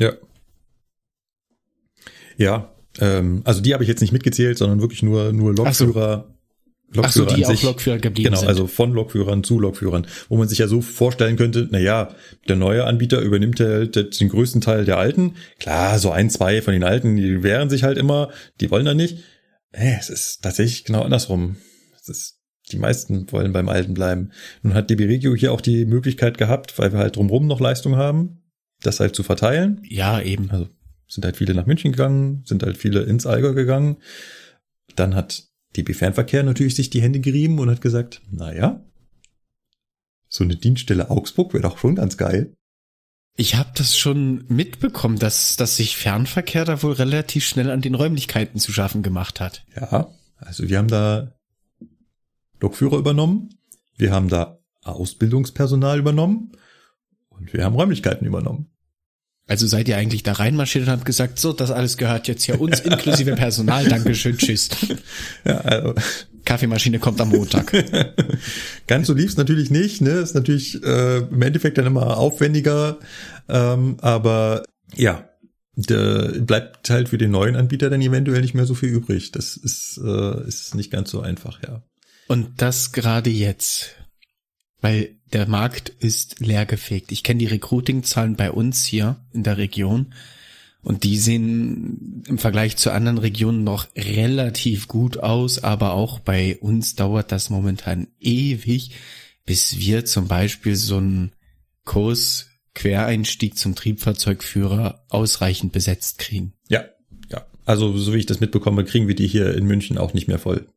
Ja, also die habe ich jetzt nicht mitgezählt, sondern wirklich nur Lokführer. Lokführer die auch Lokführer geblieben sind. Genau, also von Lokführern zu Lokführern, wo man sich ja so vorstellen könnte, der neue Anbieter übernimmt halt den größten Teil der Alten. Klar, so 1, 2 von den Alten, die wehren sich halt immer, die wollen da nicht. Es ist tatsächlich genau andersrum. Die meisten wollen beim Alten bleiben. Nun hat DB Regio hier auch die Möglichkeit gehabt, weil wir halt drumherum noch Leistung haben, das halt zu verteilen. Ja, eben. Also sind halt viele nach München gegangen, sind halt viele ins Allgäu gegangen. Dann hat DB Fernverkehr natürlich sich die Hände gerieben und hat gesagt, naja, so eine Dienststelle Augsburg wäre doch schon ganz geil. Ich habe das schon mitbekommen, dass sich Fernverkehr da wohl relativ schnell an den Räumlichkeiten zu schaffen gemacht hat. Ja, also wir haben da Lokführer übernommen, wir haben da Ausbildungspersonal übernommen und wir haben Räumlichkeiten übernommen. Also seid ihr eigentlich da reinmarschiert und habt gesagt, so, das alles gehört jetzt hier uns, inklusive Personal, Dankeschön, tschüss. Ja, also Kaffeemaschine kommt am Montag. Ganz so lief's natürlich nicht, ne? Ist natürlich im Endeffekt dann immer aufwendiger, aber ja, bleibt halt für den neuen Anbieter dann eventuell nicht mehr so viel übrig. Das ist nicht ganz so einfach, ja. Und das gerade jetzt, weil der Markt ist leergefegt. Ich kenne die Recruiting-Zahlen bei uns hier in der Region und die sehen im Vergleich zu anderen Regionen noch relativ gut aus, aber auch bei uns dauert das momentan ewig, bis wir zum Beispiel so einen Kurs Quereinstieg zum Triebfahrzeugführer ausreichend besetzt kriegen. Ja. Also so wie ich das mitbekomme, kriegen wir die hier in München auch nicht mehr voll.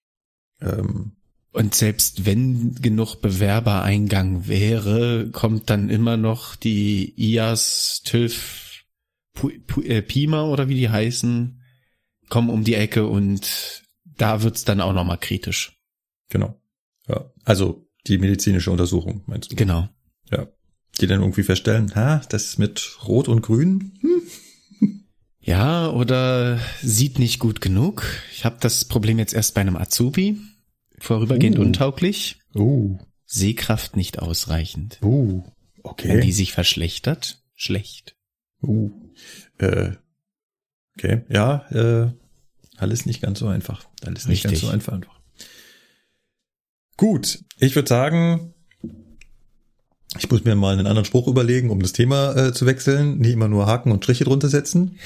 Und selbst wenn genug Bewerbereingang wäre, kommt dann immer noch die IAS, TÜV, PIMA oder wie die heißen, kommen um die Ecke und da wird's dann auch nochmal kritisch. Genau. Ja. Also die medizinische Untersuchung, meinst du? Genau. Ja. Die dann irgendwie feststellen, das mit Rot und Grün? Ja, oder sieht nicht gut genug. Ich habe das Problem jetzt erst bei einem Azubi. Vorübergehend untauglich. Sehkraft nicht ausreichend. Okay. Wenn die sich verschlechtert, schlecht. Okay. Ja, alles nicht ganz so einfach. Nicht ganz so einfach. Gut, ich würde sagen, ich muss mir mal einen anderen Spruch überlegen, um das Thema zu wechseln. Nicht immer nur Haken und Striche drunter setzen.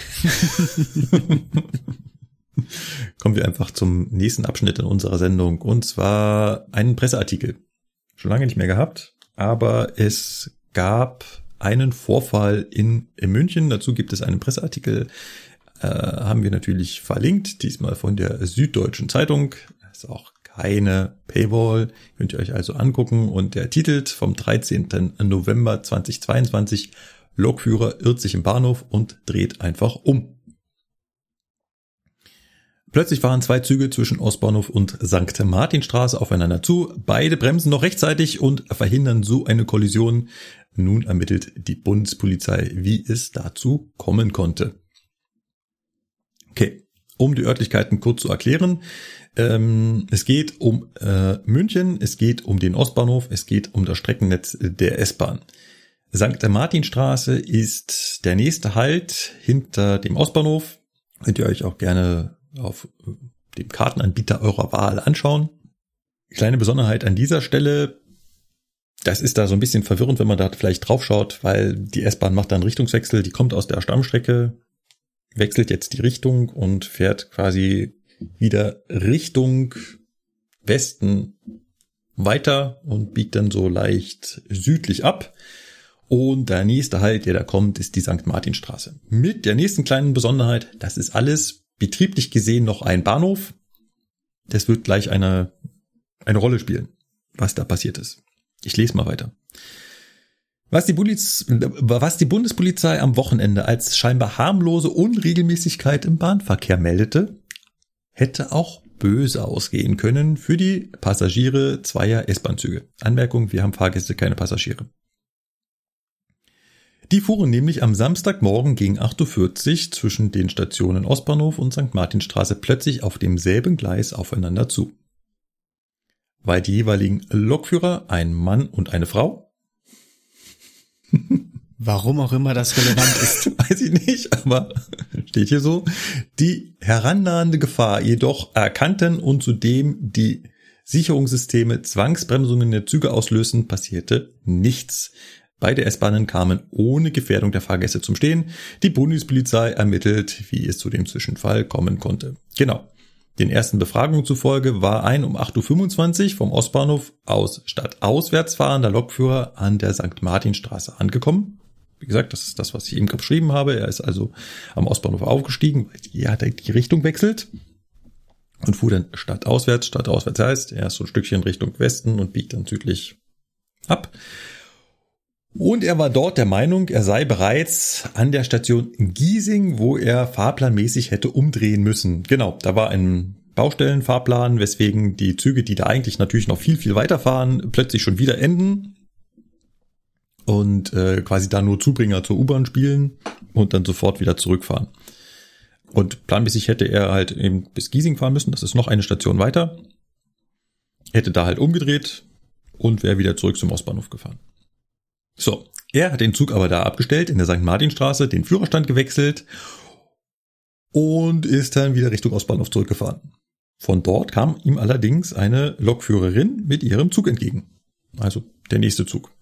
Kommen wir einfach zum nächsten Abschnitt in unserer Sendung. Und zwar einen Presseartikel. Schon lange nicht mehr gehabt, aber es gab einen Vorfall in München. Dazu gibt es einen Presseartikel. Haben wir natürlich verlinkt. Diesmal von der Süddeutschen Zeitung. Das ist auch keine Paywall. Könnt ihr euch also angucken. Und der titelt vom 13. November 2022: Lokführer irrt sich im Bahnhof und dreht einfach um. Plötzlich fahren zwei Züge zwischen Ostbahnhof und St. Martinstraße aufeinander zu. Beide bremsen noch rechtzeitig und verhindern so eine Kollision. Nun ermittelt die Bundespolizei, wie es dazu kommen konnte. Okay, um die Örtlichkeiten kurz zu erklären. Es geht um München, es geht um den Ostbahnhof, es geht um das Streckennetz der S-Bahn. St. Martinstraße ist der nächste Halt hinter dem Ostbahnhof. Könnt ihr euch auch gerne auf dem Kartenanbieter eurer Wahl anschauen. Kleine Besonderheit an dieser Stelle, das ist da so ein bisschen verwirrend, wenn man da vielleicht drauf schaut, weil die S-Bahn macht da einen Richtungswechsel, die kommt aus der Stammstrecke, wechselt jetzt die Richtung und fährt quasi wieder Richtung Westen weiter und biegt dann so leicht südlich ab. Und der nächste Halt, der da kommt, ist die St. Martinstraße. Mit der nächsten kleinen Besonderheit, das ist alles betrieblich gesehen noch ein Bahnhof. Das wird gleich eine Rolle spielen, was da passiert ist. Ich lese mal weiter. Was die Bundespolizei am Wochenende als scheinbar harmlose Unregelmäßigkeit im Bahnverkehr meldete, hätte auch böse ausgehen können für die Passagiere zweier S-Bahn-Züge. Anmerkung, wir haben Fahrgäste, keine Passagiere. Die fuhren nämlich am Samstagmorgen gegen 8.40 Uhr zwischen den Stationen Ostbahnhof und St. Martinstraße plötzlich auf demselben Gleis aufeinander zu. Weil die jeweiligen Lokführer, ein Mann und eine Frau, warum auch immer das relevant ist, weiß ich nicht, aber steht hier so, die herannahende Gefahr jedoch erkannten und zudem die Sicherungssysteme Zwangsbremsungen der Züge auslösen, passierte nichts. Beide S-Bahnen kamen ohne Gefährdung der Fahrgäste zum Stehen. Die Bundespolizei ermittelt, wie es zu dem Zwischenfall kommen konnte. Genau. Den ersten Befragungen zufolge war ein um 8.25 Uhr vom Ostbahnhof aus stadtauswärts fahrender Lokführer an der St. Martinstraße angekommen. Wie gesagt, das ist das, was ich eben beschrieben habe. Er ist also am Ostbahnhof aufgestiegen, weil er hat die Richtung wechselt und fuhr dann stadtauswärts. Stadtauswärts heißt, er ist so ein Stückchen Richtung Westen und biegt dann südlich ab. Und er war dort der Meinung, er sei bereits an der Station Giesing, wo er fahrplanmäßig hätte umdrehen müssen. Genau, da war ein Baustellenfahrplan, weswegen die Züge, die da eigentlich natürlich noch viel, viel weiterfahren, plötzlich schon wieder enden und quasi da nur Zubringer zur U-Bahn spielen und dann sofort wieder zurückfahren. Und planmäßig hätte er halt eben bis Giesing fahren müssen, das ist noch eine Station weiter, hätte da halt umgedreht und wäre wieder zurück zum Ostbahnhof gefahren. So, er hat den Zug aber da abgestellt in der St. Martinstraße, den Führerstand gewechselt und ist dann wieder Richtung Ostbahnhof zurückgefahren. Von dort kam ihm allerdings eine Lokführerin mit ihrem Zug entgegen. Also der nächste Zug.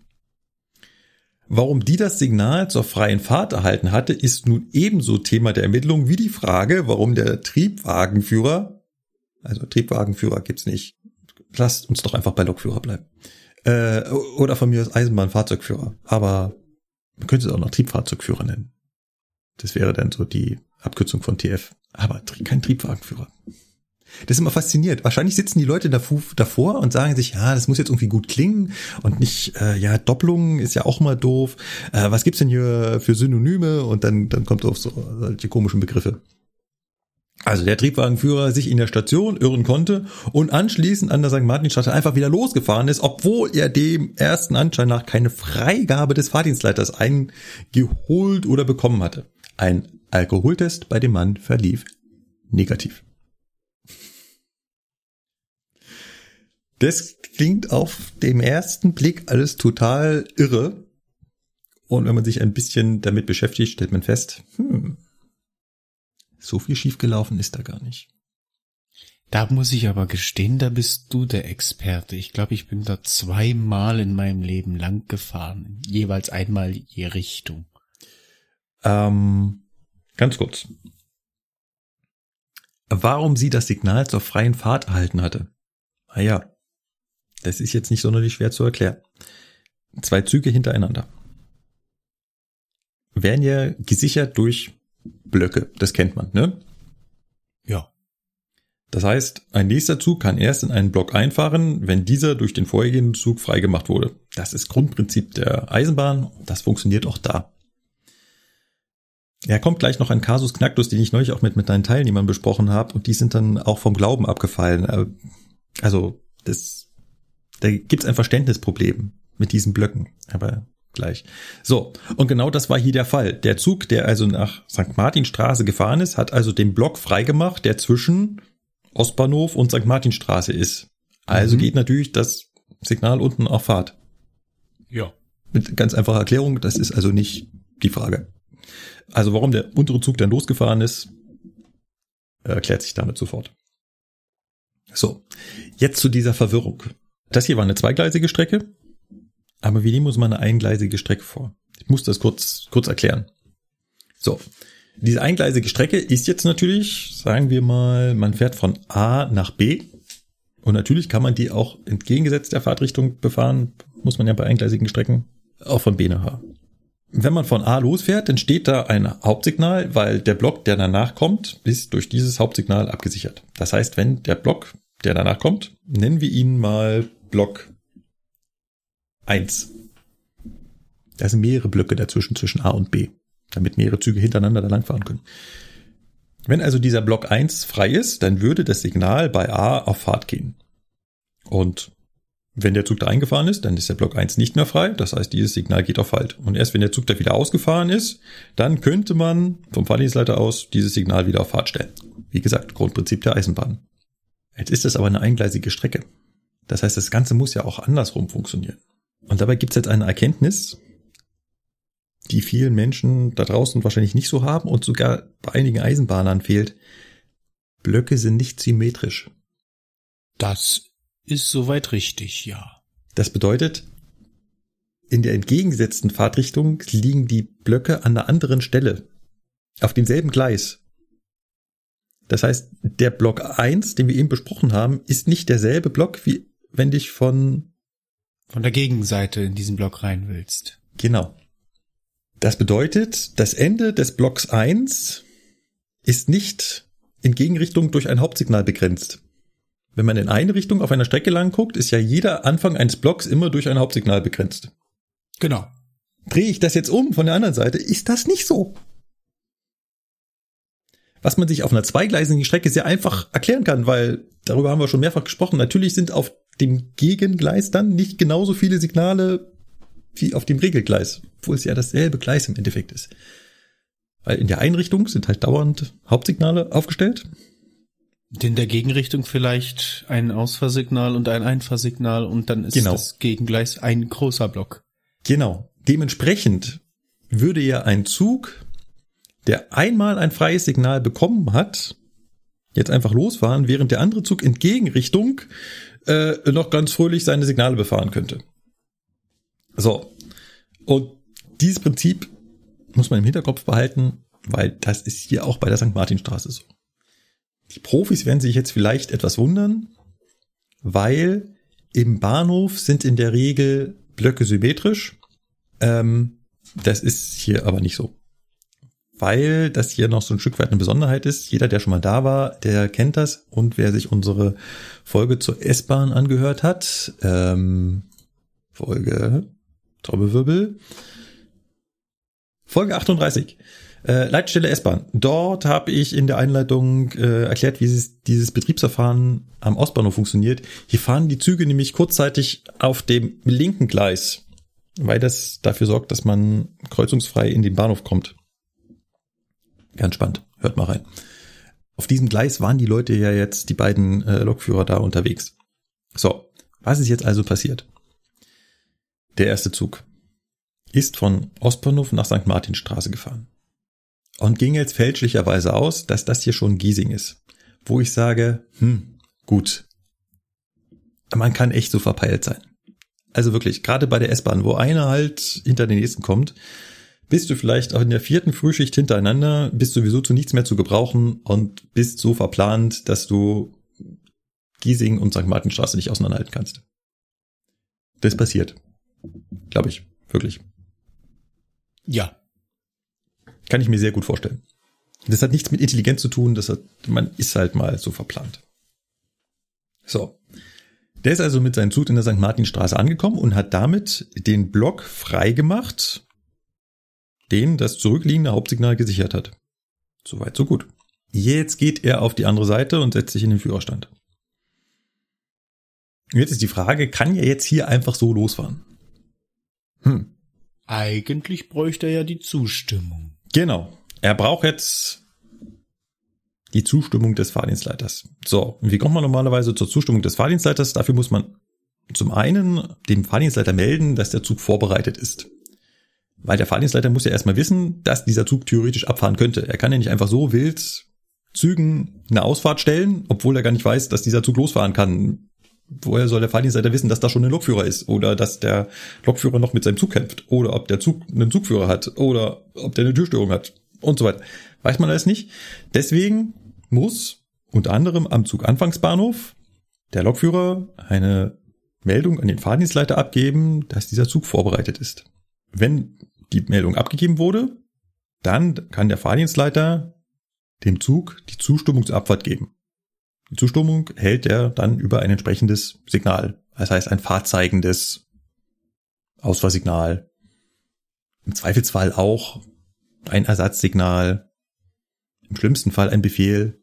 Warum die das Signal zur freien Fahrt erhalten hatte, ist nun ebenso Thema der Ermittlung wie die Frage, warum der Triebwagenführer, also Triebwagenführer gibt's nicht, lasst uns doch einfach bei Lokführer bleiben. Oder von mir aus Eisenbahnfahrzeugführer. Aber man könnte es auch noch Triebfahrzeugführer nennen. Das wäre dann so die Abkürzung von TF. Aber kein Triebwagenführer. Das ist immer faszinierend. Wahrscheinlich sitzen die Leute davor und sagen sich, ja, das muss jetzt irgendwie gut klingen und nicht, Doppelung ist ja auch mal doof. Was gibt's denn hier für Synonyme? Und dann kommt auf solche komischen Begriffe. Also der Triebwagenführer sich in der Station irren konnte und anschließend an der St. Martinstraße einfach wieder losgefahren ist, obwohl er dem ersten Anschein nach keine Freigabe des Fahrdienstleiters eingeholt oder bekommen hatte. Ein Alkoholtest bei dem Mann verlief negativ. Das klingt auf dem ersten Blick alles total irre. Und wenn man sich ein bisschen damit beschäftigt, stellt man fest, so viel schiefgelaufen ist da gar nicht. Da muss ich aber gestehen, da bist du der Experte. Ich glaube, ich bin da 2-mal in meinem Leben lang gefahren. Jeweils einmal je Richtung. Ganz kurz. Warum sie das Signal zur freien Fahrt erhalten hatte? Naja, das ist jetzt nicht sonderlich schwer zu erklären. 2 Züge hintereinander werden ja gesichert durch Blöcke, das kennt man, ne? Ja. Das heißt, ein nächster Zug kann erst in einen Block einfahren, wenn dieser durch den vorhergehenden Zug freigemacht wurde. Das ist Grundprinzip der Eisenbahn, das funktioniert auch da. Ja, kommt gleich noch ein Kasus Knacktus, den ich neulich auch mit deinen Teilnehmern besprochen habe, und die sind dann auch vom Glauben abgefallen. Also, da gibt's ein Verständnisproblem mit diesen Blöcken, aber gleich. So, und genau das war hier der Fall. Der Zug, der also nach St. Martinstraße gefahren ist, hat also den Block freigemacht, der zwischen Ostbahnhof und St. Martinstraße ist. Also geht natürlich das Signal unten auf Fahrt. Ja. Mit ganz einfacher Erklärung, das ist also nicht die Frage. Also warum der untere Zug dann losgefahren ist, erklärt sich damit sofort. So, jetzt zu dieser Verwirrung. Das hier war eine zweigleisige Strecke, aber wir nehmen uns mal eine eingleisige Strecke vor. Ich muss das kurz erklären. So, diese eingleisige Strecke ist jetzt natürlich, sagen wir mal, man fährt von A nach B und natürlich kann man die auch entgegengesetzt der Fahrtrichtung befahren, muss man ja bei eingleisigen Strecken, auch von B nach A. Wenn man von A losfährt, dann steht da ein Hauptsignal, weil der Block, der danach kommt, ist durch dieses Hauptsignal abgesichert. Das heißt, wenn der Block, der danach kommt, nennen wir ihn mal Block 1. Da sind mehrere Blöcke dazwischen, zwischen A und B, damit mehrere Züge hintereinander da langfahren können. Wenn also dieser Block 1 frei ist, dann würde das Signal bei A auf Fahrt gehen. Und wenn der Zug da eingefahren ist, dann ist der Block 1 nicht mehr frei. Das heißt, dieses Signal geht auf Halt. Und erst wenn der Zug da wieder ausgefahren ist, dann könnte man vom Fahrdienstleiter aus dieses Signal wieder auf Fahrt stellen. Wie gesagt, Grundprinzip der Eisenbahn. Jetzt ist das aber eine eingleisige Strecke. Das heißt, das Ganze muss ja auch andersrum funktionieren. Und dabei gibt es jetzt eine Erkenntnis, die vielen Menschen da draußen wahrscheinlich nicht so haben und sogar bei einigen Eisenbahnern fehlt. Blöcke sind nicht symmetrisch. Das ist soweit richtig, ja. Das bedeutet, in der entgegengesetzten Fahrtrichtung liegen die Blöcke an einer anderen Stelle, auf demselben Gleis. Das heißt, der Block 1, den wir eben besprochen haben, ist nicht derselbe Block, wie wenn dich von der Gegenseite in diesen Block rein willst. Genau. Das bedeutet, das Ende des Blocks 1 ist nicht in Gegenrichtung durch ein Hauptsignal begrenzt. Wenn man in eine Richtung auf einer Strecke lang guckt, ist ja jeder Anfang eines Blocks immer durch ein Hauptsignal begrenzt. Genau. Drehe ich das jetzt um von der anderen Seite, ist das nicht so. Was man sich auf einer zweigleisigen Strecke sehr einfach erklären kann, weil darüber haben wir schon mehrfach gesprochen. Natürlich sind auf dem Gegengleis dann nicht genauso viele Signale wie auf dem Regelgleis, obwohl es ja dasselbe Gleis im Endeffekt ist. Weil in der Einrichtung sind halt dauernd Hauptsignale aufgestellt. In der Gegenrichtung vielleicht ein Ausfahrsignal und ein Einfahrsignal und dann ist das Gegengleis ein großer Block. Genau. Dementsprechend würde ja ein Zug, der einmal ein freies Signal bekommen hat, jetzt einfach losfahren, während der andere Zug in Gegenrichtung noch ganz fröhlich seine Signale befahren könnte. So. Und dieses Prinzip muss man im Hinterkopf behalten, weil das ist hier auch bei der St. Martinstraße so. Die Profis werden sich jetzt vielleicht etwas wundern, weil im Bahnhof sind in der Regel Blöcke symmetrisch. Das ist hier aber nicht so. Weil das hier noch so ein Stück weit eine Besonderheit ist. Jeder, der schon mal da war, der kennt das. Und wer sich unsere Folge zur S-Bahn angehört hat, Folge Trommelwirbel, Folge 38, Leitstelle S-Bahn. Dort habe ich in der Einleitung erklärt, wie dieses Betriebsverfahren am Ostbahnhof funktioniert. Hier fahren die Züge nämlich kurzzeitig auf dem linken Gleis, weil das dafür sorgt, dass man kreuzungsfrei in den Bahnhof kommt. Ganz spannend. Hört mal rein. Auf diesem Gleis waren die Leute ja jetzt, die beiden Lokführer da unterwegs. So, was ist jetzt also passiert? Der erste Zug ist von Ostbahnhof nach St. Martinstraße gefahren und ging jetzt fälschlicherweise aus, dass das hier schon Giesing ist. Wo ich sage, gut, man kann echt so verpeilt sein. Also wirklich, gerade bei der S-Bahn, wo einer halt hinter den nächsten kommt, bist du vielleicht auch in der 4. Frühschicht hintereinander, bist sowieso zu nichts mehr zu gebrauchen und bist so verplant, dass du Giesing und St. Martinstraße nicht auseinanderhalten kannst. Das passiert. Glaube ich. Wirklich. Ja. Kann ich mir sehr gut vorstellen. Das hat nichts mit Intelligenz zu tun, man ist halt mal so verplant. So. Der ist also mit seinem Zug in der St. Martinstraße angekommen und hat damit den Block frei gemacht, den das zurückliegende Hauptsignal gesichert hat. Soweit, so gut. Jetzt geht er auf die andere Seite und setzt sich in den Führerstand. Und jetzt ist die Frage, kann er jetzt hier einfach so losfahren? Eigentlich bräuchte er ja die Zustimmung. Genau. Er braucht jetzt die Zustimmung des Fahrdienstleiters. So, und wie kommt man normalerweise zur Zustimmung des Fahrdienstleiters? Dafür muss man zum einen dem Fahrdienstleiter melden, dass der Zug vorbereitet ist. Weil der Fahrdienstleiter muss ja erstmal wissen, dass dieser Zug theoretisch abfahren könnte. Er kann ja nicht einfach so wild Zügen eine Ausfahrt stellen, obwohl er gar nicht weiß, dass dieser Zug losfahren kann. Woher soll der Fahrdienstleiter wissen, dass da schon ein Lokführer ist? Oder dass der Lokführer noch mit seinem Zug kämpft? Oder ob der Zug einen Zugführer hat? Oder ob der eine Türstörung hat? Und so weiter. Weiß man alles nicht. Deswegen muss unter anderem am Zuganfangsbahnhof der Lokführer eine Meldung an den Fahrdienstleiter abgeben, dass dieser Zug vorbereitet ist. Wenn die Meldung abgegeben wurde, dann kann der Fahrdienstleiter dem Zug die Zustimmung zur Abfahrt geben. Die Zustimmung hält er dann über ein entsprechendes Signal. Das heißt ein fahrzeigendes Ausfahrsignal. Im Zweifelsfall auch ein Ersatzsignal. Im schlimmsten Fall ein Befehl.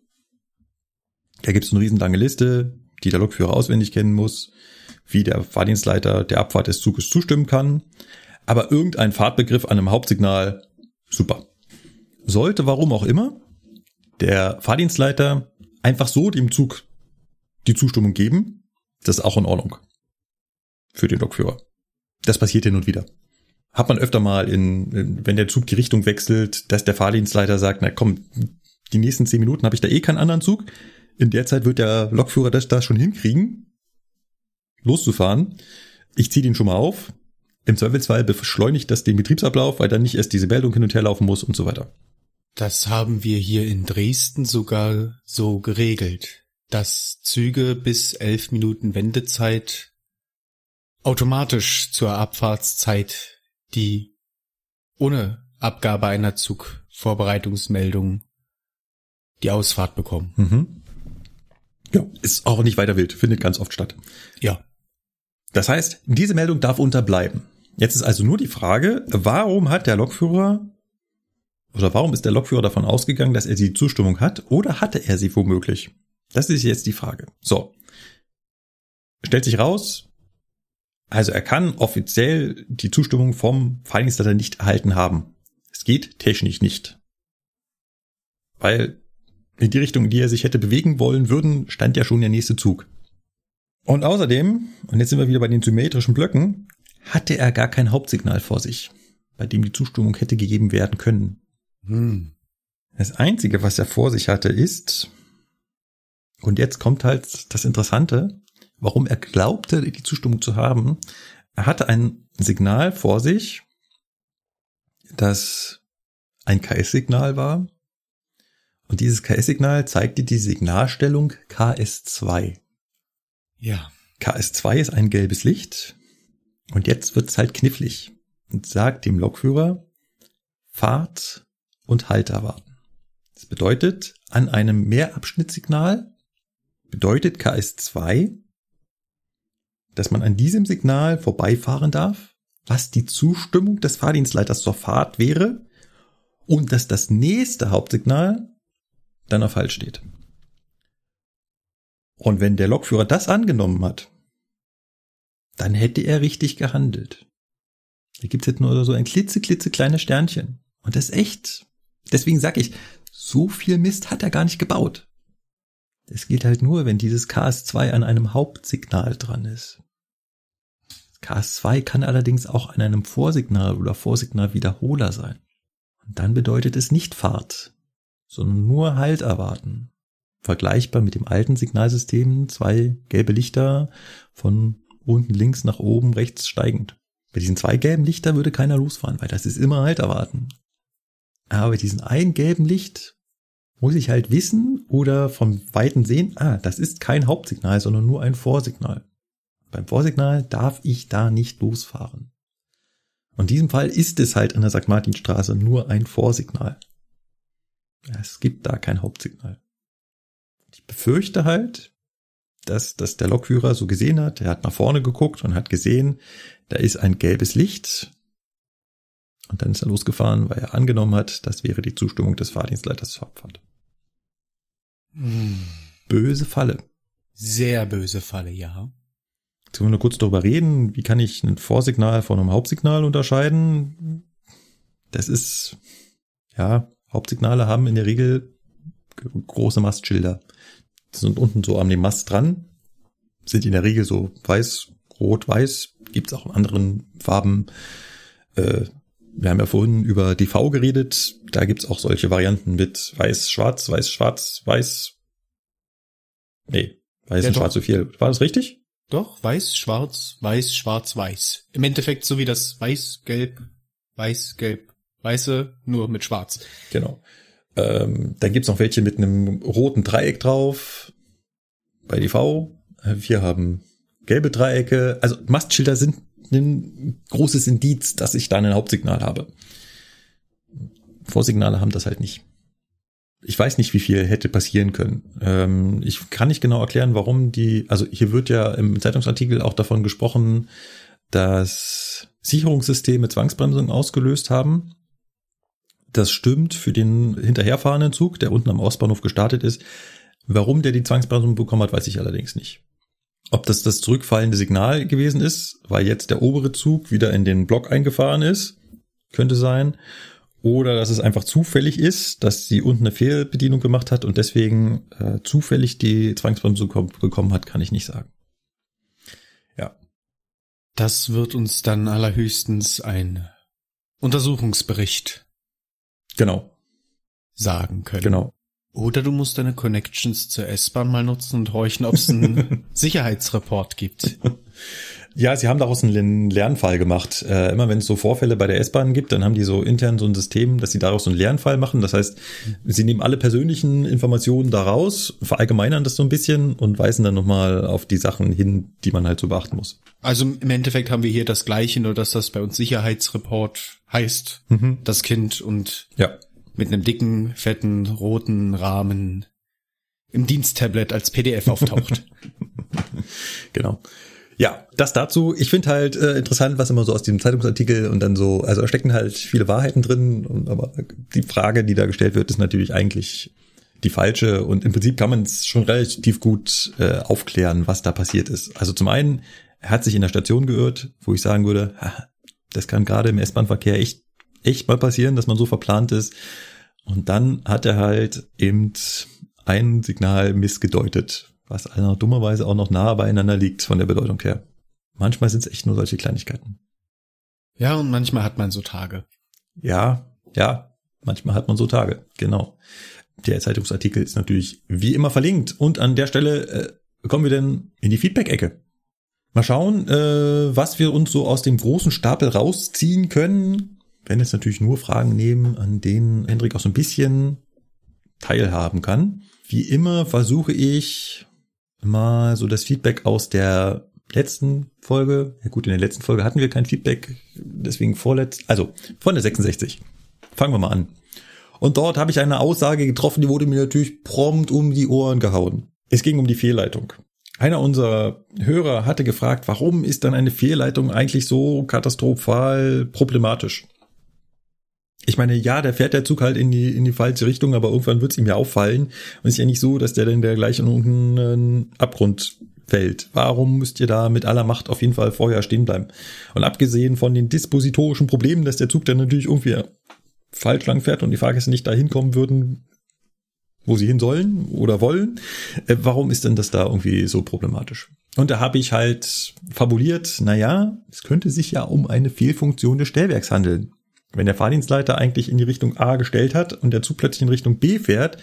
Da gibt es eine riesenlange Liste, die der Lokführer auswendig kennen muss, wie der Fahrdienstleiter der Abfahrt des Zuges zustimmen kann. Aber irgendein Fahrtbegriff an einem Hauptsignal, super. Sollte, warum auch immer, der Fahrdienstleiter einfach so dem Zug die Zustimmung geben, das ist auch in Ordnung für den Lokführer. Das passiert hin und wieder. Hat man öfter mal, wenn der Zug die Richtung wechselt, dass der Fahrdienstleiter sagt, na komm, die nächsten 10 Minuten habe ich da eh keinen anderen Zug. In der Zeit wird der Lokführer das da schon hinkriegen, loszufahren. Ich ziehe den schon mal auf. Im Zweifelsfall beschleunigt das den Betriebsablauf, weil dann nicht erst diese Meldung hin und her laufen muss und so weiter. Das haben wir hier in Dresden sogar so geregelt, dass Züge bis 11 Minuten Wendezeit automatisch zur Abfahrtszeit, die ohne Abgabe einer Zugvorbereitungsmeldung die Ausfahrt bekommen. Mhm. Ja, ist auch nicht weiter wild, findet ganz oft statt. Ja. Das heißt, diese Meldung darf unterbleiben. Jetzt ist also nur die Frage, warum ist der Lokführer davon ausgegangen, dass er die Zustimmung hat, oder hatte er sie womöglich? Das ist jetzt die Frage. So. Stellt sich raus, also er kann offiziell die Zustimmung vom Fahrdienstleiter nicht erhalten haben. Es geht technisch nicht. Weil in die Richtung, in die er sich hätte bewegen wollen würden, stand ja schon der nächste Zug. Und außerdem, und jetzt sind wir wieder bei den symmetrischen Blöcken, hatte er gar kein Hauptsignal vor sich, bei dem die Zustimmung hätte gegeben werden können. Das Einzige, was er vor sich hatte, ist, und jetzt kommt halt das Interessante, warum er glaubte, die Zustimmung zu haben. Er hatte ein Signal vor sich, das ein KS-Signal war. Und dieses KS-Signal zeigte die Signalstellung KS2. Ja. KS2 ist ein gelbes Licht. Und jetzt wird's halt knifflig und sagt dem Lokführer, Fahrt und Halt erwarten. Das bedeutet, an einem Mehrabschnittssignal bedeutet KS2, dass man an diesem Signal vorbeifahren darf, was die Zustimmung des Fahrdienstleiters zur Fahrt wäre, und dass das nächste Hauptsignal dann auf Halt steht. Und wenn der Lokführer das angenommen hat, dann hätte er richtig gehandelt. Da gibt's jetzt nur so ein klitzekleines Sternchen. Und das ist echt, deswegen sag ich, so viel Mist hat er gar nicht gebaut. Das geht halt nur, wenn dieses KS2 an einem Hauptsignal dran ist. KS2 kann allerdings auch an einem Vorsignal oder Vorsignalwiederholer sein. Und dann bedeutet es nicht Fahrt, sondern nur Halt erwarten. Vergleichbar mit dem alten Signalsystem, 2 gelbe Lichter von unten links nach oben rechts steigend. Bei diesen 2 gelben Lichter würde keiner losfahren, weil das ist immer Halt erwarten. Aber bei diesem einen gelben Licht muss ich halt wissen oder vom Weiten sehen, das ist kein Hauptsignal, sondern nur ein Vorsignal. Beim Vorsignal darf ich da nicht losfahren. Und in diesem Fall ist es halt an der St. Martinstraße nur ein Vorsignal. Es gibt da kein Hauptsignal. Ich befürchte halt, dass das der Lokführer so gesehen hat. Er hat nach vorne geguckt und hat gesehen, da ist ein gelbes Licht. Und dann ist er losgefahren, weil er angenommen hat, das wäre die Zustimmung des Fahrdienstleiters zur Abfahrt. Böse Falle. Sehr böse Falle, ja. Jetzt wollen wir nur kurz darüber reden, wie kann ich ein Vorsignal von einem Hauptsignal unterscheiden? Das ist, Hauptsignale haben in der Regel große Mastschilder. Die sind unten so an dem Mast dran, sind in der Regel so weiß, rot, weiß, gibt's auch in anderen Farben. Wir haben ja vorhin über DV geredet, da gibt's auch solche Varianten mit weiß, schwarz, weiß. Nee, weiß und schwarz so viel. War das richtig? Doch, weiß, schwarz, weiß. Im Endeffekt so wie das weiß, gelb, weiße, nur mit schwarz. Genau. Dann gibt's noch welche mit einem roten Dreieck drauf bei DV. Wir haben gelbe Dreiecke. Also Mastschilder sind ein großes Indiz, dass ich da ein Hauptsignal habe. Vorsignale haben das halt nicht. Ich weiß nicht, wie viel hätte passieren können. Ich kann nicht genau erklären, warum also hier wird ja im Zeitungsartikel auch davon gesprochen, dass Sicherungssysteme Zwangsbremsung ausgelöst haben. Das stimmt für den hinterherfahrenden Zug, der unten am Ostbahnhof gestartet ist. Warum der die Zwangsbremsung bekommen hat, weiß ich allerdings nicht. Ob das zurückfallende Signal gewesen ist, weil jetzt der obere Zug wieder in den Block eingefahren ist, könnte sein. Oder dass es einfach zufällig ist, dass sie unten eine Fehlbedienung gemacht hat und deswegen zufällig die Zwangsbremsung bekommen hat, kann ich nicht sagen. Ja. Das wird uns dann allerhöchstens ein Untersuchungsbericht sagen können. Genau. Oder du musst deine Connections zur S-Bahn mal nutzen und horchen, ob es einen Sicherheitsreport gibt. Ja, sie haben daraus einen Lernfall gemacht. Immer wenn es so Vorfälle bei der S-Bahn gibt, dann haben die so intern so ein System, dass sie daraus so einen Lernfall machen. Das heißt, sie nehmen alle persönlichen Informationen daraus, verallgemeinern das so ein bisschen und weisen dann nochmal auf die Sachen hin, die man halt so beachten muss. Also im Endeffekt haben wir hier das Gleiche, nur dass das bei uns Sicherheitsreport heißt, das Kind und mit einem dicken, fetten, roten Rahmen im Diensttablet als PDF auftaucht. Genau. Ja, das dazu. Ich finde halt interessant, was immer so aus diesem Zeitungsartikel und dann so, also da stecken halt viele Wahrheiten drin, aber die Frage, die da gestellt wird, ist natürlich eigentlich die falsche und im Prinzip kann man es schon relativ gut aufklären, was da passiert ist. Also zum einen, er hat sich in der Station geirrt, wo ich sagen würde, das kann gerade im S-Bahn-Verkehr echt mal passieren, dass man so verplant ist. Und dann hat er halt eben ein Signal missgedeutet, was einer dummerweise auch noch nahe beieinander liegt von der Bedeutung her. Manchmal sind es echt nur solche Kleinigkeiten. Ja, und manchmal hat man so Tage. Ja, manchmal hat man so Tage, genau. Der Zeitungsartikel ist natürlich wie immer verlinkt. Und an der Stelle kommen wir dann in die Feedback-Ecke. Mal schauen, was wir uns so aus dem großen Stapel rausziehen können. Wenn jetzt natürlich nur Fragen nehmen, an denen Hendrik auch so ein bisschen teilhaben kann. Wie immer versuche ich mal so das Feedback aus der letzten Folge. Ja gut, in der letzten Folge hatten wir kein Feedback, deswegen von der 66. Fangen wir mal an. Und dort habe ich eine Aussage getroffen, die wurde mir natürlich prompt um die Ohren gehauen. Es ging um die Fehlleitung. Einer unserer Hörer hatte gefragt, warum ist dann eine Fehlleitung eigentlich so katastrophal problematisch? Ich meine, ja, der fährt der Zug halt in die falsche Richtung, aber irgendwann wird es ihm ja auffallen. Und es ist ja nicht so, dass der dann gleich in irgendeinen Abgrund fällt. Warum müsst ihr da mit aller Macht auf jeden Fall vorher stehen bleiben? Und abgesehen von den dispositorischen Problemen, dass der Zug dann natürlich irgendwie falsch lang fährt und die Fahrgäste nicht dahin kommen würden, wo sie hin sollen oder wollen, warum ist denn das da irgendwie so problematisch? Und da habe ich halt fabuliert, es könnte sich ja um eine Fehlfunktion des Stellwerks handeln. Wenn der Fahrdienstleiter eigentlich in die Richtung A gestellt hat und der Zug plötzlich in Richtung B fährt,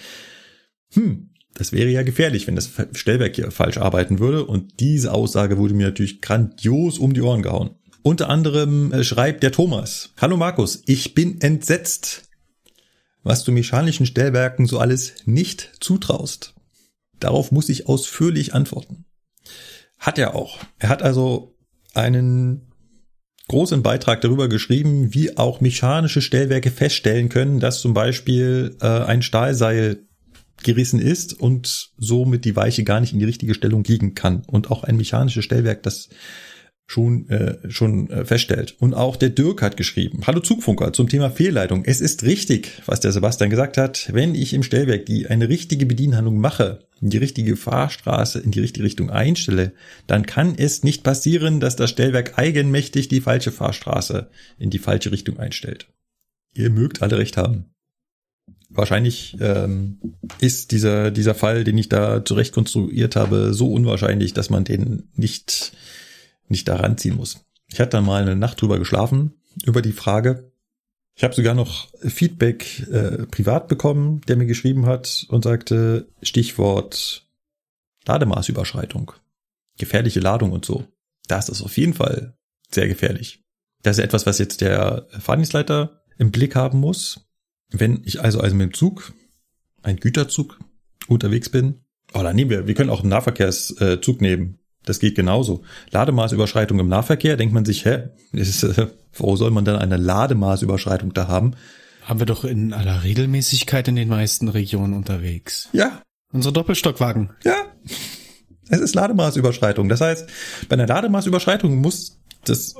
das wäre ja gefährlich, wenn das Stellwerk hier falsch arbeiten würde. Und diese Aussage wurde mir natürlich grandios um die Ohren gehauen. Unter anderem schreibt der Thomas: Hallo Markus, ich bin entsetzt, was du mechanischen Stellwerken so alles nicht zutraust. Darauf muss ich ausführlich antworten. Hat er auch. Er hat also einen großen Beitrag darüber geschrieben, wie auch mechanische Stellwerke feststellen können, dass zum Beispiel ein Stahlseil gerissen ist und somit die Weiche gar nicht in die richtige Stellung liegen kann. Und auch ein mechanisches Stellwerk das schon feststellt. Und auch der Dirk hat geschrieben: Hallo Zugfunker, zum Thema Fehlleitung. Es ist richtig, was der Sebastian gesagt hat. Wenn ich im Stellwerk eine richtige Bedienhandlung mache, die richtige Fahrstraße in die richtige Richtung einstelle, dann kann es nicht passieren, dass das Stellwerk eigenmächtig die falsche Fahrstraße in die falsche Richtung einstellt. Ihr mögt alle recht haben. Wahrscheinlich ist dieser Fall, den ich da zurecht konstruiert habe, so unwahrscheinlich, dass man den nicht da ranziehen muss. Ich hatte dann mal eine Nacht drüber geschlafen, über die Frage. Ich habe sogar noch Feedback privat bekommen, der mir geschrieben hat und sagte, Stichwort Lademaßüberschreitung, gefährliche Ladung und so. Das ist auf jeden Fall sehr gefährlich. Das ist etwas, was jetzt der Fahrdienstleiter im Blick haben muss. Wenn ich also mit dem Zug, ein Güterzug, unterwegs bin, wir können auch einen Nahverkehrszug nehmen. Das geht genauso. Lademaßüberschreitung im Nahverkehr, denkt man sich, wo soll man dann eine Lademaßüberschreitung da haben? Haben wir doch in aller Regelmäßigkeit in den meisten Regionen unterwegs. Ja. Unsere Doppelstockwagen. Ja. Es ist Lademaßüberschreitung. Das heißt, bei einer Lademaßüberschreitung muss das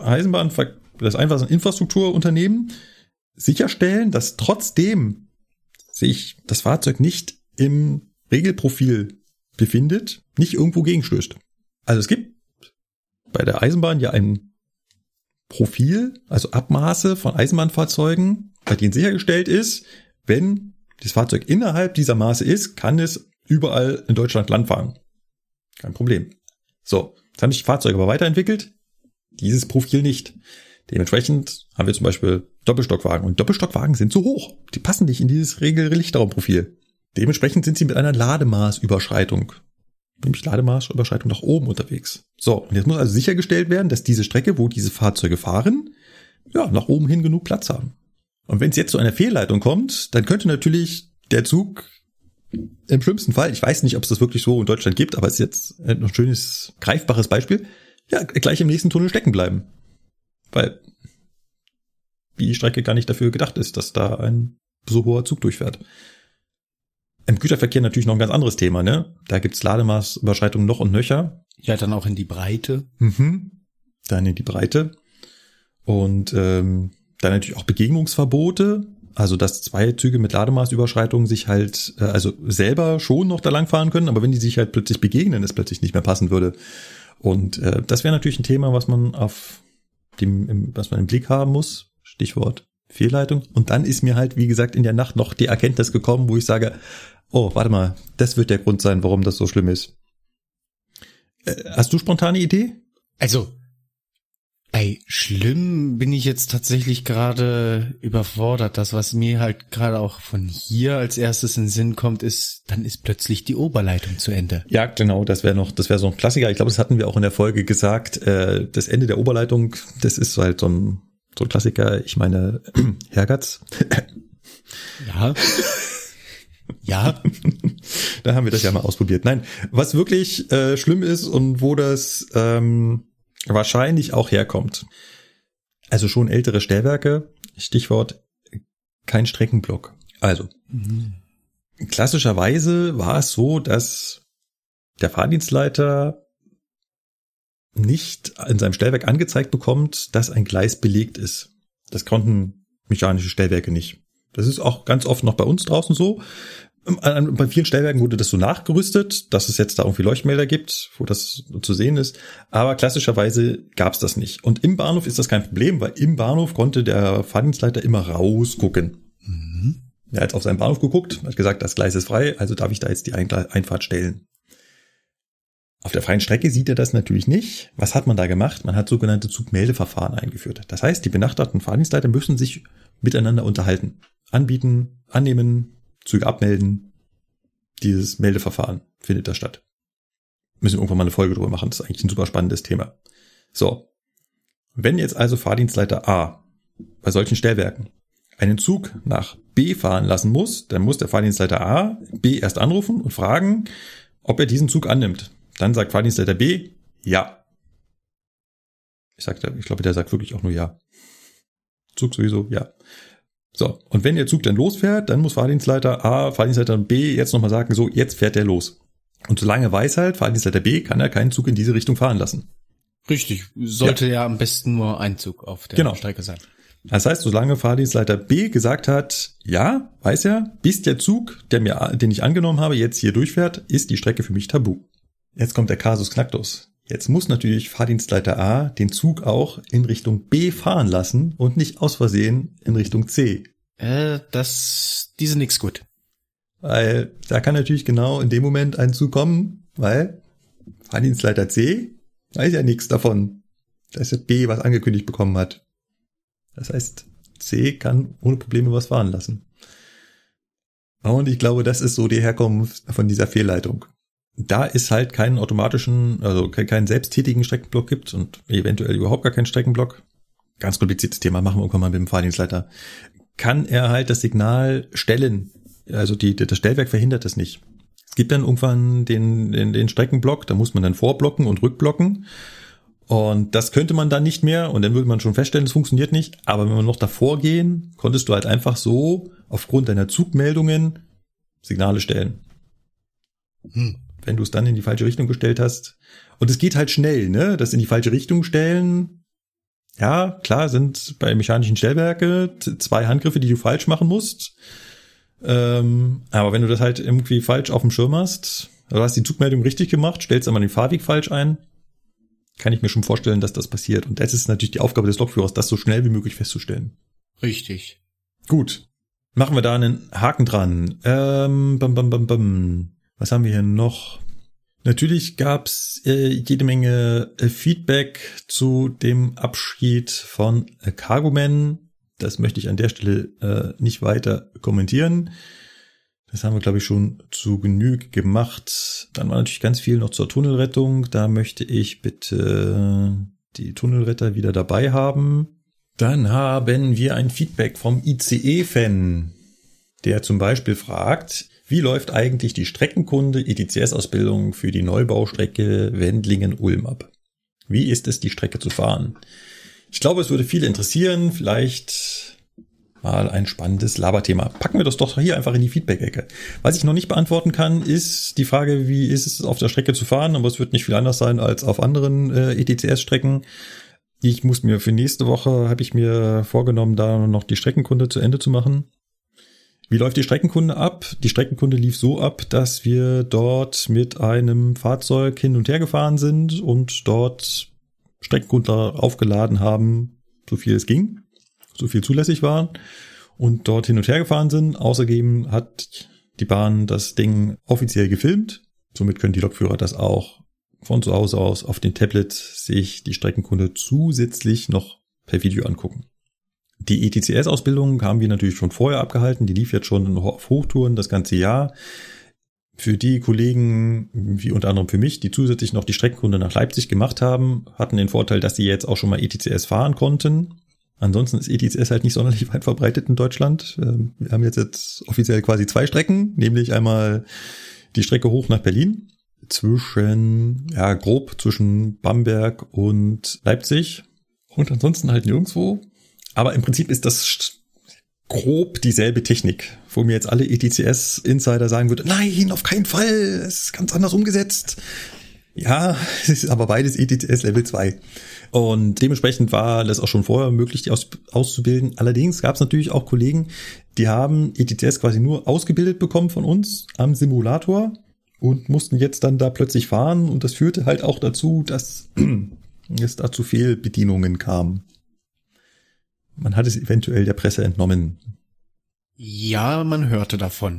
Infrastrukturunternehmen sicherstellen, dass trotzdem sich das Fahrzeug nicht im Regelprofil befindet, nicht irgendwo gegenstößt. Also es gibt bei der Eisenbahn ja ein Profil, also Abmaße von Eisenbahnfahrzeugen, bei denen sichergestellt ist, wenn das Fahrzeug innerhalb dieser Maße ist, kann es überall in Deutschland Land fahren. Kein Problem. So, jetzt haben sich Fahrzeuge aber weiterentwickelt, dieses Profil nicht. Dementsprechend haben wir zum Beispiel Doppelstockwagen und Doppelstockwagen sind zu hoch. Die passen nicht in dieses Regelrichterraumprofil. Dementsprechend sind sie mit einer Lademaßüberschreitung nämlich Lademaßüberschreitung nach oben unterwegs. So, und jetzt muss also sichergestellt werden, dass diese Strecke, wo diese Fahrzeuge fahren, ja, nach oben hin genug Platz haben. Und wenn es jetzt zu einer Fehlleitung kommt, dann könnte natürlich der Zug im schlimmsten Fall, ich weiß nicht, ob es das wirklich so in Deutschland gibt, aber es ist jetzt ein schönes, greifbares Beispiel, ja, gleich im nächsten Tunnel stecken bleiben. Weil die Strecke gar nicht dafür gedacht ist, dass da ein so hoher Zug durchfährt. Im Güterverkehr natürlich noch ein ganz anderes Thema, ne? Da gibt's Lademaßüberschreitungen noch und nöcher. Ja, dann auch in die Breite. Dann in die Breite. Und dann natürlich auch Begegnungsverbote. Also, dass zwei Züge mit Lademaßüberschreitungen sich halt, also selber schon noch da lang fahren können, aber wenn die sich halt plötzlich begegnen, es plötzlich nicht mehr passen würde. Und das wäre natürlich ein Thema, was man was man im Blick haben muss. Stichwort Fehlleitung. Und dann ist mir halt, wie gesagt, in der Nacht noch die Erkenntnis gekommen, wo ich sage, oh, warte mal, das wird der Grund sein, warum das so schlimm ist. Hast du spontane Idee? Also, bei schlimm bin ich jetzt tatsächlich gerade überfordert. Das, was mir halt gerade auch von hier als erstes in den Sinn kommt, ist, dann ist plötzlich die Oberleitung zu Ende. Ja, genau, das wäre so ein Klassiker. Ich glaube, das hatten wir auch in der Folge gesagt. Das Ende der Oberleitung, das ist halt so ein Klassiker. Ich meine, Hergatz. Ja. Ja. Da haben wir das ja mal ausprobiert. Nein, was wirklich schlimm ist und wo das wahrscheinlich auch herkommt. Also schon ältere Stellwerke, Stichwort kein Streckenblock. Also, klassischerweise war es so, dass der Fahrdienstleiter nicht in seinem Stellwerk angezeigt bekommt, dass ein Gleis belegt ist. Das konnten mechanische Stellwerke nicht. Das ist auch ganz oft noch bei uns draußen so. Bei vielen Stellwerken wurde das so nachgerüstet, dass es jetzt da irgendwie Leuchtmelder gibt, wo das zu sehen ist. Aber klassischerweise gab es das nicht. Und im Bahnhof ist das kein Problem, weil im Bahnhof konnte der Fahrdienstleiter immer rausgucken. Er hat auf seinen Bahnhof geguckt, hat gesagt, das Gleis ist frei, also darf ich da jetzt die Einfahrt stellen. Auf der freien Strecke sieht er das natürlich nicht. Was hat man da gemacht? Man hat sogenannte Zugmeldeverfahren eingeführt. Das heißt, die benachbarten Fahrdienstleiter müssen sich miteinander unterhalten. Anbieten, annehmen, Züge abmelden. Dieses Meldeverfahren findet da statt. Müssen wir irgendwann mal eine Folge drüber machen. Das ist eigentlich ein super spannendes Thema. So. Wenn jetzt also Fahrdienstleiter A bei solchen Stellwerken einen Zug nach B fahren lassen muss, dann muss der Fahrdienstleiter A B erst anrufen und fragen, ob er diesen Zug annimmt. Dann sagt Fahrdienstleiter B, ja. Ich glaube, der sagt wirklich auch nur ja. Zug sowieso, ja. So, und wenn der Zug dann losfährt, dann muss Fahrdienstleiter A, Fahrdienstleiter B jetzt nochmal sagen, so, jetzt fährt der los. Und solange weiß halt, Fahrdienstleiter B kann er keinen Zug in diese Richtung fahren lassen. Richtig, sollte ja am besten nur ein Zug auf der Strecke sein. Das heißt, solange Fahrdienstleiter B gesagt hat, ja, weiß er, bis der Zug, den ich angenommen habe, jetzt hier durchfährt, ist die Strecke für mich tabu. Jetzt kommt der Kasus Knacktus. Jetzt muss natürlich Fahrdienstleiter A den Zug auch in Richtung B fahren lassen und nicht aus Versehen in Richtung C. Die sind nix gut. Weil da kann natürlich genau in dem Moment ein Zug kommen, weil Fahrdienstleiter C weiß ja nichts davon, dass der B was angekündigt bekommen hat. Das heißt, C kann ohne Probleme was fahren lassen. Und ich glaube, das ist so die Herkunft von dieser Fehlleitung. Da es halt keinen keinen selbsttätigen Streckenblock gibt und eventuell überhaupt gar keinen Streckenblock, ganz kompliziertes Thema, machen wir irgendwann mal mit dem Fahrdienstleiter, kann er halt das Signal stellen. Also das Stellwerk verhindert das nicht. Es gibt dann irgendwann den Streckenblock, da muss man dann vorblocken und rückblocken. Und das könnte man dann nicht mehr und dann würde man schon feststellen, es funktioniert nicht. Aber wenn wir noch davor gehen, konntest du halt einfach so aufgrund deiner Zugmeldungen Signale stellen. Wenn du es dann in die falsche Richtung gestellt hast. Und es geht halt schnell, ne? Das in die falsche Richtung stellen. Ja, klar, sind bei mechanischen Stellwerke 2 Handgriffe, die du falsch machen musst. Aber wenn du das halt irgendwie falsch auf dem Schirm hast, du hast die Zugmeldung richtig gemacht, stellst aber den Fahrweg falsch ein, kann ich mir schon vorstellen, dass das passiert. Und das ist natürlich die Aufgabe des Lokführers, das so schnell wie möglich festzustellen. Richtig. Gut. Machen wir da einen Haken dran. Was haben wir hier noch? Natürlich gab's jede Menge Feedback zu dem Abschied von Cargoman. Das möchte ich an der Stelle nicht weiter kommentieren. Das haben wir, glaube ich, schon zu Genüge gemacht. Dann war natürlich ganz viel noch zur Tunnelrettung. Da möchte ich bitte die Tunnelretter wieder dabei haben. Dann haben wir ein Feedback vom ICE-Fan, der zum Beispiel fragt, wie läuft eigentlich die Streckenkunde ETCS-Ausbildung für die Neubaustrecke Wendlingen-Ulm ab? Wie ist es, die Strecke zu fahren? Ich glaube, es würde viele interessieren. Vielleicht mal ein spannendes Laberthema. Packen wir das doch hier einfach in die Feedback-Ecke. Was ich noch nicht beantworten kann, ist die Frage, wie ist es auf der Strecke zu fahren, aber es wird nicht viel anders sein als auf anderen ETCS-Strecken. Ich muss mir für nächste Woche, habe ich mir vorgenommen, da noch die Streckenkunde zu Ende zu machen. Wie läuft die Streckenkunde ab? Die Streckenkunde lief so ab, dass wir dort mit einem Fahrzeug hin und her gefahren sind und dort Streckenkundler aufgeladen haben, so viel es ging, so viel zulässig war und dort hin und her gefahren sind. Außerdem hat die Bahn das Ding offiziell gefilmt. Somit können die Lokführer das auch von zu Hause aus auf den Tablets sich die Streckenkunde zusätzlich noch per Video angucken. Die ETCS-Ausbildung haben wir natürlich schon vorher abgehalten. Die lief jetzt schon auf Hochtouren das ganze Jahr. Für die Kollegen, wie unter anderem für mich, die zusätzlich noch die Streckenkunde nach Leipzig gemacht haben, hatten den Vorteil, dass sie jetzt auch schon mal ETCS fahren konnten. Ansonsten ist ETCS halt nicht sonderlich weit verbreitet in Deutschland. Wir haben jetzt offiziell quasi 2 Strecken, nämlich einmal die Strecke hoch nach Berlin, grob zwischen Bamberg und Leipzig und ansonsten halt nirgendwo. Aber im Prinzip ist das grob dieselbe Technik, wo mir jetzt alle ETCS-Insider sagen würden, nein, auf keinen Fall, es ist ganz anders umgesetzt. Ja, es ist aber beides ETCS Level 2. Und dementsprechend war das auch schon vorher möglich, die auszubilden. Allerdings gab es natürlich auch Kollegen, die haben ETCS quasi nur ausgebildet bekommen von uns am Simulator und mussten jetzt dann da plötzlich fahren. Und das führte halt auch dazu, dass es da zu Fehlbedienungen kam. Man hat es eventuell der Presse entnommen. Ja, man hörte davon.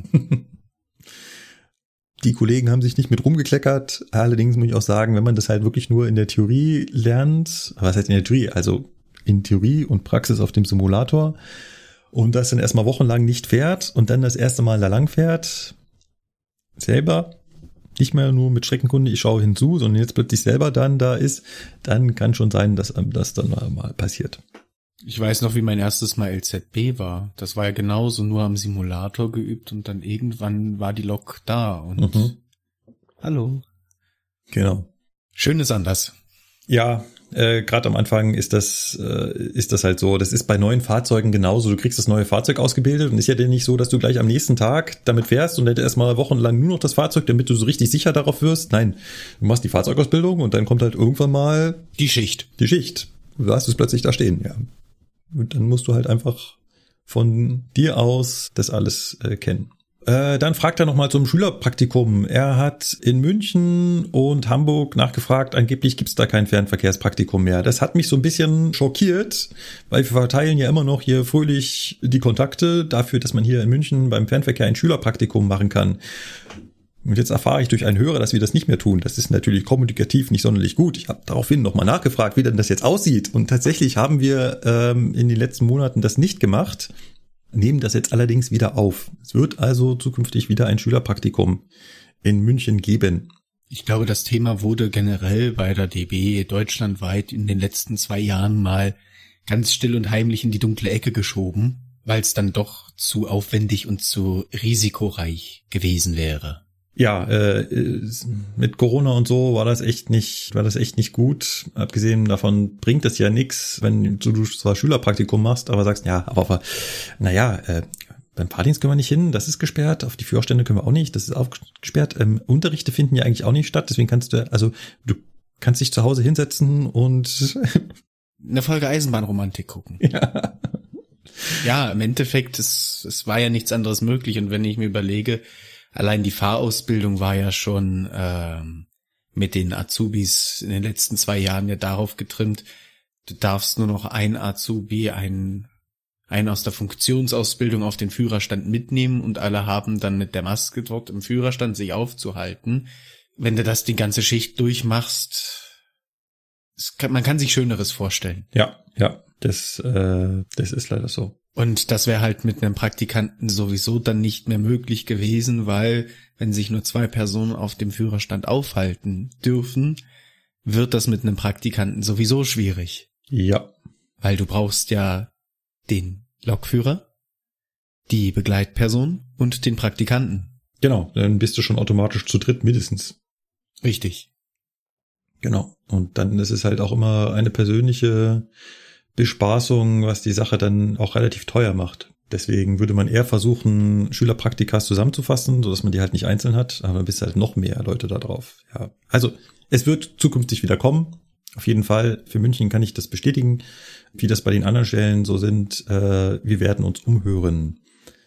Die Kollegen haben sich nicht mit rumgekleckert. Allerdings muss ich auch sagen, wenn man das halt wirklich nur in der Theorie lernt, was heißt in der Theorie? Also in Theorie und Praxis auf dem Simulator und das dann erstmal wochenlang nicht fährt und dann das erste Mal da lang fährt, selber, nicht mehr nur mit Streckenkunde, ich schaue hinzu, sondern jetzt plötzlich selber dann da ist, dann kann schon sein, dass einem das dann mal passiert. Ich weiß noch, wie mein erstes Mal LZB war. Das war ja genauso, nur am Simulator geübt und dann irgendwann war die Lok da und Hallo. Genau. Schön ist anders. Ja, gerade am Anfang ist das halt so. Das ist bei neuen Fahrzeugen genauso. Du kriegst das neue Fahrzeug ausgebildet und ist ja denn nicht so, dass du gleich am nächsten Tag damit fährst und dann erstmal wochenlang nur noch das Fahrzeug, damit du so richtig sicher darauf wirst. Nein, du machst die Fahrzeugausbildung und dann kommt halt irgendwann mal die Schicht. Du hast es plötzlich da stehen, ja. Und dann musst du halt einfach von dir aus das alles kennen. Dann fragt er nochmal zum Schülerpraktikum. Er hat in München und Hamburg nachgefragt, angeblich gibt's da kein Fernverkehrspraktikum mehr. Das hat mich so ein bisschen schockiert, weil wir verteilen ja immer noch hier fröhlich die Kontakte dafür, dass man hier in München beim Fernverkehr ein Schülerpraktikum machen kann. Und jetzt erfahre ich durch einen Hörer, dass wir das nicht mehr tun. Das ist natürlich kommunikativ nicht sonderlich gut. Ich habe daraufhin nochmal nachgefragt, wie denn das jetzt aussieht. Und tatsächlich haben wir in den letzten Monaten das nicht gemacht, nehmen das jetzt allerdings wieder auf. Es wird also zukünftig wieder ein Schülerpraktikum in München geben. Ich glaube, das Thema wurde generell bei der DB deutschlandweit in den letzten 2 Jahren mal ganz still und heimlich in die dunkle Ecke geschoben, weil es dann doch zu aufwendig und zu risikoreich gewesen wäre. Ja, mit Corona und so war das echt nicht gut. Abgesehen davon bringt es ja nichts, wenn du zwar Schülerpraktikum machst, aber sagst, ja, aber beim Fahrdienst können wir nicht hin, das ist gesperrt, auf die Führerstände können wir auch nicht, das ist auch gesperrt. Unterrichte finden ja eigentlich auch nicht statt, deswegen du kannst dich zu Hause hinsetzen und eine Folge Eisenbahnromantik gucken. Ja. Ja, im Endeffekt, es war ja nichts anderes möglich und wenn ich mir überlege, allein die Fahrausbildung war ja schon mit den Azubis in den letzten 2 Jahren ja darauf getrimmt, du darfst nur noch ein Azubi, einen aus der Funktionsausbildung auf den Führerstand mitnehmen und alle haben dann mit der Maske dort im Führerstand sich aufzuhalten. Wenn du das die ganze Schicht durchmachst, man kann sich Schöneres vorstellen. Ja, das ist leider so. Und das wäre halt mit einem Praktikanten sowieso dann nicht mehr möglich gewesen, weil wenn sich nur 2 Personen auf dem Führerstand aufhalten dürfen, wird das mit einem Praktikanten sowieso schwierig. Ja. Weil du brauchst ja den Lokführer, die Begleitperson und den Praktikanten. Genau, dann bist du schon automatisch zu dritt mindestens. Richtig. Genau. Und dann ist es halt auch immer eine persönliche Bespaßung, was die Sache dann auch relativ teuer macht. Deswegen würde man eher versuchen, Schülerpraktikas zusammenzufassen, sodass man die halt nicht einzeln hat, aber dann bist halt noch mehr Leute da drauf. Ja. Also, es wird zukünftig wieder kommen. Auf jeden Fall. Für München kann ich das bestätigen. Wie das bei den anderen Stellen so sind, wir werden uns umhören.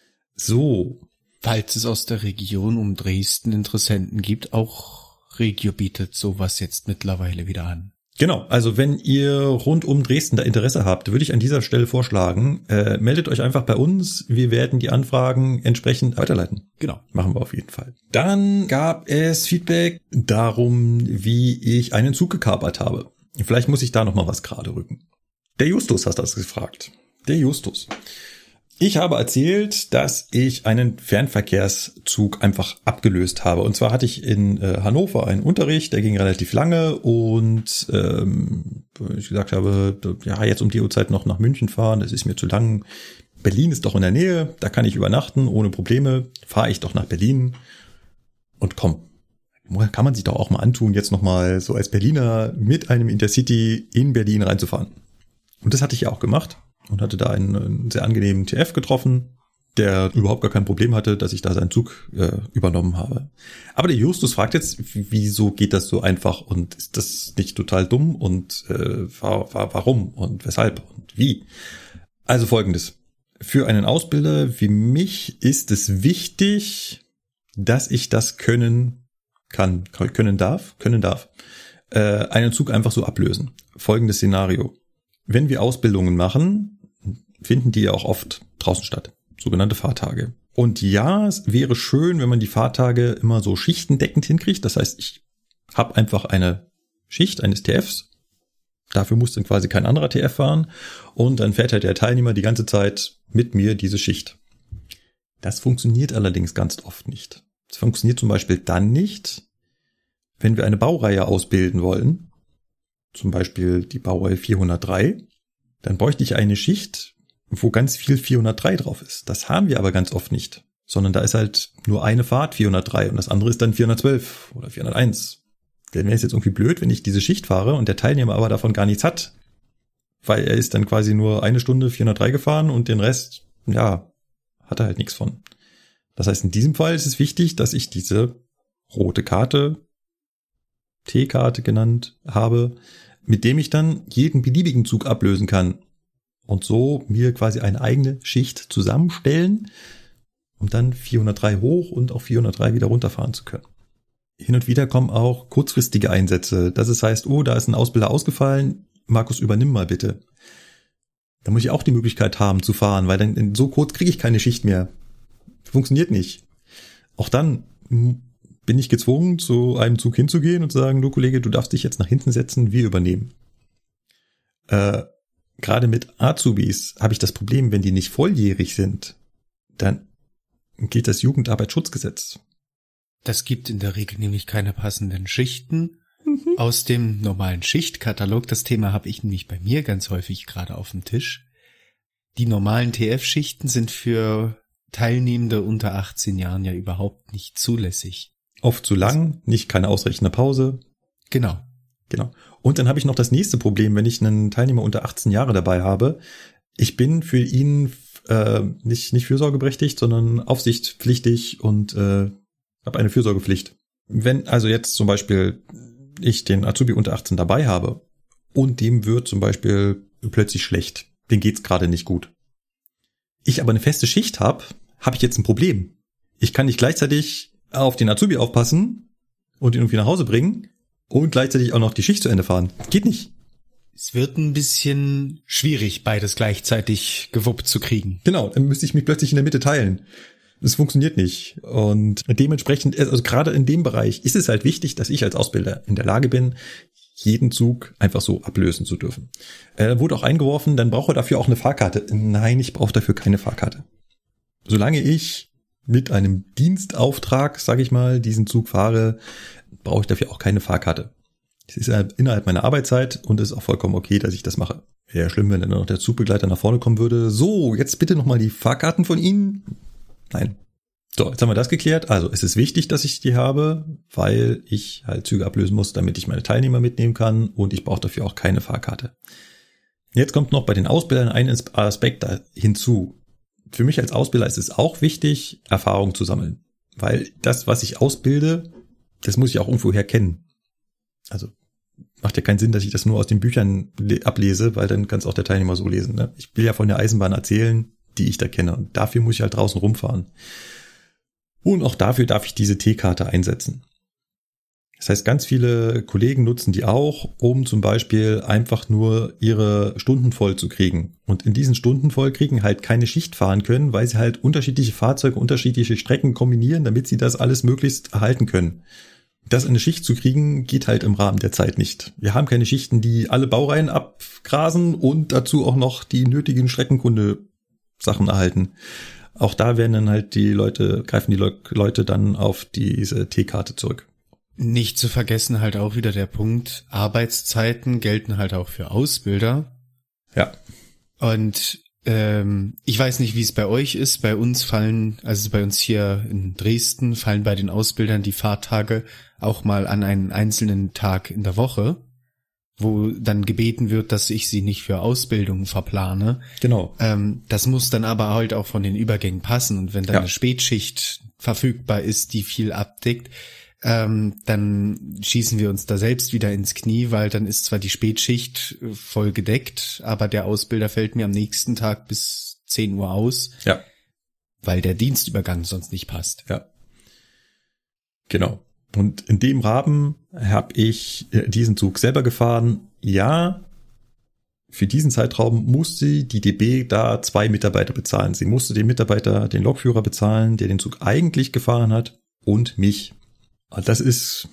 So. Falls es aus der Region um Dresden Interessenten gibt, auch Regio bietet sowas jetzt mittlerweile wieder an. Genau, also wenn ihr rund um Dresden da Interesse habt, würde ich an dieser Stelle vorschlagen, meldet euch einfach bei uns. Wir werden die Anfragen entsprechend weiterleiten. Genau. Machen wir auf jeden Fall. Dann gab es Feedback darum, wie ich einen Zug gekapert habe. Vielleicht muss ich da nochmal was gerade rücken. Der Justus hat das gefragt. Der Justus. Ich habe erzählt, dass ich einen Fernverkehrszug einfach abgelöst habe. Und zwar hatte ich in Hannover einen Unterricht, der ging relativ lange und ich gesagt habe, ja, jetzt um die Uhrzeit noch nach München fahren, das ist mir zu lang. Berlin ist doch in der Nähe, da kann ich übernachten, ohne Probleme. Fahre ich doch nach Berlin und komm, kann man sich doch auch mal antun, jetzt nochmal so als Berliner mit einem Intercity in Berlin reinzufahren. Und das hatte ich ja auch gemacht. Und hatte da einen sehr angenehmen TF getroffen, der überhaupt gar kein Problem hatte, dass ich da seinen Zug übernommen habe. Aber der Justus fragt jetzt, wieso geht das so einfach und ist das nicht total dumm und warum und weshalb und wie? Also Folgendes. Für einen Ausbilder wie mich ist es wichtig, dass ich das können darf, einen Zug einfach so ablösen. Folgendes Szenario. Wenn wir Ausbildungen machen, finden die ja auch oft draußen statt, sogenannte Fahrtage. Und ja, es wäre schön, wenn man die Fahrtage immer so schichtendeckend hinkriegt. Das heißt, ich habe einfach eine Schicht eines TFs. Dafür muss dann quasi kein anderer TF fahren. Und dann fährt halt der Teilnehmer die ganze Zeit mit mir diese Schicht. Das funktioniert allerdings ganz oft nicht. Es funktioniert zum Beispiel dann nicht, wenn wir eine Baureihe ausbilden wollen. Zum Beispiel die Baureihe 403. Dann bräuchte ich eine Schicht, wo ganz viel 403 drauf ist. Das haben wir aber ganz oft nicht, sondern da ist halt nur eine Fahrt 403 und das andere ist dann 412 oder 401. Dann wäre es jetzt irgendwie blöd, wenn ich diese Schicht fahre und der Teilnehmer aber davon gar nichts hat, weil er ist dann quasi nur eine Stunde 403 gefahren und den Rest, ja, hat er halt nichts von. Das heißt, in diesem Fall ist es wichtig, dass ich diese rote Karte, T-Karte genannt habe, mit dem ich dann jeden beliebigen Zug ablösen kann. Und so mir quasi eine eigene Schicht zusammenstellen, um dann 403 hoch und auch 403 wieder runterfahren zu können. Hin und wieder kommen auch kurzfristige Einsätze. Das heißt, oh, da ist ein Ausbilder ausgefallen, Markus, übernimm mal bitte. Da muss ich auch die Möglichkeit haben zu fahren, weil dann so kurz kriege ich keine Schicht mehr. Funktioniert nicht. Auch dann bin ich gezwungen, zu einem Zug hinzugehen und zu sagen, du Kollege, du darfst dich jetzt nach hinten setzen, wir übernehmen. Gerade mit Azubis habe ich das Problem, wenn die nicht volljährig sind, dann gilt das Jugendarbeitsschutzgesetz. Das gibt in der Regel nämlich keine passenden Schichten. Aus dem normalen Schichtkatalog, das Thema habe ich nämlich bei mir ganz häufig gerade auf dem Tisch. Die normalen TF-Schichten sind für Teilnehmende unter 18 Jahren ja überhaupt nicht zulässig. Oft zu lang, nicht keine ausreichende Pause. Genau. Und dann habe ich noch das nächste Problem, wenn ich einen Teilnehmer unter 18 Jahre dabei habe. Ich bin für ihn nicht fürsorgeberechtigt, sondern aufsichtspflichtig und habe eine Fürsorgepflicht. Wenn also jetzt zum Beispiel ich den Azubi unter 18 dabei habe und dem wird zum Beispiel plötzlich schlecht, dem geht's gerade nicht gut. Ich aber eine feste Schicht habe ich jetzt ein Problem. Ich kann nicht gleichzeitig auf den Azubi aufpassen und ihn irgendwie nach Hause bringen und gleichzeitig auch noch die Schicht zu Ende fahren. Geht nicht. Es wird ein bisschen schwierig, beides gleichzeitig gewuppt zu kriegen. Genau, dann müsste ich mich plötzlich in der Mitte teilen. Das funktioniert nicht. Und dementsprechend, also gerade in dem Bereich ist es halt wichtig, dass ich als Ausbilder in der Lage bin, jeden Zug einfach so ablösen zu dürfen. Wurde auch eingeworfen, dann braucht er dafür auch eine Fahrkarte. Nein, ich brauche dafür keine Fahrkarte. Solange ich mit einem Dienstauftrag, sage ich mal, diesen Zug fahre, brauche ich dafür auch keine Fahrkarte. Es ist innerhalb meiner Arbeitszeit und es ist auch vollkommen okay, dass ich das mache. Wäre schlimm, wenn dann noch der Zugbegleiter nach vorne kommen würde. So, jetzt bitte nochmal die Fahrkarten von Ihnen. Nein. So, jetzt haben wir das geklärt. Also es ist wichtig, dass ich die habe, weil ich halt Züge ablösen muss, damit ich meine Teilnehmer mitnehmen kann und ich brauche dafür auch keine Fahrkarte. Jetzt kommt noch bei den Ausbildern ein Aspekt hinzu. Für mich als Ausbilder ist es auch wichtig, Erfahrung zu sammeln, weil das, was ich ausbilde, das muss ich auch irgendwoher kennen. Also macht ja keinen Sinn, dass ich das nur aus den Büchern ablese, weil dann kann es auch der Teilnehmer so lesen. Ne? Ich will ja von der Eisenbahn erzählen, die ich da kenne. Und dafür muss ich halt draußen rumfahren. Und auch dafür darf ich diese T-Karte einsetzen. Das heißt, ganz viele Kollegen nutzen die auch, um zum Beispiel einfach nur ihre Stunden voll zu kriegen. Und in diesen Stunden voll kriegen halt keine Schicht fahren können, weil sie halt unterschiedliche Fahrzeuge, unterschiedliche Strecken kombinieren, damit sie das alles möglichst erhalten können. Das in eine Schicht zu kriegen, geht halt im Rahmen der Zeit nicht. Wir haben keine Schichten, die alle Baureihen abgrasen und dazu auch noch die nötigen Streckenkunde-Sachen erhalten. Auch da werden dann halt greifen die Leute dann auf diese T-Karte zurück. Nicht zu vergessen halt auch wieder der Punkt, Arbeitszeiten gelten halt auch für Ausbilder. Ja. Und ich weiß nicht, wie es bei euch ist. Bei uns hier in Dresden fallen bei den Ausbildern die Fahrtage auch mal an einen einzelnen Tag in der Woche, wo dann gebeten wird, dass ich sie nicht für Ausbildungen verplane. Genau. Das muss dann aber halt auch von den Übergängen passen. Und wenn dann eine Spätschicht verfügbar ist, die viel abdeckt, dann schießen wir uns da selbst wieder ins Knie, weil dann ist zwar die Spätschicht voll gedeckt, aber der Ausbilder fällt mir am nächsten Tag bis 10 Uhr aus, weil der Dienstübergang sonst nicht passt. Ja, genau. Und in dem Rahmen habe ich diesen Zug selber gefahren. Ja, für diesen Zeitraum musste die DB da 2 Mitarbeiter bezahlen. Sie musste den Mitarbeiter, den Lokführer bezahlen, der den Zug eigentlich gefahren hat, und mich. Das ist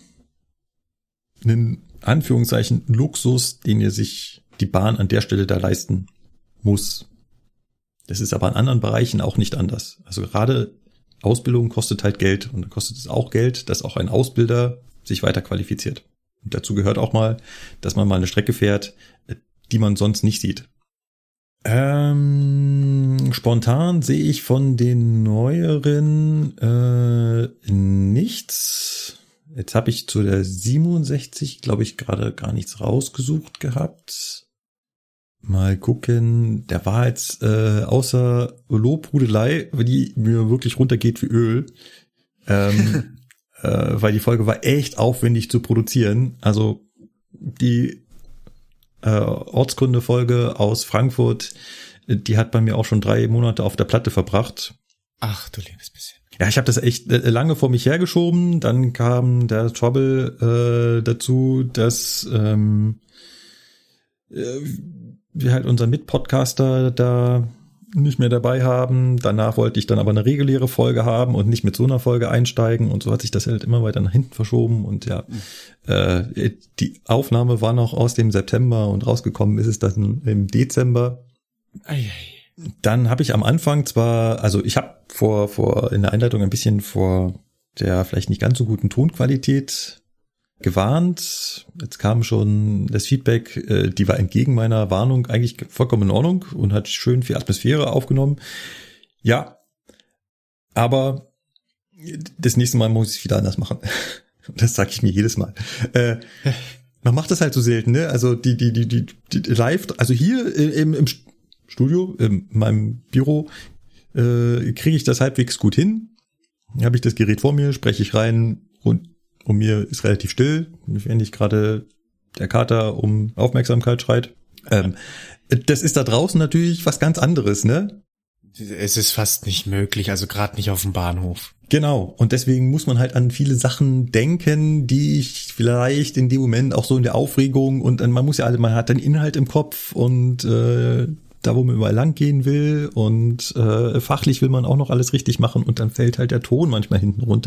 ein Anführungszeichen Luxus, den ihr sich die Bahn an der Stelle da leisten muss. Das ist aber in anderen Bereichen auch nicht anders. Also gerade Ausbildung kostet halt Geld, und da kostet es auch Geld, dass auch ein Ausbilder sich weiter qualifiziert. Und dazu gehört auch mal, dass man mal eine Strecke fährt, die man sonst nicht sieht. Spontan sehe ich von den neueren nichts. Jetzt habe ich zu der 67, glaube ich, gerade gar nichts rausgesucht gehabt. Mal gucken. Der war jetzt außer Lobhudelei, die mir wirklich runtergeht wie Öl. Weil die Folge war echt aufwendig zu produzieren. Also die Ortskunde-Folge aus Frankfurt, die hat bei mir auch schon 3 Monate auf der Platte verbracht. Ach, du liebes bisschen. Ja, ich habe das echt lange vor mich hergeschoben. Dann kam der Trouble dazu, dass wir halt unseren Mitpodcaster da nicht mehr dabei haben. Danach wollte ich dann aber eine reguläre Folge haben und nicht mit so einer Folge einsteigen, und so hat sich das halt immer weiter nach hinten verschoben, und die Aufnahme war noch aus dem September und rausgekommen ist es dann im Dezember. Dann habe ich am Anfang ich habe vor in der Einleitung ein bisschen vor der vielleicht nicht ganz so guten Tonqualität gewarnt. Jetzt kam schon das Feedback, die war entgegen meiner Warnung eigentlich vollkommen in Ordnung und hat schön viel Atmosphäre aufgenommen. Ja, aber das nächste Mal muss ich es wieder anders machen. Das sage ich mir jedes Mal. Man macht das halt so selten, ne? Also die live, also hier im Studio, in meinem Büro, kriege ich das halbwegs gut hin. Habe ich das Gerät vor mir, spreche ich rein, und um mir ist relativ still, wenn nicht gerade der Kater um Aufmerksamkeit schreit. Das ist da draußen natürlich was ganz anderes, ne? Es ist fast nicht möglich, also gerade nicht auf dem Bahnhof. Genau, und deswegen muss man halt an viele Sachen denken, die ich vielleicht in dem Moment auch so in der Aufregung, und man hat den Inhalt im Kopf und da, wo man überall lang gehen will, und fachlich will man auch noch alles richtig machen, und dann fällt halt der Ton manchmal hinten runter.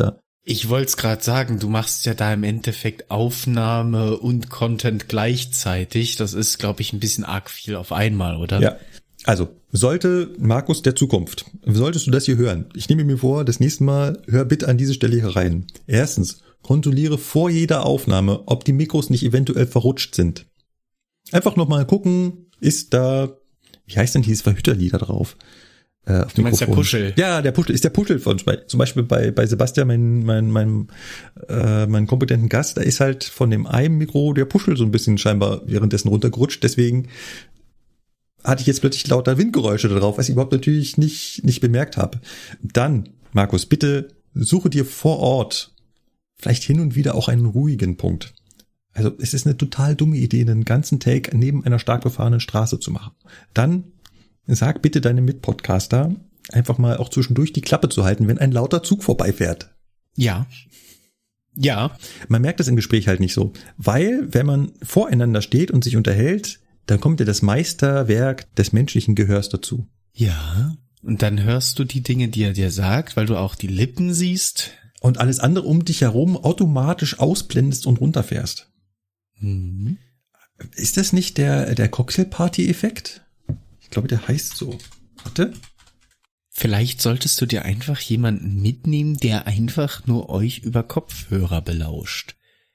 Ich wollte es gerade sagen, du machst ja da im Endeffekt Aufnahme und Content gleichzeitig. Das ist, glaube ich, ein bisschen arg viel auf einmal, oder? Ja, also sollte Markus der Zukunft, solltest du das hier hören, ich nehme mir vor, das nächste Mal hör bitte an diese Stelle hier rein. Erstens, kontrolliere vor jeder Aufnahme, ob die Mikros nicht eventuell verrutscht sind. Einfach nochmal gucken, ist da, wie heißt denn dieses Verhüterlied da drauf? Du meinst der Puschel? Ja, der Puschel ist der Puschel von zum Beispiel bei Sebastian, mein kompetenten Gast, da ist halt von dem einen Mikro der Puschel so ein bisschen scheinbar währenddessen runtergerutscht, deswegen hatte ich jetzt plötzlich lauter Windgeräusche da drauf, was ich überhaupt natürlich nicht bemerkt habe. Dann, Markus, bitte suche dir vor Ort vielleicht hin und wieder auch einen ruhigen Punkt. Also es ist eine total dumme Idee, einen ganzen Take neben einer stark befahrenen Straße zu machen. Dann sag bitte deinem Mitpodcaster, einfach mal auch zwischendurch die Klappe zu halten, wenn ein lauter Zug vorbeifährt. Ja. Ja. Man merkt das im Gespräch halt nicht so. Weil, wenn man voreinander steht und sich unterhält, dann kommt ja das Meisterwerk des menschlichen Gehörs dazu. Ja. Und dann hörst du die Dinge, die er dir sagt, weil du auch die Lippen siehst. Und alles andere um dich herum automatisch ausblendest und runterfährst. Mhm. Ist das nicht der Cocktailparty-Effekt? Ich glaube, der heißt so. Warte. Vielleicht solltest du dir einfach jemanden mitnehmen, der einfach nur euch über Kopfhörer belauscht.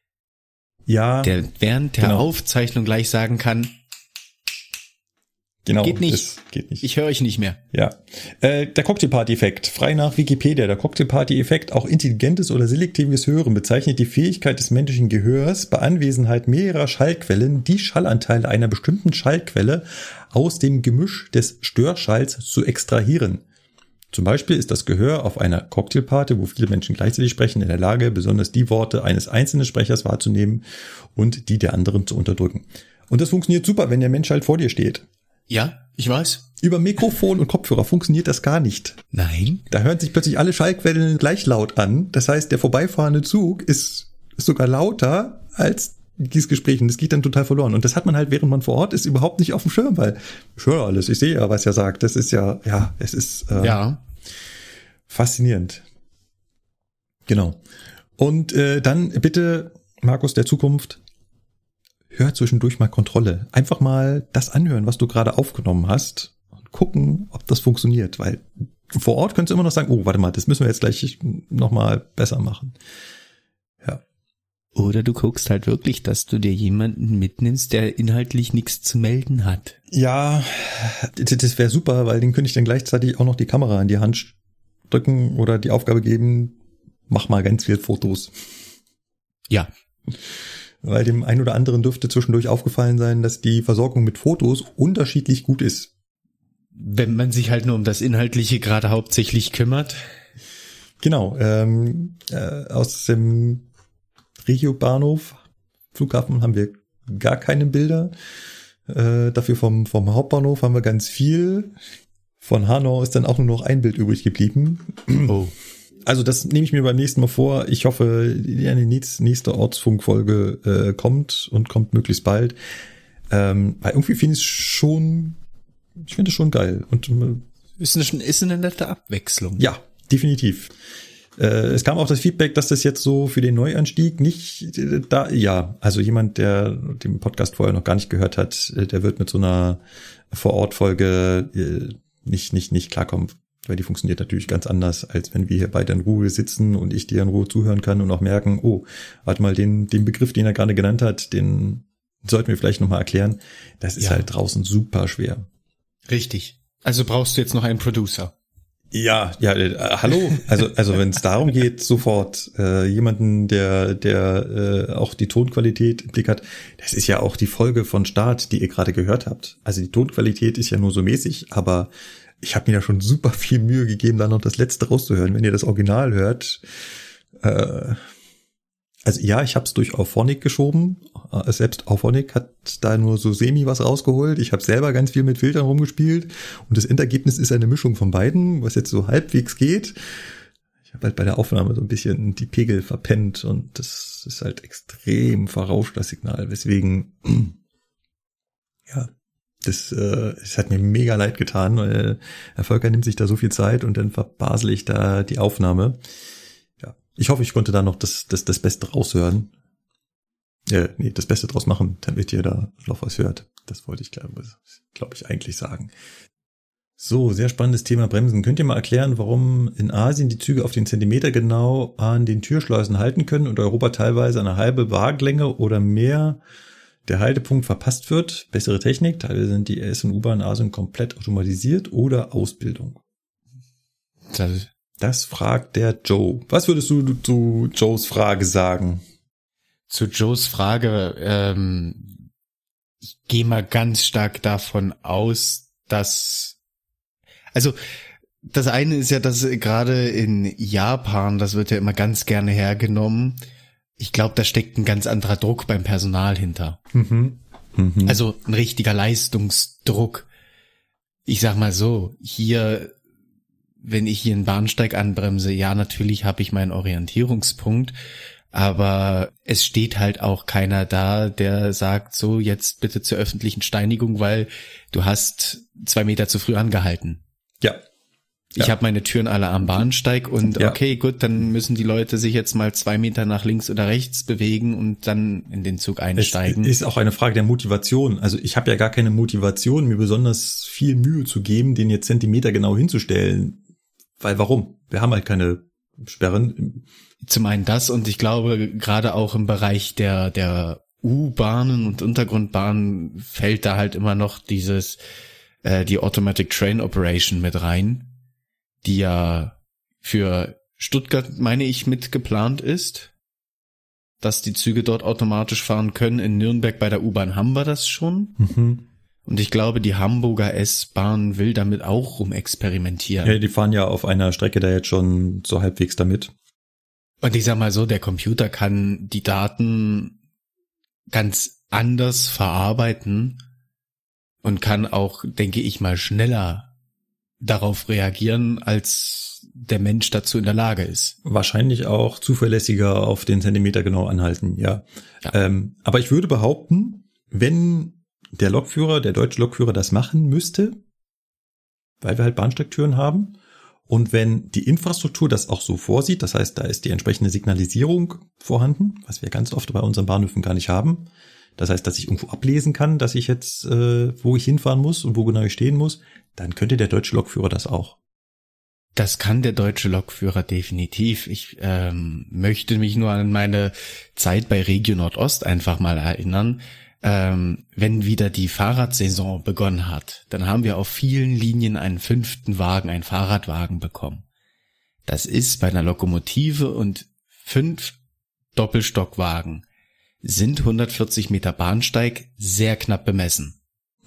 Ja. Der während der Aufzeichnung gleich sagen kann, genau, geht nicht. Das geht nicht. Ich höre euch nicht mehr. Ja. Der Cocktailparty-Effekt. Frei nach Wikipedia. Der Cocktailparty-Effekt, auch intelligentes oder selektives Hören, bezeichnet die Fähigkeit des menschlichen Gehörs, bei Anwesenheit mehrerer Schallquellen die Schallanteile einer bestimmten Schallquelle aus dem Gemisch des Störschalls zu extrahieren. Zum Beispiel ist das Gehör auf einer Cocktailparty, wo viele Menschen gleichzeitig sprechen, in der Lage, besonders die Worte eines einzelnen Sprechers wahrzunehmen und die der anderen zu unterdrücken. Und das funktioniert super, wenn der Mensch halt vor dir steht. Ja, ich weiß. Über Mikrofon und Kopfhörer funktioniert das gar nicht. Nein. Da hören sich plötzlich alle Schallquellen gleich laut an. Das heißt, der vorbeifahrende Zug ist sogar lauter als dieses Gespräch. Und das geht dann total verloren. Und das hat man halt, während man vor Ort ist, überhaupt nicht auf dem Schirm, weil ich höre alles, ich sehe ja, was er sagt. Das ist es ist faszinierend. Genau. Und dann bitte, Markus der Zukunft, hör zwischendurch mal Kontrolle. Einfach mal das anhören, was du gerade aufgenommen hast und gucken, ob das funktioniert. Weil vor Ort könntest du immer noch sagen, oh, warte mal, das müssen wir jetzt gleich nochmal besser machen. Ja. Oder du guckst halt wirklich, dass du dir jemanden mitnimmst, der inhaltlich nichts zu melden hat. Ja, das wäre super, weil den könnte ich dann gleichzeitig auch noch die Kamera in die Hand drücken oder die Aufgabe geben, mach mal ganz viel Fotos. Ja. Weil dem einen oder anderen dürfte zwischendurch aufgefallen sein, dass die Versorgung mit Fotos unterschiedlich gut ist. Wenn man sich halt nur um das Inhaltliche gerade hauptsächlich kümmert. Genau, aus dem Regio-Bahnhof, Flughafen haben wir gar keine Bilder. Dafür vom Hauptbahnhof haben wir ganz viel. Von Hanau ist dann auch nur noch ein Bild übrig geblieben. Oh. Also das nehme ich mir beim nächsten Mal vor. Ich hoffe, die nächste Ortsfunkfolge kommt möglichst bald. Weil irgendwie finde ich es schon geil. Und ist eine nette Abwechslung. Ja, definitiv. Es kam auch das Feedback, dass das jetzt so für den Neuanstieg nicht also jemand, der den Podcast vorher noch gar nicht gehört hat, der wird mit so einer Vor-Ort-Folge nicht klarkommen. Weil die funktioniert natürlich ganz anders, als wenn wir hier beide in Ruhe sitzen und ich dir in Ruhe zuhören kann und auch merken, oh, warte mal, den Begriff, den er gerade genannt hat, den sollten wir vielleicht nochmal erklären. Das ist halt draußen super schwer. Richtig. Also brauchst du jetzt noch einen Producer. Ja, hallo. Also wenn es darum geht, sofort jemanden, der auch die Tonqualität im Blick hat. Das ist ja auch die Folge von Start, die ihr gerade gehört habt. Also die Tonqualität ist ja nur so mäßig, aber ich habe mir da schon super viel Mühe gegeben, da noch das Letzte rauszuhören. Wenn ihr das Original hört, also ja, ich habe es durch Auphonic geschoben. Selbst Auphonic hat da nur so semi was rausgeholt. Ich habe selber ganz viel mit Filtern rumgespielt und das Endergebnis ist eine Mischung von beiden, was jetzt so halbwegs geht. Ich habe halt bei der Aufnahme so ein bisschen die Pegel verpennt und das ist halt extrem verrauscht, das Signal. Weswegen, ja, das hat mir mega leid getan, weil Herr Volker nimmt sich da so viel Zeit und dann verbasel ich da die Aufnahme. Ja, Ich hoffe, ich konnte da noch das Beste raushören. Das Beste draus machen, damit ihr da noch was hört. Das wollte ich, glaube ich, eigentlich sagen. So, sehr spannendes Thema Bremsen. Könnt ihr mal erklären, warum in Asien die Züge auf den Zentimeter genau an den Türschleusen halten können und Europa teilweise eine halbe Wagenlänge oder mehr der Haltepunkt verpasst wird? Bessere Technik, teilweise sind die S- und U-Bahn in Asien komplett automatisiert oder Ausbildung? Das fragt der Joe. Was würdest du zu Joes Frage sagen? Zu Joes Frage, ich gehe mal ganz stark davon aus, dass, also das eine ist ja, dass gerade in Japan, das wird ja immer ganz gerne hergenommen, ich glaube, da steckt ein ganz anderer Druck beim Personal hinter. Also ein richtiger Leistungsdruck. Ich sag mal so, hier, wenn ich hier einen Bahnsteig anbremse, ja, natürlich habe ich meinen Orientierungspunkt, aber es steht halt auch keiner da, der sagt, so, jetzt bitte zur öffentlichen Steinigung, weil du hast 2 Meter zu früh angehalten. Ja. Ich habe meine Türen alle am Bahnsteig und okay, gut, dann müssen die Leute sich jetzt mal 2 Meter nach links oder rechts bewegen und dann in den Zug einsteigen. Es ist auch eine Frage der Motivation. Also ich habe ja gar keine Motivation, mir besonders viel Mühe zu geben, den jetzt Zentimeter genau hinzustellen. Weil warum? Wir haben halt keine Sperren. Zum einen das und ich glaube, gerade auch im Bereich der U-Bahnen und Untergrundbahnen fällt da halt immer noch die Automatic Train Operation mit rein, die ja für Stuttgart, meine ich, mit geplant ist, dass die Züge dort automatisch fahren können. In Nürnberg bei der U-Bahn haben wir das schon. Und ich glaube, die Hamburger S-Bahn will damit auch rumexperimentieren. Ja, die fahren ja auf einer Strecke da jetzt schon so halbwegs damit. Und ich sag mal so, der Computer kann die Daten ganz anders verarbeiten und kann auch, denke ich mal, schneller darauf reagieren, als der Mensch dazu in der Lage ist. Wahrscheinlich auch zuverlässiger auf den Zentimeter genau anhalten, ja. Aber ich würde behaupten, wenn der deutsche Lokführer das machen müsste, weil wir halt Bahnsteigtüren haben, und wenn die Infrastruktur das auch so vorsieht, das heißt, da ist die entsprechende Signalisierung vorhanden, was wir ganz oft bei unseren Bahnhöfen gar nicht haben. Das heißt, dass ich irgendwo ablesen kann, dass ich jetzt, wo ich hinfahren muss und wo genau ich stehen muss, dann könnte der deutsche Lokführer das auch. Das kann der deutsche Lokführer definitiv. Ich möchte mich nur an meine Zeit bei Regio Nordost einfach mal erinnern. Wenn wieder die Fahrradsaison begonnen hat, dann haben wir auf vielen Linien einen 5. Wagen, einen Fahrradwagen bekommen. Das ist bei einer Lokomotive und 5 Doppelstockwagen sind 140 Meter Bahnsteig sehr knapp bemessen.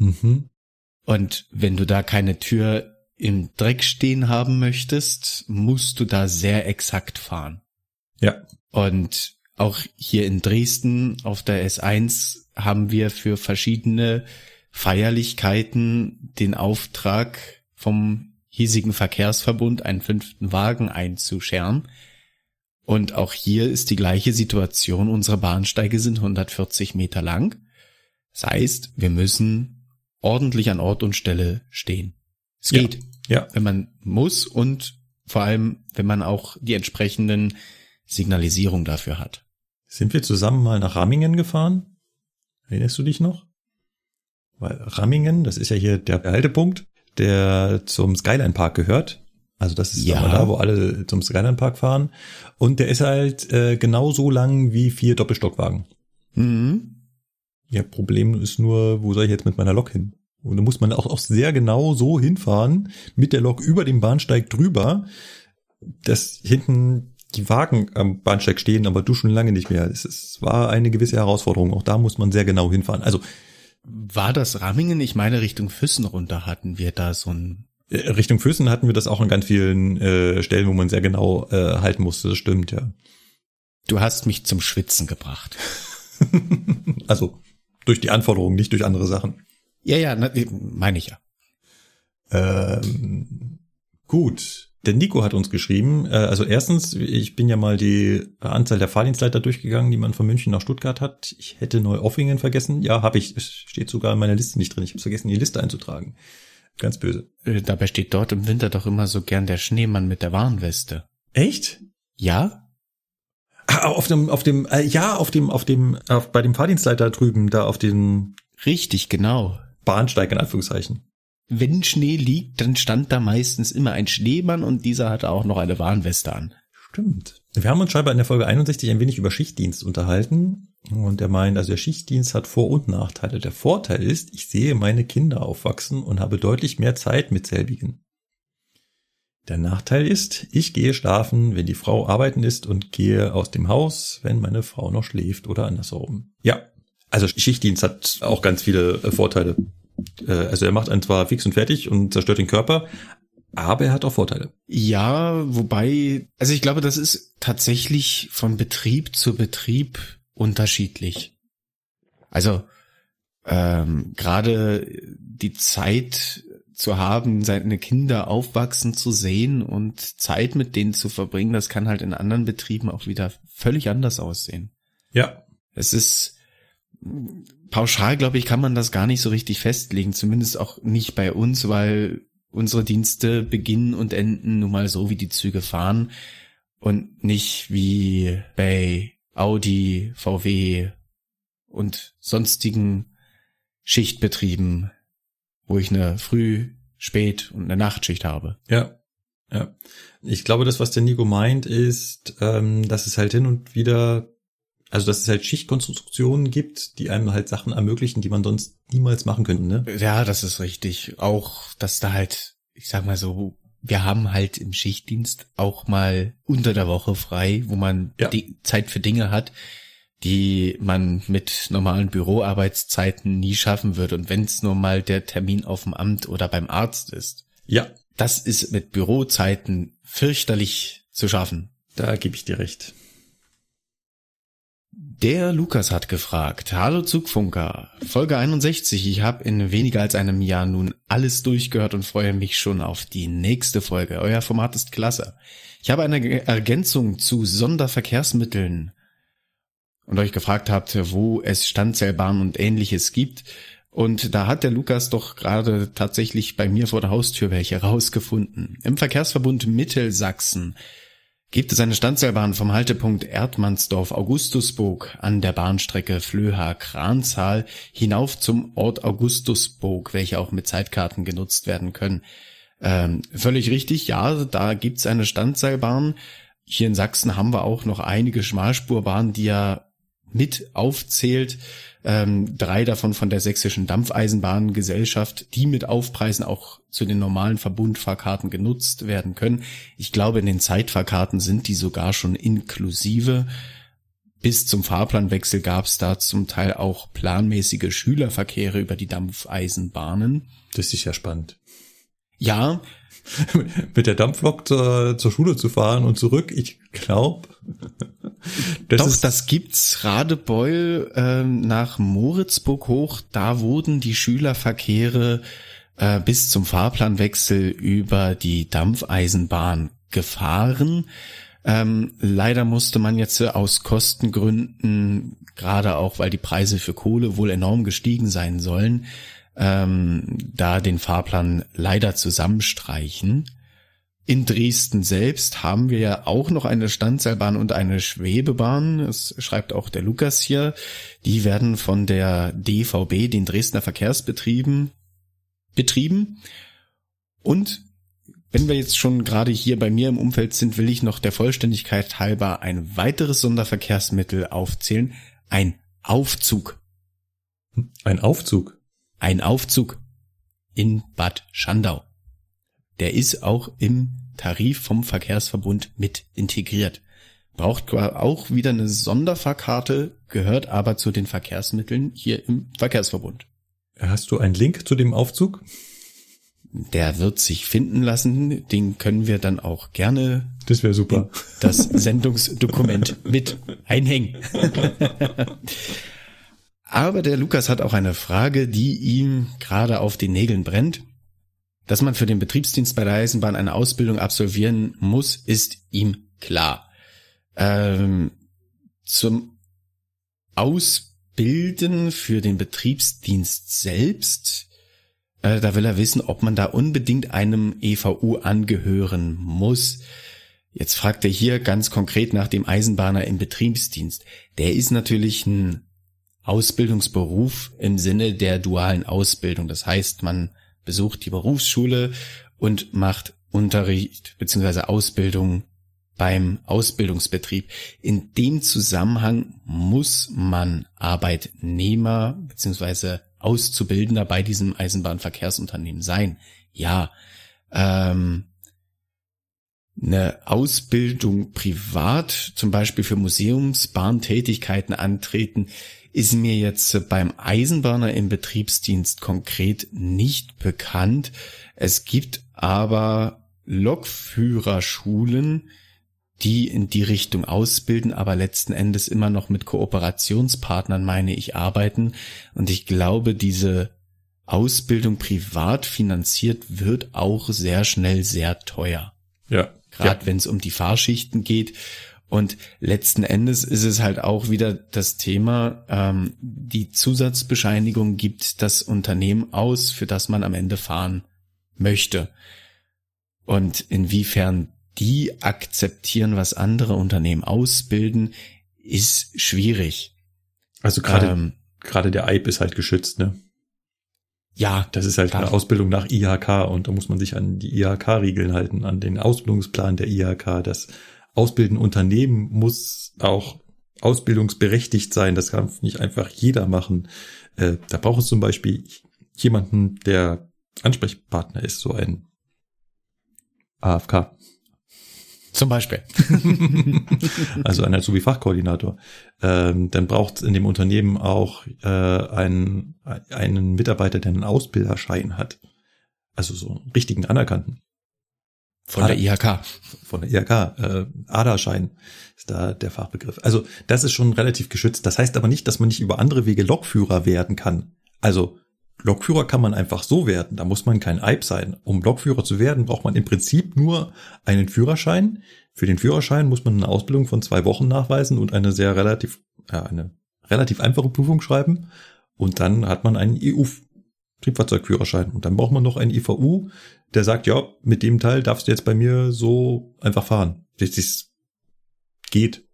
Und wenn du da keine Tür im Dreck stehen haben möchtest, musst du da sehr exakt fahren. Ja. Und auch hier in Dresden auf der S1 haben wir für verschiedene Feierlichkeiten den Auftrag vom hiesigen Verkehrsverbund, einen 5. Wagen einzuscheren. Und auch hier ist die gleiche Situation. Unsere Bahnsteige sind 140 Meter lang. Das heißt, wir müssen ordentlich an Ort und Stelle stehen. Es geht, wenn man muss und vor allem, wenn man auch die entsprechenden Signalisierung dafür hat. Sind wir zusammen mal nach Rammingen gefahren? Erinnerst du dich noch? Weil Rammingen, das ist ja hier der Haltepunkt, der zum Skyline Park gehört. Also das ist da, wo alle zum Skyline Park fahren. Und der ist halt genauso lang wie 4 Doppelstockwagen. Ja, Problem ist nur, wo soll ich jetzt mit meiner Lok hin? Und da muss man auch sehr genau so hinfahren, mit der Lok über dem Bahnsteig drüber, dass hinten die Wagen am Bahnsteig stehen, aber du schon lange nicht mehr. Es war eine gewisse Herausforderung. Auch da muss man sehr genau hinfahren. Also war das Rammingen? Ich meine, Richtung Füssen runter hatten wir da so ein... Richtung Füssen hatten wir das auch an ganz vielen Stellen, wo man sehr genau halten musste. Das stimmt, ja. Du hast mich zum Schwitzen gebracht. Also durch die Anforderungen, nicht durch andere Sachen. Ja, meine ich ja. Gut. Der Nico hat uns geschrieben, also erstens, ich bin ja mal die Anzahl der Fahrdienstleiter durchgegangen, die man von München nach Stuttgart hat. Ich hätte Neu-Offingen vergessen. Ja, habe ich. Es steht sogar in meiner Liste nicht drin. Ich habe vergessen, die Liste einzutragen. Ganz böse. Dabei steht dort im Winter doch immer so gern der Schneemann mit der Warnweste. Echt? Ja? bei dem Fahrdienstleiter drüben, da auf dem Richtig, genau. Bahnsteig in Anführungszeichen. Wenn Schnee liegt, dann stand da meistens immer ein Schneemann und dieser hatte auch noch eine Warnweste an. Stimmt. Wir haben uns scheinbar in der Folge 61 ein wenig über Schichtdienst unterhalten und er meint, also der Schichtdienst hat Vor- und Nachteile. Der Vorteil ist, ich sehe meine Kinder aufwachsen und habe deutlich mehr Zeit mit selbigen. Der Nachteil ist, ich gehe schlafen, wenn die Frau arbeiten ist und gehe aus dem Haus, wenn meine Frau noch schläft oder andersherum. Ja, also Schichtdienst hat auch ganz viele Vorteile. Also er macht einen zwar fix und fertig und zerstört den Körper, aber er hat auch Vorteile. Ja, wobei, also ich glaube, das ist tatsächlich von Betrieb zu Betrieb unterschiedlich. Also gerade die Zeit zu haben, seine Kinder aufwachsen zu sehen und Zeit mit denen zu verbringen, das kann halt in anderen Betrieben auch wieder völlig anders aussehen. Ja. Es ist pauschal, glaube ich, kann man das gar nicht so richtig festlegen, zumindest auch nicht bei uns, weil unsere Dienste beginnen und enden nun mal so, wie die Züge fahren und nicht wie bei Audi, VW und sonstigen Schichtbetrieben, wo ich eine Früh-, Spät- und eine Nachtschicht habe. Ja, ja. Ich glaube, das, was der Nico meint, ist, dass es halt hin und wieder, also dass es halt Schichtkonstruktionen gibt, die einem halt Sachen ermöglichen, die man sonst niemals machen könnte, ne? Ja, das ist richtig. Auch, dass da halt, ich sag mal so, wir haben halt im Schichtdienst auch mal unter der Woche frei, wo man die Zeit für Dinge hat, die man mit normalen Büroarbeitszeiten nie schaffen würde. Und wenn es nur mal der Termin auf dem Amt oder beim Arzt ist. Ja. Das ist mit Bürozeiten fürchterlich zu schaffen. Da gebe ich dir recht. Der Lukas hat gefragt, hallo Zugfunker, Folge 61, ich habe in weniger als einem Jahr nun alles durchgehört und freue mich schon auf die nächste Folge. Euer Format ist klasse. Ich habe eine Ergänzung zu Sonderverkehrsmitteln und euch gefragt habt, wo es Standseilbahnen und Ähnliches gibt. Und da hat der Lukas doch gerade tatsächlich bei mir vor der Haustür welche rausgefunden. Im Verkehrsverbund Mittelsachsen gibt es eine Standseilbahn vom Haltepunkt Erdmannsdorf-Augustusburg an der Bahnstrecke Flöha-Kranzahl hinauf zum Ort Augustusburg, welche auch mit Zeitkarten genutzt werden können. Völlig richtig, ja, da gibt's eine Standseilbahn. Hier in Sachsen haben wir auch noch einige Schmalspurbahnen, die ja mit aufzählt. 3 davon von der Sächsischen Dampfeisenbahngesellschaft, die mit Aufpreisen auch zu den normalen Verbundfahrkarten genutzt werden können. Ich glaube, in den Zeitfahrkarten sind die sogar schon inklusive. Bis zum Fahrplanwechsel gab es da zum Teil auch planmäßige Schülerverkehre über die Dampfeisenbahnen. Das ist ja spannend. Ja. Mit der Dampflok zur Schule zu fahren und zurück, ich glaube. Das gibt's. Radebeul nach Moritzburg hoch, da wurden die Schülerverkehre bis zum Fahrplanwechsel über die Dampfeisenbahn gefahren. Leider musste man jetzt aus Kostengründen, gerade auch weil die Preise für Kohle wohl enorm gestiegen sein sollen, da den Fahrplan leider zusammenstreichen. In Dresden selbst haben wir ja auch noch eine Standseilbahn und eine Schwebebahn. Das schreibt auch der Lukas hier. Die werden von der DVB, den Dresdner Verkehrsbetrieben, betrieben. Und wenn wir jetzt schon gerade hier bei mir im Umfeld sind, will ich noch der Vollständigkeit halber ein weiteres Sonderverkehrsmittel aufzählen. Ein Aufzug. Ein Aufzug? Ein Aufzug in Bad Schandau. Der ist auch im Tarif vom Verkehrsverbund mit integriert. Braucht auch wieder eine Sonderfahrkarte, gehört aber zu den Verkehrsmitteln hier im Verkehrsverbund. Hast du einen Link zu dem Aufzug? Der wird sich finden lassen. Den können wir dann auch gerne. Das wäre super. Das Sendungsdokument mit einhängen. Aber der Lukas hat auch eine Frage, die ihm gerade auf den Nägeln brennt. Dass man für den Betriebsdienst bei der Eisenbahn eine Ausbildung absolvieren muss, ist ihm klar. Zum Ausbilden für den Betriebsdienst selbst, da will er wissen, ob man da unbedingt einem EVU angehören muss. Jetzt fragt er hier ganz konkret nach dem Eisenbahner im Betriebsdienst. Der ist natürlich ein Ausbildungsberuf im Sinne der dualen Ausbildung. Das heißt, man besucht die Berufsschule und macht Unterricht bzw. Ausbildung beim Ausbildungsbetrieb. In dem Zusammenhang muss man Arbeitnehmer bzw. Auszubildender bei diesem Eisenbahnverkehrsunternehmen sein. Ja, eine Ausbildung privat, zum Beispiel für Museumsbahntätigkeiten antreten, ist mir jetzt beim Eisenbahner im Betriebsdienst konkret nicht bekannt. Es gibt aber Lokführerschulen, die in die Richtung ausbilden, aber letzten Endes immer noch mit Kooperationspartnern, meine ich, arbeiten. Und ich glaube, diese Ausbildung privat finanziert wird auch sehr schnell sehr teuer. Ja. Gerade wenn es um die Fahrschichten geht. Und letzten Endes ist es halt auch wieder das Thema, die Zusatzbescheinigung gibt das Unternehmen aus, für das man am Ende fahren möchte. Und inwiefern die akzeptieren, was andere Unternehmen ausbilden, ist schwierig. Also gerade der EIB ist halt geschützt, ne? Ja. Das ist halt eine Ausbildung nach IHK und da muss man sich an die IHK-Regeln halten, an den Ausbildungsplan der IHK. Das ausbildende Unternehmen muss auch ausbildungsberechtigt sein. Das kann nicht einfach jeder machen. Da braucht es zum Beispiel jemanden, der Ansprechpartner ist, so ein AFK. Zum Beispiel. Also ein Azubi-Fachkoordinator. Dann braucht es in dem Unternehmen auch einen Mitarbeiter, der einen Ausbilderschein hat. Also so einen richtigen anerkannten. Von der IHK. Von der IHK. ADA-Schein ist da der Fachbegriff. Also das ist schon relativ geschützt. Das heißt aber nicht, dass man nicht über andere Wege Lokführer werden kann. Also Lokführer kann man einfach so werden. Da muss man kein EIB sein. Um Lokführer zu werden, braucht man im Prinzip nur einen Führerschein. Für den Führerschein muss man eine Ausbildung von 2 Wochen nachweisen und eine relativ einfache Prüfung schreiben. Und dann hat man einen EU-Triebfahrzeugführerschein. Und dann braucht man noch einen IVU, der sagt, ja, mit dem Teil darfst du jetzt bei mir so einfach fahren. Das geht.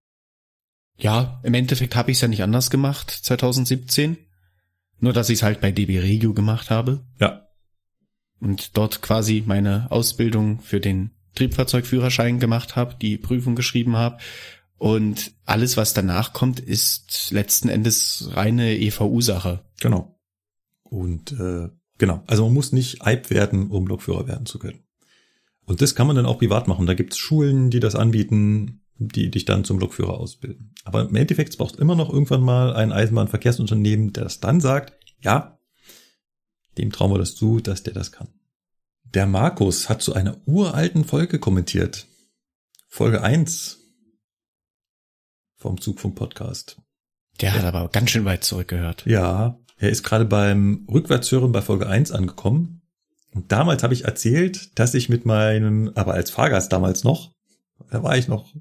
Ja, im Endeffekt habe ich es ja nicht anders gemacht, 2017. Nur, dass ich es halt bei DB Regio gemacht habe. Ja. Und dort quasi meine Ausbildung für den Triebfahrzeugführerschein gemacht habe, die Prüfung geschrieben habe. Und alles, was danach kommt, ist letzten Endes reine EVU-Sache. Genau. Und genau, also man muss nicht EIB werden, um Lokführer werden zu können. Und das kann man dann auch privat machen. Da gibt's Schulen, die das anbieten, die dich dann zum Lokführer ausbilden. Aber im Endeffekt brauchst du immer noch irgendwann mal ein Eisenbahnverkehrsunternehmen, der das dann sagt, ja, dem trauen wir das zu, dass der das kann. Der Markus hat zu einer uralten Folge kommentiert. Folge 1 vom Zugfunk-Podcast. Der hat aber ganz schön weit zurückgehört. Ja, er ist gerade beim Rückwärtshören bei Folge 1 angekommen. Und damals habe ich erzählt, dass ich mit aber als Fahrgast damals noch, da war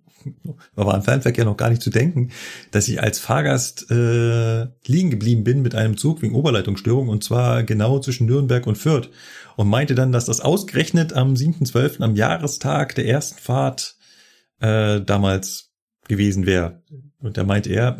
im Fernverkehr noch gar nicht zu denken, dass ich als Fahrgast liegen geblieben bin mit einem Zug wegen Oberleitungsstörung und zwar genau zwischen Nürnberg und Fürth und meinte dann, dass das ausgerechnet am 7.12. am Jahrestag der ersten Fahrt damals gewesen wäre. Und da meinte er,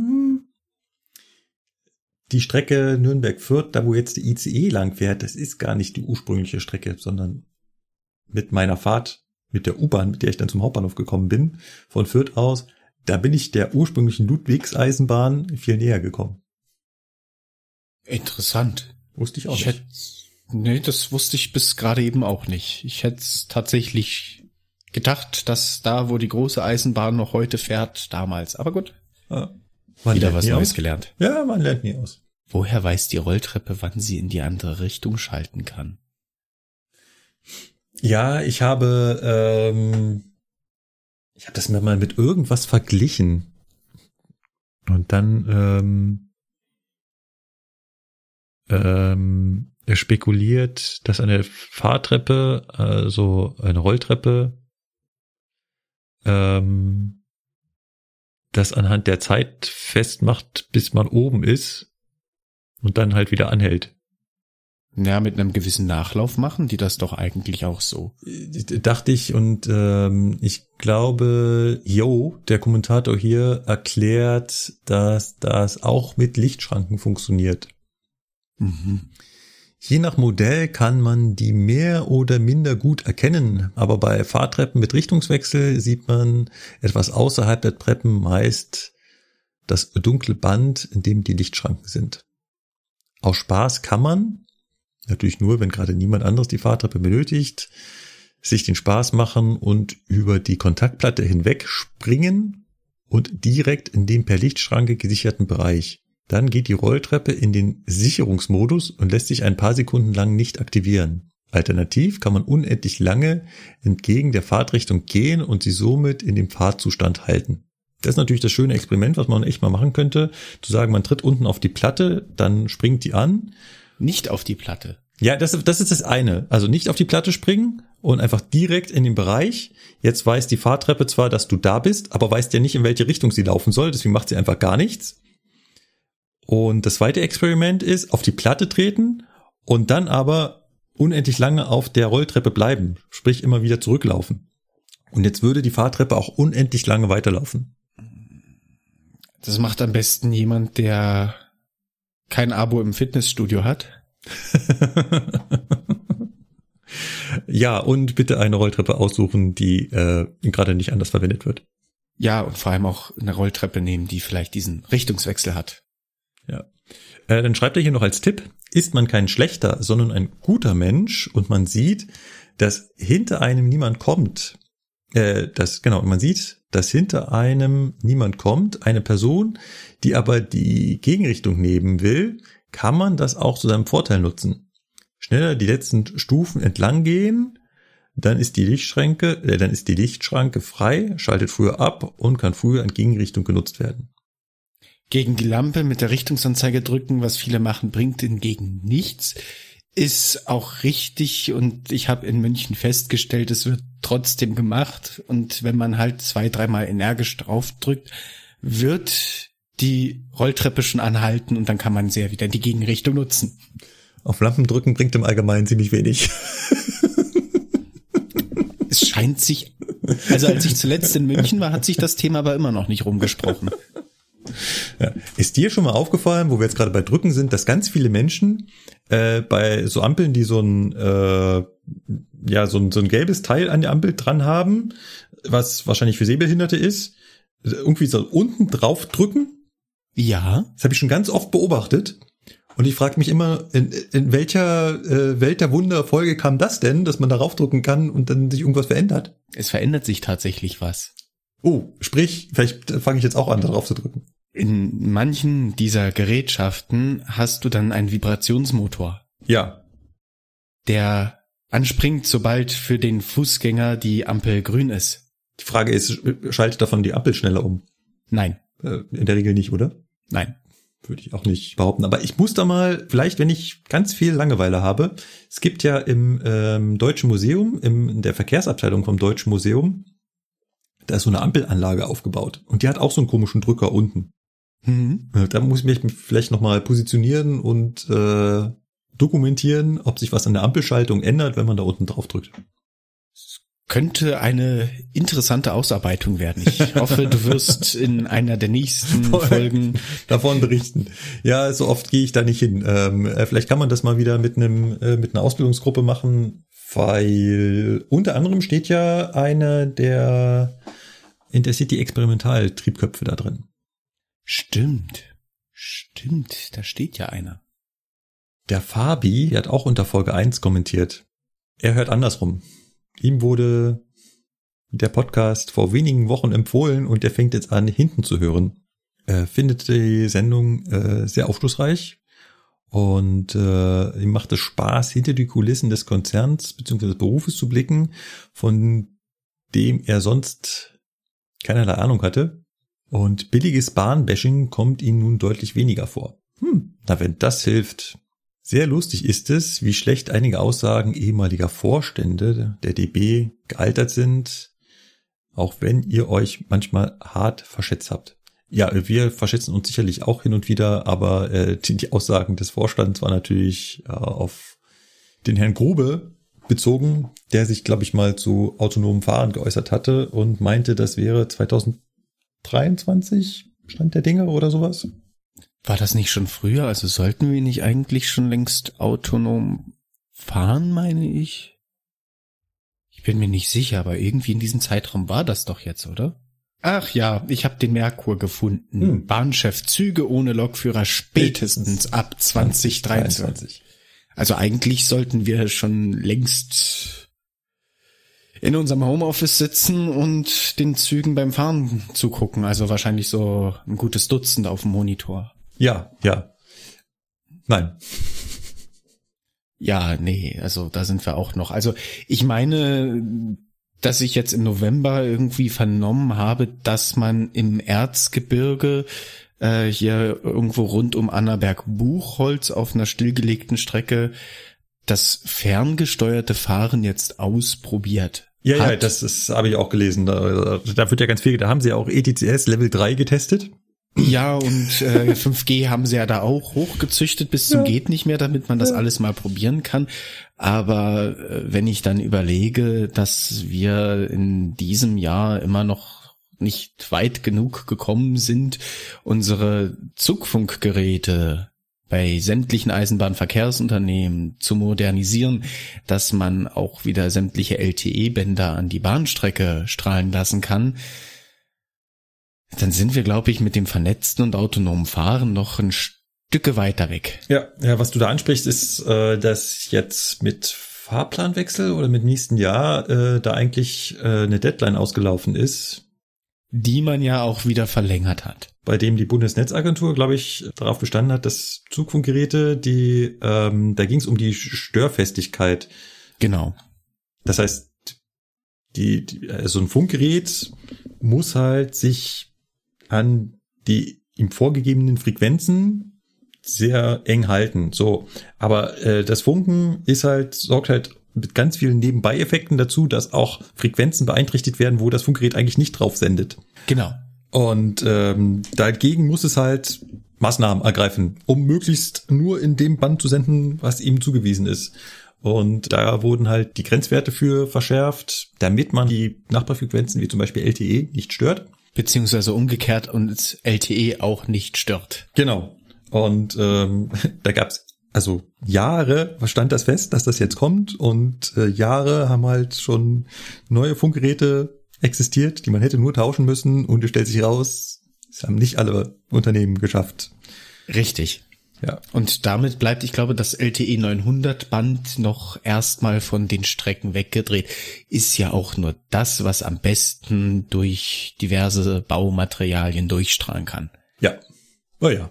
die Strecke Nürnberg-Fürth, da wo jetzt die ICE lang fährt, das ist gar nicht die ursprüngliche Strecke, sondern mit meiner Fahrt mit der U-Bahn, mit der ich dann zum Hauptbahnhof gekommen bin, von Fürth aus, da bin ich der ursprünglichen Ludwigseisenbahn viel näher gekommen. Interessant. Wusste ich auch nicht. Nee, das wusste ich bis gerade eben auch nicht. Ich hätte tatsächlich gedacht, dass da, wo die große Eisenbahn noch heute fährt, damals. Aber gut. Ja, wieder was Neues gelernt. Ja, man lernt nie aus. Woher weiß die Rolltreppe, wann sie in die andere Richtung schalten kann? Ja, ich habe das mir mal mit irgendwas verglichen. Und dann spekuliert, dass eine Fahrtreppe, also eine Rolltreppe, das anhand der Zeit festmacht, bis man oben ist und dann halt wieder anhält. Ja, mit einem gewissen Nachlauf machen die das doch eigentlich auch so. Dachte ich, und ich glaube, der Kommentator hier erklärt, dass das auch mit Lichtschranken funktioniert. Mhm. Je nach Modell kann man die mehr oder minder gut erkennen, aber bei Fahrtreppen mit Richtungswechsel sieht man etwas außerhalb der Treppen meist das dunkle Band, in dem die Lichtschranken sind. Aus Spaß kann man, natürlich nur, wenn gerade niemand anderes die Fahrtreppe benötigt, sich den Spaß machen und über die Kontaktplatte hinweg springen und direkt in den per Lichtschranke gesicherten Bereich. Dann geht die Rolltreppe in den Sicherungsmodus und lässt sich ein paar Sekunden lang nicht aktivieren. Alternativ kann man unendlich lange entgegen der Fahrtrichtung gehen und sie somit in dem Fahrzustand halten. Das ist natürlich das schöne Experiment, was man echt mal machen könnte, zu sagen, man tritt unten auf die Platte, dann springt die an. Nicht auf die Platte. Ja, das ist das eine. Also nicht auf die Platte springen und einfach direkt in den Bereich. Jetzt weiß die Fahrtreppe zwar, dass du da bist, aber weiß ja nicht, in welche Richtung sie laufen soll, deswegen macht sie einfach gar nichts. Und das zweite Experiment ist, auf die Platte treten und dann aber unendlich lange auf der Rolltreppe bleiben, sprich immer wieder zurücklaufen. Und jetzt würde die Fahrtreppe auch unendlich lange weiterlaufen. Das macht am besten jemand, der kein Abo im Fitnessstudio hat. Ja, und bitte eine Rolltreppe aussuchen, die gerade nicht anders verwendet wird. Ja, und vor allem auch eine Rolltreppe nehmen, die vielleicht diesen Richtungswechsel hat. Ja. Dann schreibt er hier noch als Tipp, ist man kein schlechter, sondern ein guter Mensch und man sieht, dass hinter einem niemand kommt. Man sieht, dass hinter einem niemand kommt, eine Person, die aber die Gegenrichtung nehmen will, kann man das auch zu seinem Vorteil nutzen. Schneller die letzten Stufen entlang gehen, dann ist die Lichtschranke frei, schaltet früher ab und kann früher in Gegenrichtung genutzt werden. Gegen die Lampe mit der Richtungsanzeige drücken, was viele machen, bringt hingegen nichts. Ist auch richtig, und ich habe in München festgestellt, es wird trotzdem gemacht, und wenn man halt 2-3 Mal energisch draufdrückt, wird die Rolltreppe schon anhalten und dann kann man sehr wieder in die Gegenrichtung nutzen. Auf Lampen drücken bringt im Allgemeinen ziemlich wenig. Es scheint sich, also als ich zuletzt in München war, hat sich das Thema aber immer noch nicht rumgesprochen. Ja. Ist dir schon mal aufgefallen, wo wir jetzt gerade bei Drücken sind, dass ganz viele Menschen bei so Ampeln, die so ein gelbes Teil an der Ampel dran haben, was wahrscheinlich für Sehbehinderte ist, irgendwie so unten drauf drücken? Ja. Das habe ich schon ganz oft beobachtet. Und ich frage mich immer, in welcher Welt der Wunderfolge kam das denn, dass man darauf drücken kann und dann sich irgendwas verändert? Es verändert sich tatsächlich was. Oh, sprich, vielleicht fange ich jetzt auch an, darauf zu drücken. In manchen dieser Gerätschaften hast du dann einen Vibrationsmotor. Ja. Der anspringt, sobald für den Fußgänger die Ampel grün ist. Die Frage ist, schaltet davon die Ampel schneller um? Nein. In der Regel nicht, oder? Nein. Würde ich auch nicht behaupten. Aber ich muss da mal, vielleicht, wenn ich ganz viel Langeweile habe, es gibt ja im Deutschen Museum, in der Verkehrsabteilung vom Deutschen Museum, da ist so eine Ampelanlage aufgebaut. Und die hat auch so einen komischen Drücker unten. Mhm. Da muss ich mich vielleicht nochmal positionieren und dokumentieren, ob sich was an der Ampelschaltung ändert, wenn man da unten drauf drückt. Könnte eine interessante Ausarbeitung werden. Ich hoffe, du wirst in einer der nächsten Folgen davon berichten. Ja, so oft gehe ich da nicht hin. Vielleicht kann man das mal wieder mit einer Ausbildungsgruppe machen, weil unter anderem steht ja eine der Intercity-Experimental-Triebköpfe da drin. Stimmt, da steht ja einer. Der Fabi hat auch unter Folge 1 kommentiert. Er hört andersrum. Ihm wurde der Podcast vor wenigen Wochen empfohlen und er fängt jetzt an, hinten zu hören. Er findet die Sendung sehr aufschlussreich und ihm macht es Spaß, hinter die Kulissen des Konzerns bzw. des Berufes zu blicken, von dem er sonst keinerlei Ahnung hatte. Und billiges Bahnbashing kommt ihm nun deutlich weniger vor. Na, wenn das hilft. Sehr lustig ist es, wie schlecht einige Aussagen ehemaliger Vorstände der DB gealtert sind, auch wenn ihr euch manchmal hart verschätzt habt. Ja, wir verschätzen uns sicherlich auch hin und wieder, aber die Aussagen des Vorstands waren natürlich auf den Herrn Grube bezogen, der sich, glaube ich, mal zu autonomem Fahren geäußert hatte und meinte, das wäre 2023 Stand der Dinge oder sowas. War das nicht schon früher? Also sollten wir nicht eigentlich schon längst autonom fahren, meine ich? Ich bin mir nicht sicher, aber irgendwie in diesem Zeitraum war das doch jetzt, oder? Ach ja, ich habe den Merkur gefunden. Bahnchef, Züge ohne Lokführer spätestens ab 2023. Also eigentlich sollten wir schon längst in unserem Homeoffice sitzen und den Zügen beim Fahren zugucken. Also wahrscheinlich so ein gutes Dutzend auf dem Monitor. Ja. Nein. Ja, nee, also da sind wir auch noch. Also ich meine, dass ich jetzt im November irgendwie vernommen habe, dass man im Erzgebirge hier irgendwo rund um Annaberg-Buchholz auf einer stillgelegten Strecke das ferngesteuerte Fahren jetzt ausprobiert. Ja, das habe ich auch gelesen. Da wird ja ganz viel, da haben sie ja auch ETCS Level 3 getestet. Ja, und 5G haben sie ja da auch hochgezüchtet bis zum geht nicht mehr, damit man das alles mal probieren kann. Aber wenn ich dann überlege, dass wir in diesem Jahr immer noch nicht weit genug gekommen sind, unsere Zugfunkgeräte bei sämtlichen Eisenbahnverkehrsunternehmen zu modernisieren, dass man auch wieder sämtliche LTE-Bänder an die Bahnstrecke strahlen lassen kann, dann sind wir, glaube ich, mit dem vernetzten und autonomen Fahren noch ein Stücke weiter weg. Ja, was du da ansprichst, ist, dass jetzt mit Fahrplanwechsel oder mit nächsten Jahr da eigentlich eine Deadline ausgelaufen ist. Die man ja auch wieder verlängert hat. Bei dem die Bundesnetzagentur, glaube ich, darauf bestanden hat, dass Zugfunkgeräte, da ging es um die Störfestigkeit. Genau. Das heißt, so ein Funkgerät muss halt sich an die ihm vorgegebenen Frequenzen sehr eng halten. So, aber das Funken sorgt halt mit ganz vielen Nebenbei-Effekten dazu, dass auch Frequenzen beeinträchtigt werden, wo das Funkgerät eigentlich nicht drauf sendet. Genau. Und dagegen muss es halt Maßnahmen ergreifen, um möglichst nur in dem Band zu senden, was ihm zugewiesen ist. Und da wurden halt die Grenzwerte für verschärft, damit man die Nachbarfrequenzen wie zum Beispiel LTE nicht stört. Beziehungsweise umgekehrt und LTE auch nicht stört. Genau. Und da gab's also Jahre, stand das fest, dass das jetzt kommt. Und Jahre haben halt schon neue Funkgeräte existiert, die man hätte nur tauschen müssen. Und es stellt sich raus, es haben nicht alle Unternehmen geschafft. Richtig. Ja. Und damit bleibt, ich glaube, das LTE 900 Band noch erstmal von den Strecken weggedreht. Ist ja auch nur das, was am besten durch diverse Baumaterialien durchstrahlen kann. Ja. Oh ja.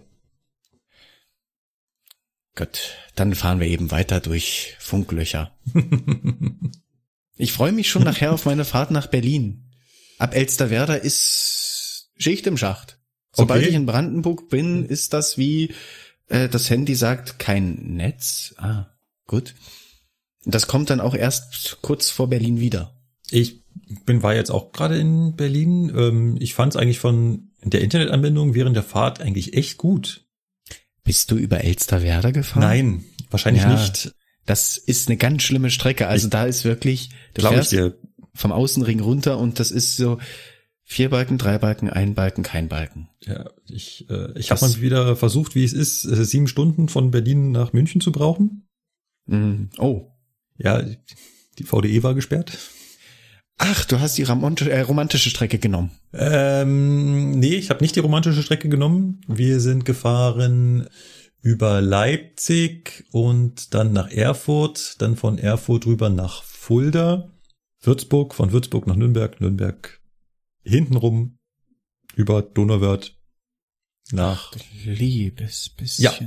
Gut, dann fahren wir eben weiter durch Funklöcher. Ich freue mich schon nachher auf meine Fahrt nach Berlin. Ab Elsterwerda ist Schicht im Schacht. Sobald ich in Brandenburg bin, ist das wie das Handy sagt, kein Netz. Ah, gut. Das kommt dann auch erst kurz vor Berlin wieder. Ich war jetzt auch gerade in Berlin. Ich fand es eigentlich von der Internetanbindung während der Fahrt eigentlich echt gut. Bist du über Elsterwerda gefahren? Nein, wahrscheinlich nicht. Das ist eine ganz schlimme Strecke. Also da ist wirklich, du fährst vom Außenring runter und das ist so 4 Balken, 3 Balken, 1 Balken, kein Balken. Ja, ich habe mal wieder versucht, wie es ist, 7 Stunden von Berlin nach München zu brauchen. Oh. Ja, die VDE war gesperrt. Ach, du hast die romantische Strecke genommen. Nee, ich habe nicht die romantische Strecke genommen. Wir sind gefahren über Leipzig und dann nach Erfurt, dann von Erfurt rüber nach Fulda, Würzburg, von Würzburg nach Nürnberg, Nürnberg hintenrum über Donauwörth nach... Liebes bisschen. Ja.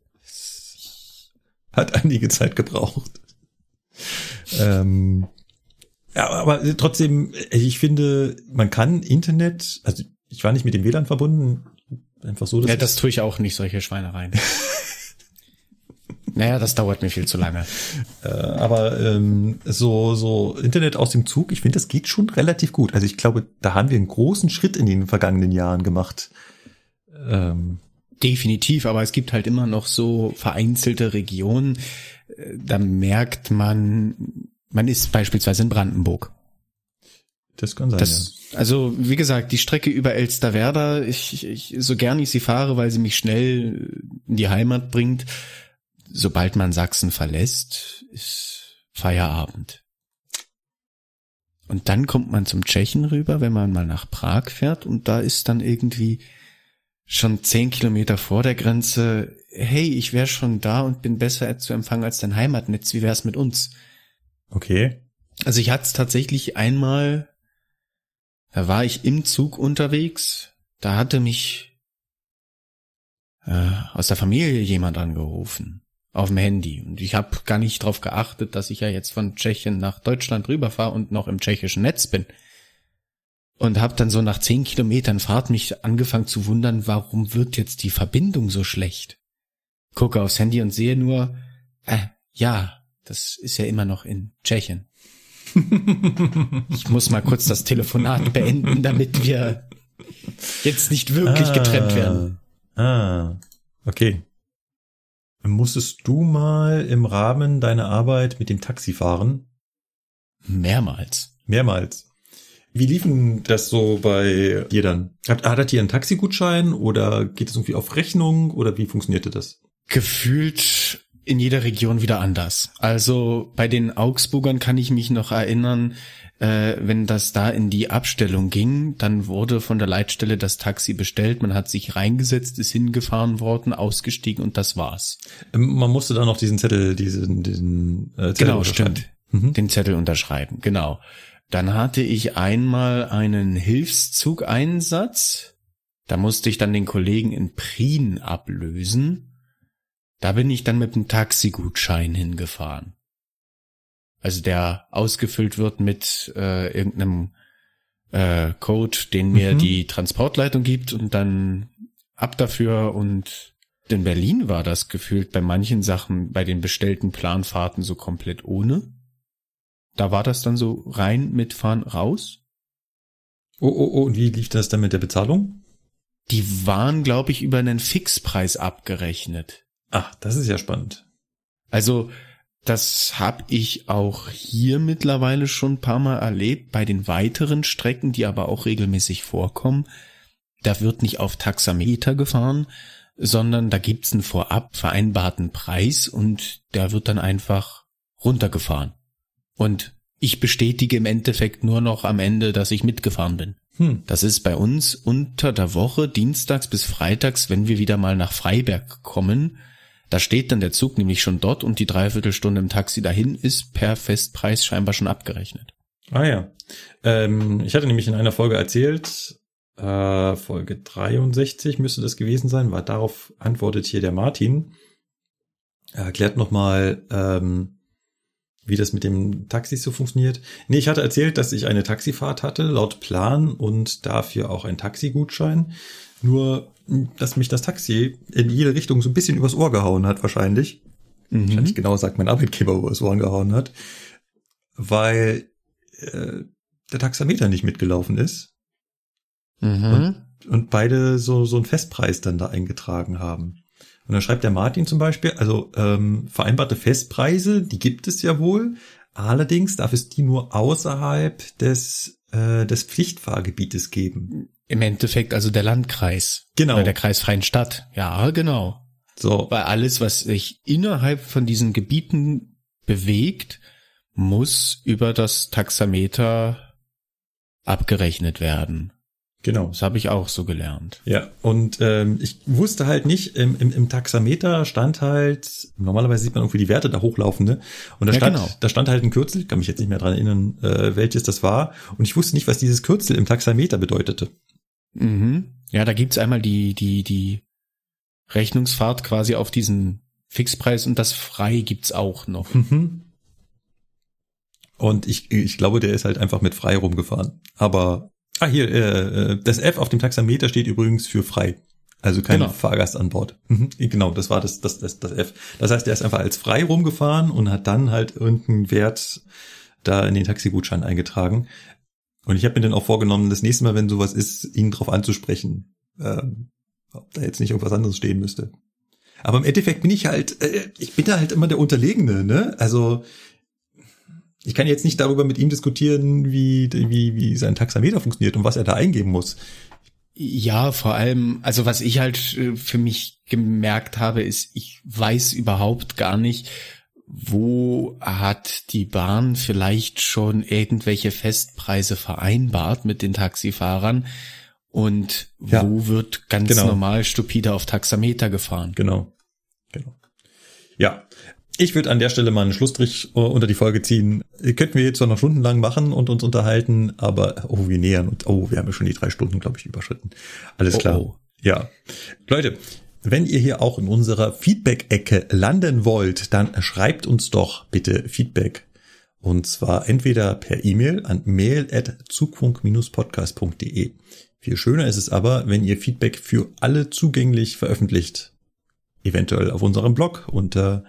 Hat einige Zeit gebraucht. Ja, aber trotzdem, ich finde, man kann Internet, also ich war nicht mit dem WLAN verbunden, einfach so. Ja, das tue ich auch nicht, solche Schweinereien. Naja, das dauert mir viel zu lange. Aber so Internet aus dem Zug, ich finde, das geht schon relativ gut. Also ich glaube, da haben wir einen großen Schritt in den vergangenen Jahren gemacht. Definitiv, aber es gibt halt immer noch so vereinzelte Regionen, da merkt man ist beispielsweise in Brandenburg. Das kann sein, ja. Also, wie gesagt, die Strecke über Elsterwerda, ich so gern ich sie fahre, weil sie mich schnell in die Heimat bringt, sobald man Sachsen verlässt, ist Feierabend. Und dann kommt man zum Tschechen rüber, wenn man mal nach Prag fährt, und da ist dann irgendwie schon 10 Kilometer vor der Grenze, hey, ich wäre schon da und bin besser zu empfangen als dein Heimatnetz, wie wär's mit uns? Okay. Also ich hatte es tatsächlich einmal, da war ich im Zug unterwegs, da hatte mich aus der Familie jemand angerufen, auf dem Handy. Und ich habe gar nicht drauf geachtet, dass ich ja jetzt von Tschechien nach Deutschland rüberfahre und noch im tschechischen Netz bin. Und habe dann so nach 10 Kilometern Fahrt mich angefangen zu wundern, warum wird jetzt die Verbindung so schlecht? Gucke aufs Handy und sehe nur, ja, das ist ja immer noch in Tschechien. Ich muss mal kurz das Telefonat beenden, damit wir jetzt nicht wirklich getrennt werden. Okay. Musstest du mal im Rahmen deiner Arbeit mit dem Taxi fahren? Mehrmals. Wie lief denn das so bei dir dann? Hattet ihr einen Taxigutschein oder geht es irgendwie auf Rechnung oder wie funktionierte das? Gefühlt in jeder Region wieder anders. Also bei den Augsburgern kann ich mich noch erinnern, wenn das da in die Abstellung ging, dann wurde von der Leitstelle das Taxi bestellt, man hat sich reingesetzt, ist hingefahren worden, ausgestiegen und das war's. Man musste da noch diesen Zettel, diesen Zettel genau, stimmt. Den Zettel unterschreiben, genau. Dann hatte ich einmal einen Hilfszugeinsatz. Da musste ich dann den Kollegen in Prien ablösen. Da bin ich dann mit dem Taxigutschein hingefahren. Also der ausgefüllt wird mit irgendeinem Code, den mir die Transportleitung gibt und dann ab dafür. Und in Berlin war das gefühlt bei manchen Sachen, bei den bestellten Planfahrten so komplett ohne. Da war das dann so rein mitfahren raus. Oh, und wie lief das dann mit der Bezahlung? Die waren, glaube ich, über einen Fixpreis abgerechnet. Ach, das ist ja spannend. Also, das habe ich auch hier mittlerweile schon ein paar Mal erlebt, bei den weiteren Strecken, die aber auch regelmäßig vorkommen. Da wird nicht auf Taxameter gefahren, sondern da gibt's einen vorab vereinbarten Preis und der wird dann einfach runtergefahren. Und ich bestätige im Endeffekt nur noch am Ende, dass ich mitgefahren bin. Das ist bei uns unter der Woche, dienstags bis freitags, wenn wir wieder mal nach Freiberg kommen. Da steht dann der Zug nämlich schon dort und die 3/4 Stunde im Taxi dahin ist per Festpreis scheinbar schon abgerechnet. Ah ja. Ich hatte nämlich in einer Folge erzählt, Folge 63 müsste das gewesen sein, weil darauf antwortet hier der Martin. Er erklärt nochmal, wie das mit dem Taxis so funktioniert. Nee, ich hatte erzählt, dass ich eine Taxifahrt hatte, laut Plan und dafür auch einen Taxigutschein. Nur, dass mich das Taxi in jede Richtung so ein bisschen übers Ohr gehauen hat wahrscheinlich. Wahrscheinlich genau sagt mein Arbeitgeber übers Ohr gehauen hat. Weil der Taxameter nicht mitgelaufen ist. Und beide so einen Festpreis dann da eingetragen haben. Und dann schreibt der Martin zum Beispiel, also vereinbarte Festpreise, die gibt es ja wohl. Allerdings darf es die nur außerhalb des Pflichtfahrgebietes geben. Im Endeffekt also der Landkreis. Genau. Oder der kreisfreien Stadt. Ja, genau. So. Weil alles, was sich innerhalb von diesen Gebieten bewegt, muss über das Taxameter abgerechnet werden. Genau. Das habe ich auch so gelernt. Ja, und ich wusste halt nicht, im Taxameter stand halt, normalerweise sieht man irgendwie die Werte da hochlaufen, ne? Und da stand halt ein Kürzel, kann mich jetzt nicht mehr dran erinnern, welches das war. Und ich wusste nicht, was dieses Kürzel im Taxameter bedeutete. Ja, da gibt's einmal die Rechnungsfahrt quasi auf diesen Fixpreis und das frei gibt's auch noch. Und ich glaube, der ist halt einfach mit frei rumgefahren. Aber hier, das F auf dem Taxameter steht übrigens für frei. Also kein Fahrgast an Bord. Genau, das war das F. Das heißt, er ist einfach als frei rumgefahren und hat dann halt irgendeinen Wert da in den Taxigutschein eingetragen. Und ich habe mir dann auch vorgenommen, das nächste Mal, wenn sowas ist, ihn drauf anzusprechen. ob da jetzt nicht irgendwas anderes stehen müsste. Aber im Endeffekt bin ich da halt immer der Unterlegene, ne? Also ich kann jetzt nicht darüber mit ihm diskutieren, wie sein Taxameter funktioniert und was er da eingeben muss. Ja, vor allem, also was ich halt für mich gemerkt habe, ist, ich weiß überhaupt gar nicht, wo hat die Bahn vielleicht schon irgendwelche Festpreise vereinbart mit den Taxifahrern und wo wird ganz normal stupide auf Taxameter gefahren. Genau. Ja, ich würde an der Stelle mal einen Schlussstrich unter die Folge ziehen. Könnten wir jetzt zwar noch stundenlang machen und uns unterhalten, aber wir nähern uns. Wir haben ja schon die 3 Stunden, glaube ich, überschritten. Alles klar. Ja. Leute, wenn ihr hier auch in unserer Feedback-Ecke landen wollt, dann schreibt uns doch bitte Feedback. Und zwar entweder per E-Mail an mail@zugfunk-podcast.de. Viel schöner ist es aber, wenn ihr Feedback für alle zugänglich veröffentlicht. Eventuell auf unserem Blog unter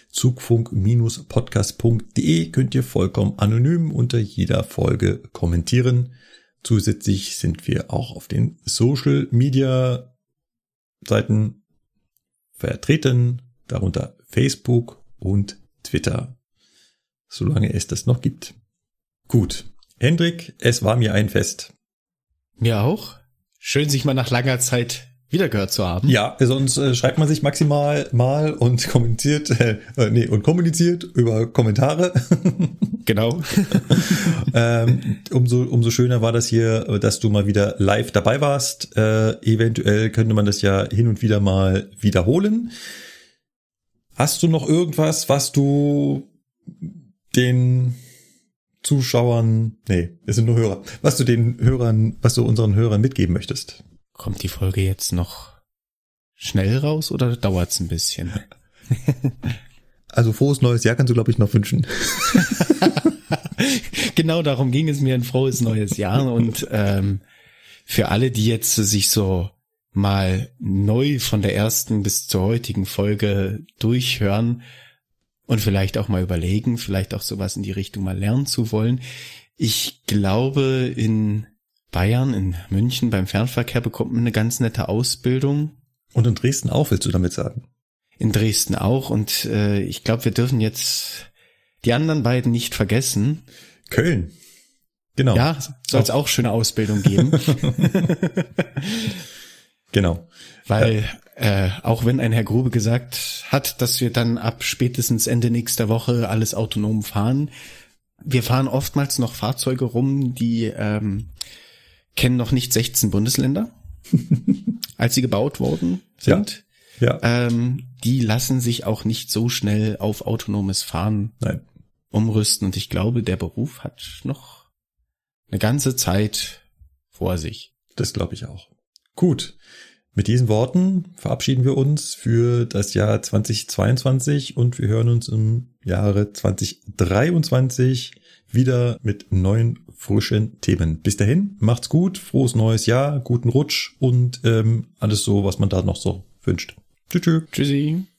zugfunk-podcast.de könnt ihr vollkommen anonym unter jeder Folge kommentieren. Zusätzlich sind wir auch auf den Social Media Seiten vertreten, darunter Facebook und Twitter, solange es das noch gibt. Gut, Hendrik, es war mir ein Fest. Mir auch. Schön, sich mal nach langer Zeit wiedergehört zu haben. Ja, sonst schreibt man sich maximal mal und kommuniziert über Kommentare. Genau. Umso schöner war das hier, dass du mal wieder live dabei warst. Eventuell könnte man das ja hin und wieder mal wiederholen. Hast du noch irgendwas, was du den Zuschauern, es sind nur Hörer, was du unseren Hörern mitgeben möchtest? Kommt die Folge jetzt noch schnell raus oder dauert's ein bisschen? Also frohes neues Jahr kannst du, glaube ich, noch wünschen. Genau darum ging es mir, ein frohes neues Jahr. Und für alle, die jetzt sich so mal neu von der ersten bis zur heutigen Folge durchhören und vielleicht auch mal überlegen, vielleicht auch sowas in die Richtung mal lernen zu wollen. Ich glaube, in Bayern, in München beim Fernverkehr bekommt man eine ganz nette Ausbildung. Und in Dresden auch, willst du damit sagen? In Dresden auch. Und ich glaube, wir dürfen jetzt die anderen beiden nicht vergessen. Köln. Genau. Ja, soll es auch schöne Ausbildung geben. Genau. Weil auch wenn ein Herr Grube gesagt hat, dass wir dann ab spätestens Ende nächster Woche alles autonom fahren, wir fahren oftmals noch Fahrzeuge rum, die kennen noch nicht 16 Bundesländer, als sie gebaut worden sind. Ja. Die lassen sich auch nicht so schnell auf autonomes Fahren umrüsten. Und ich glaube, der Beruf hat noch eine ganze Zeit vor sich. Das glaube ich auch. Gut. Mit diesen Worten verabschieden wir uns für das Jahr 2022 und wir hören uns im Jahre 2023 wieder mit neuen, frischen Themen. Bis dahin, macht's gut, frohes neues Jahr, guten Rutsch und alles so, was man da noch so wünscht. Tschüss. Tschüssi.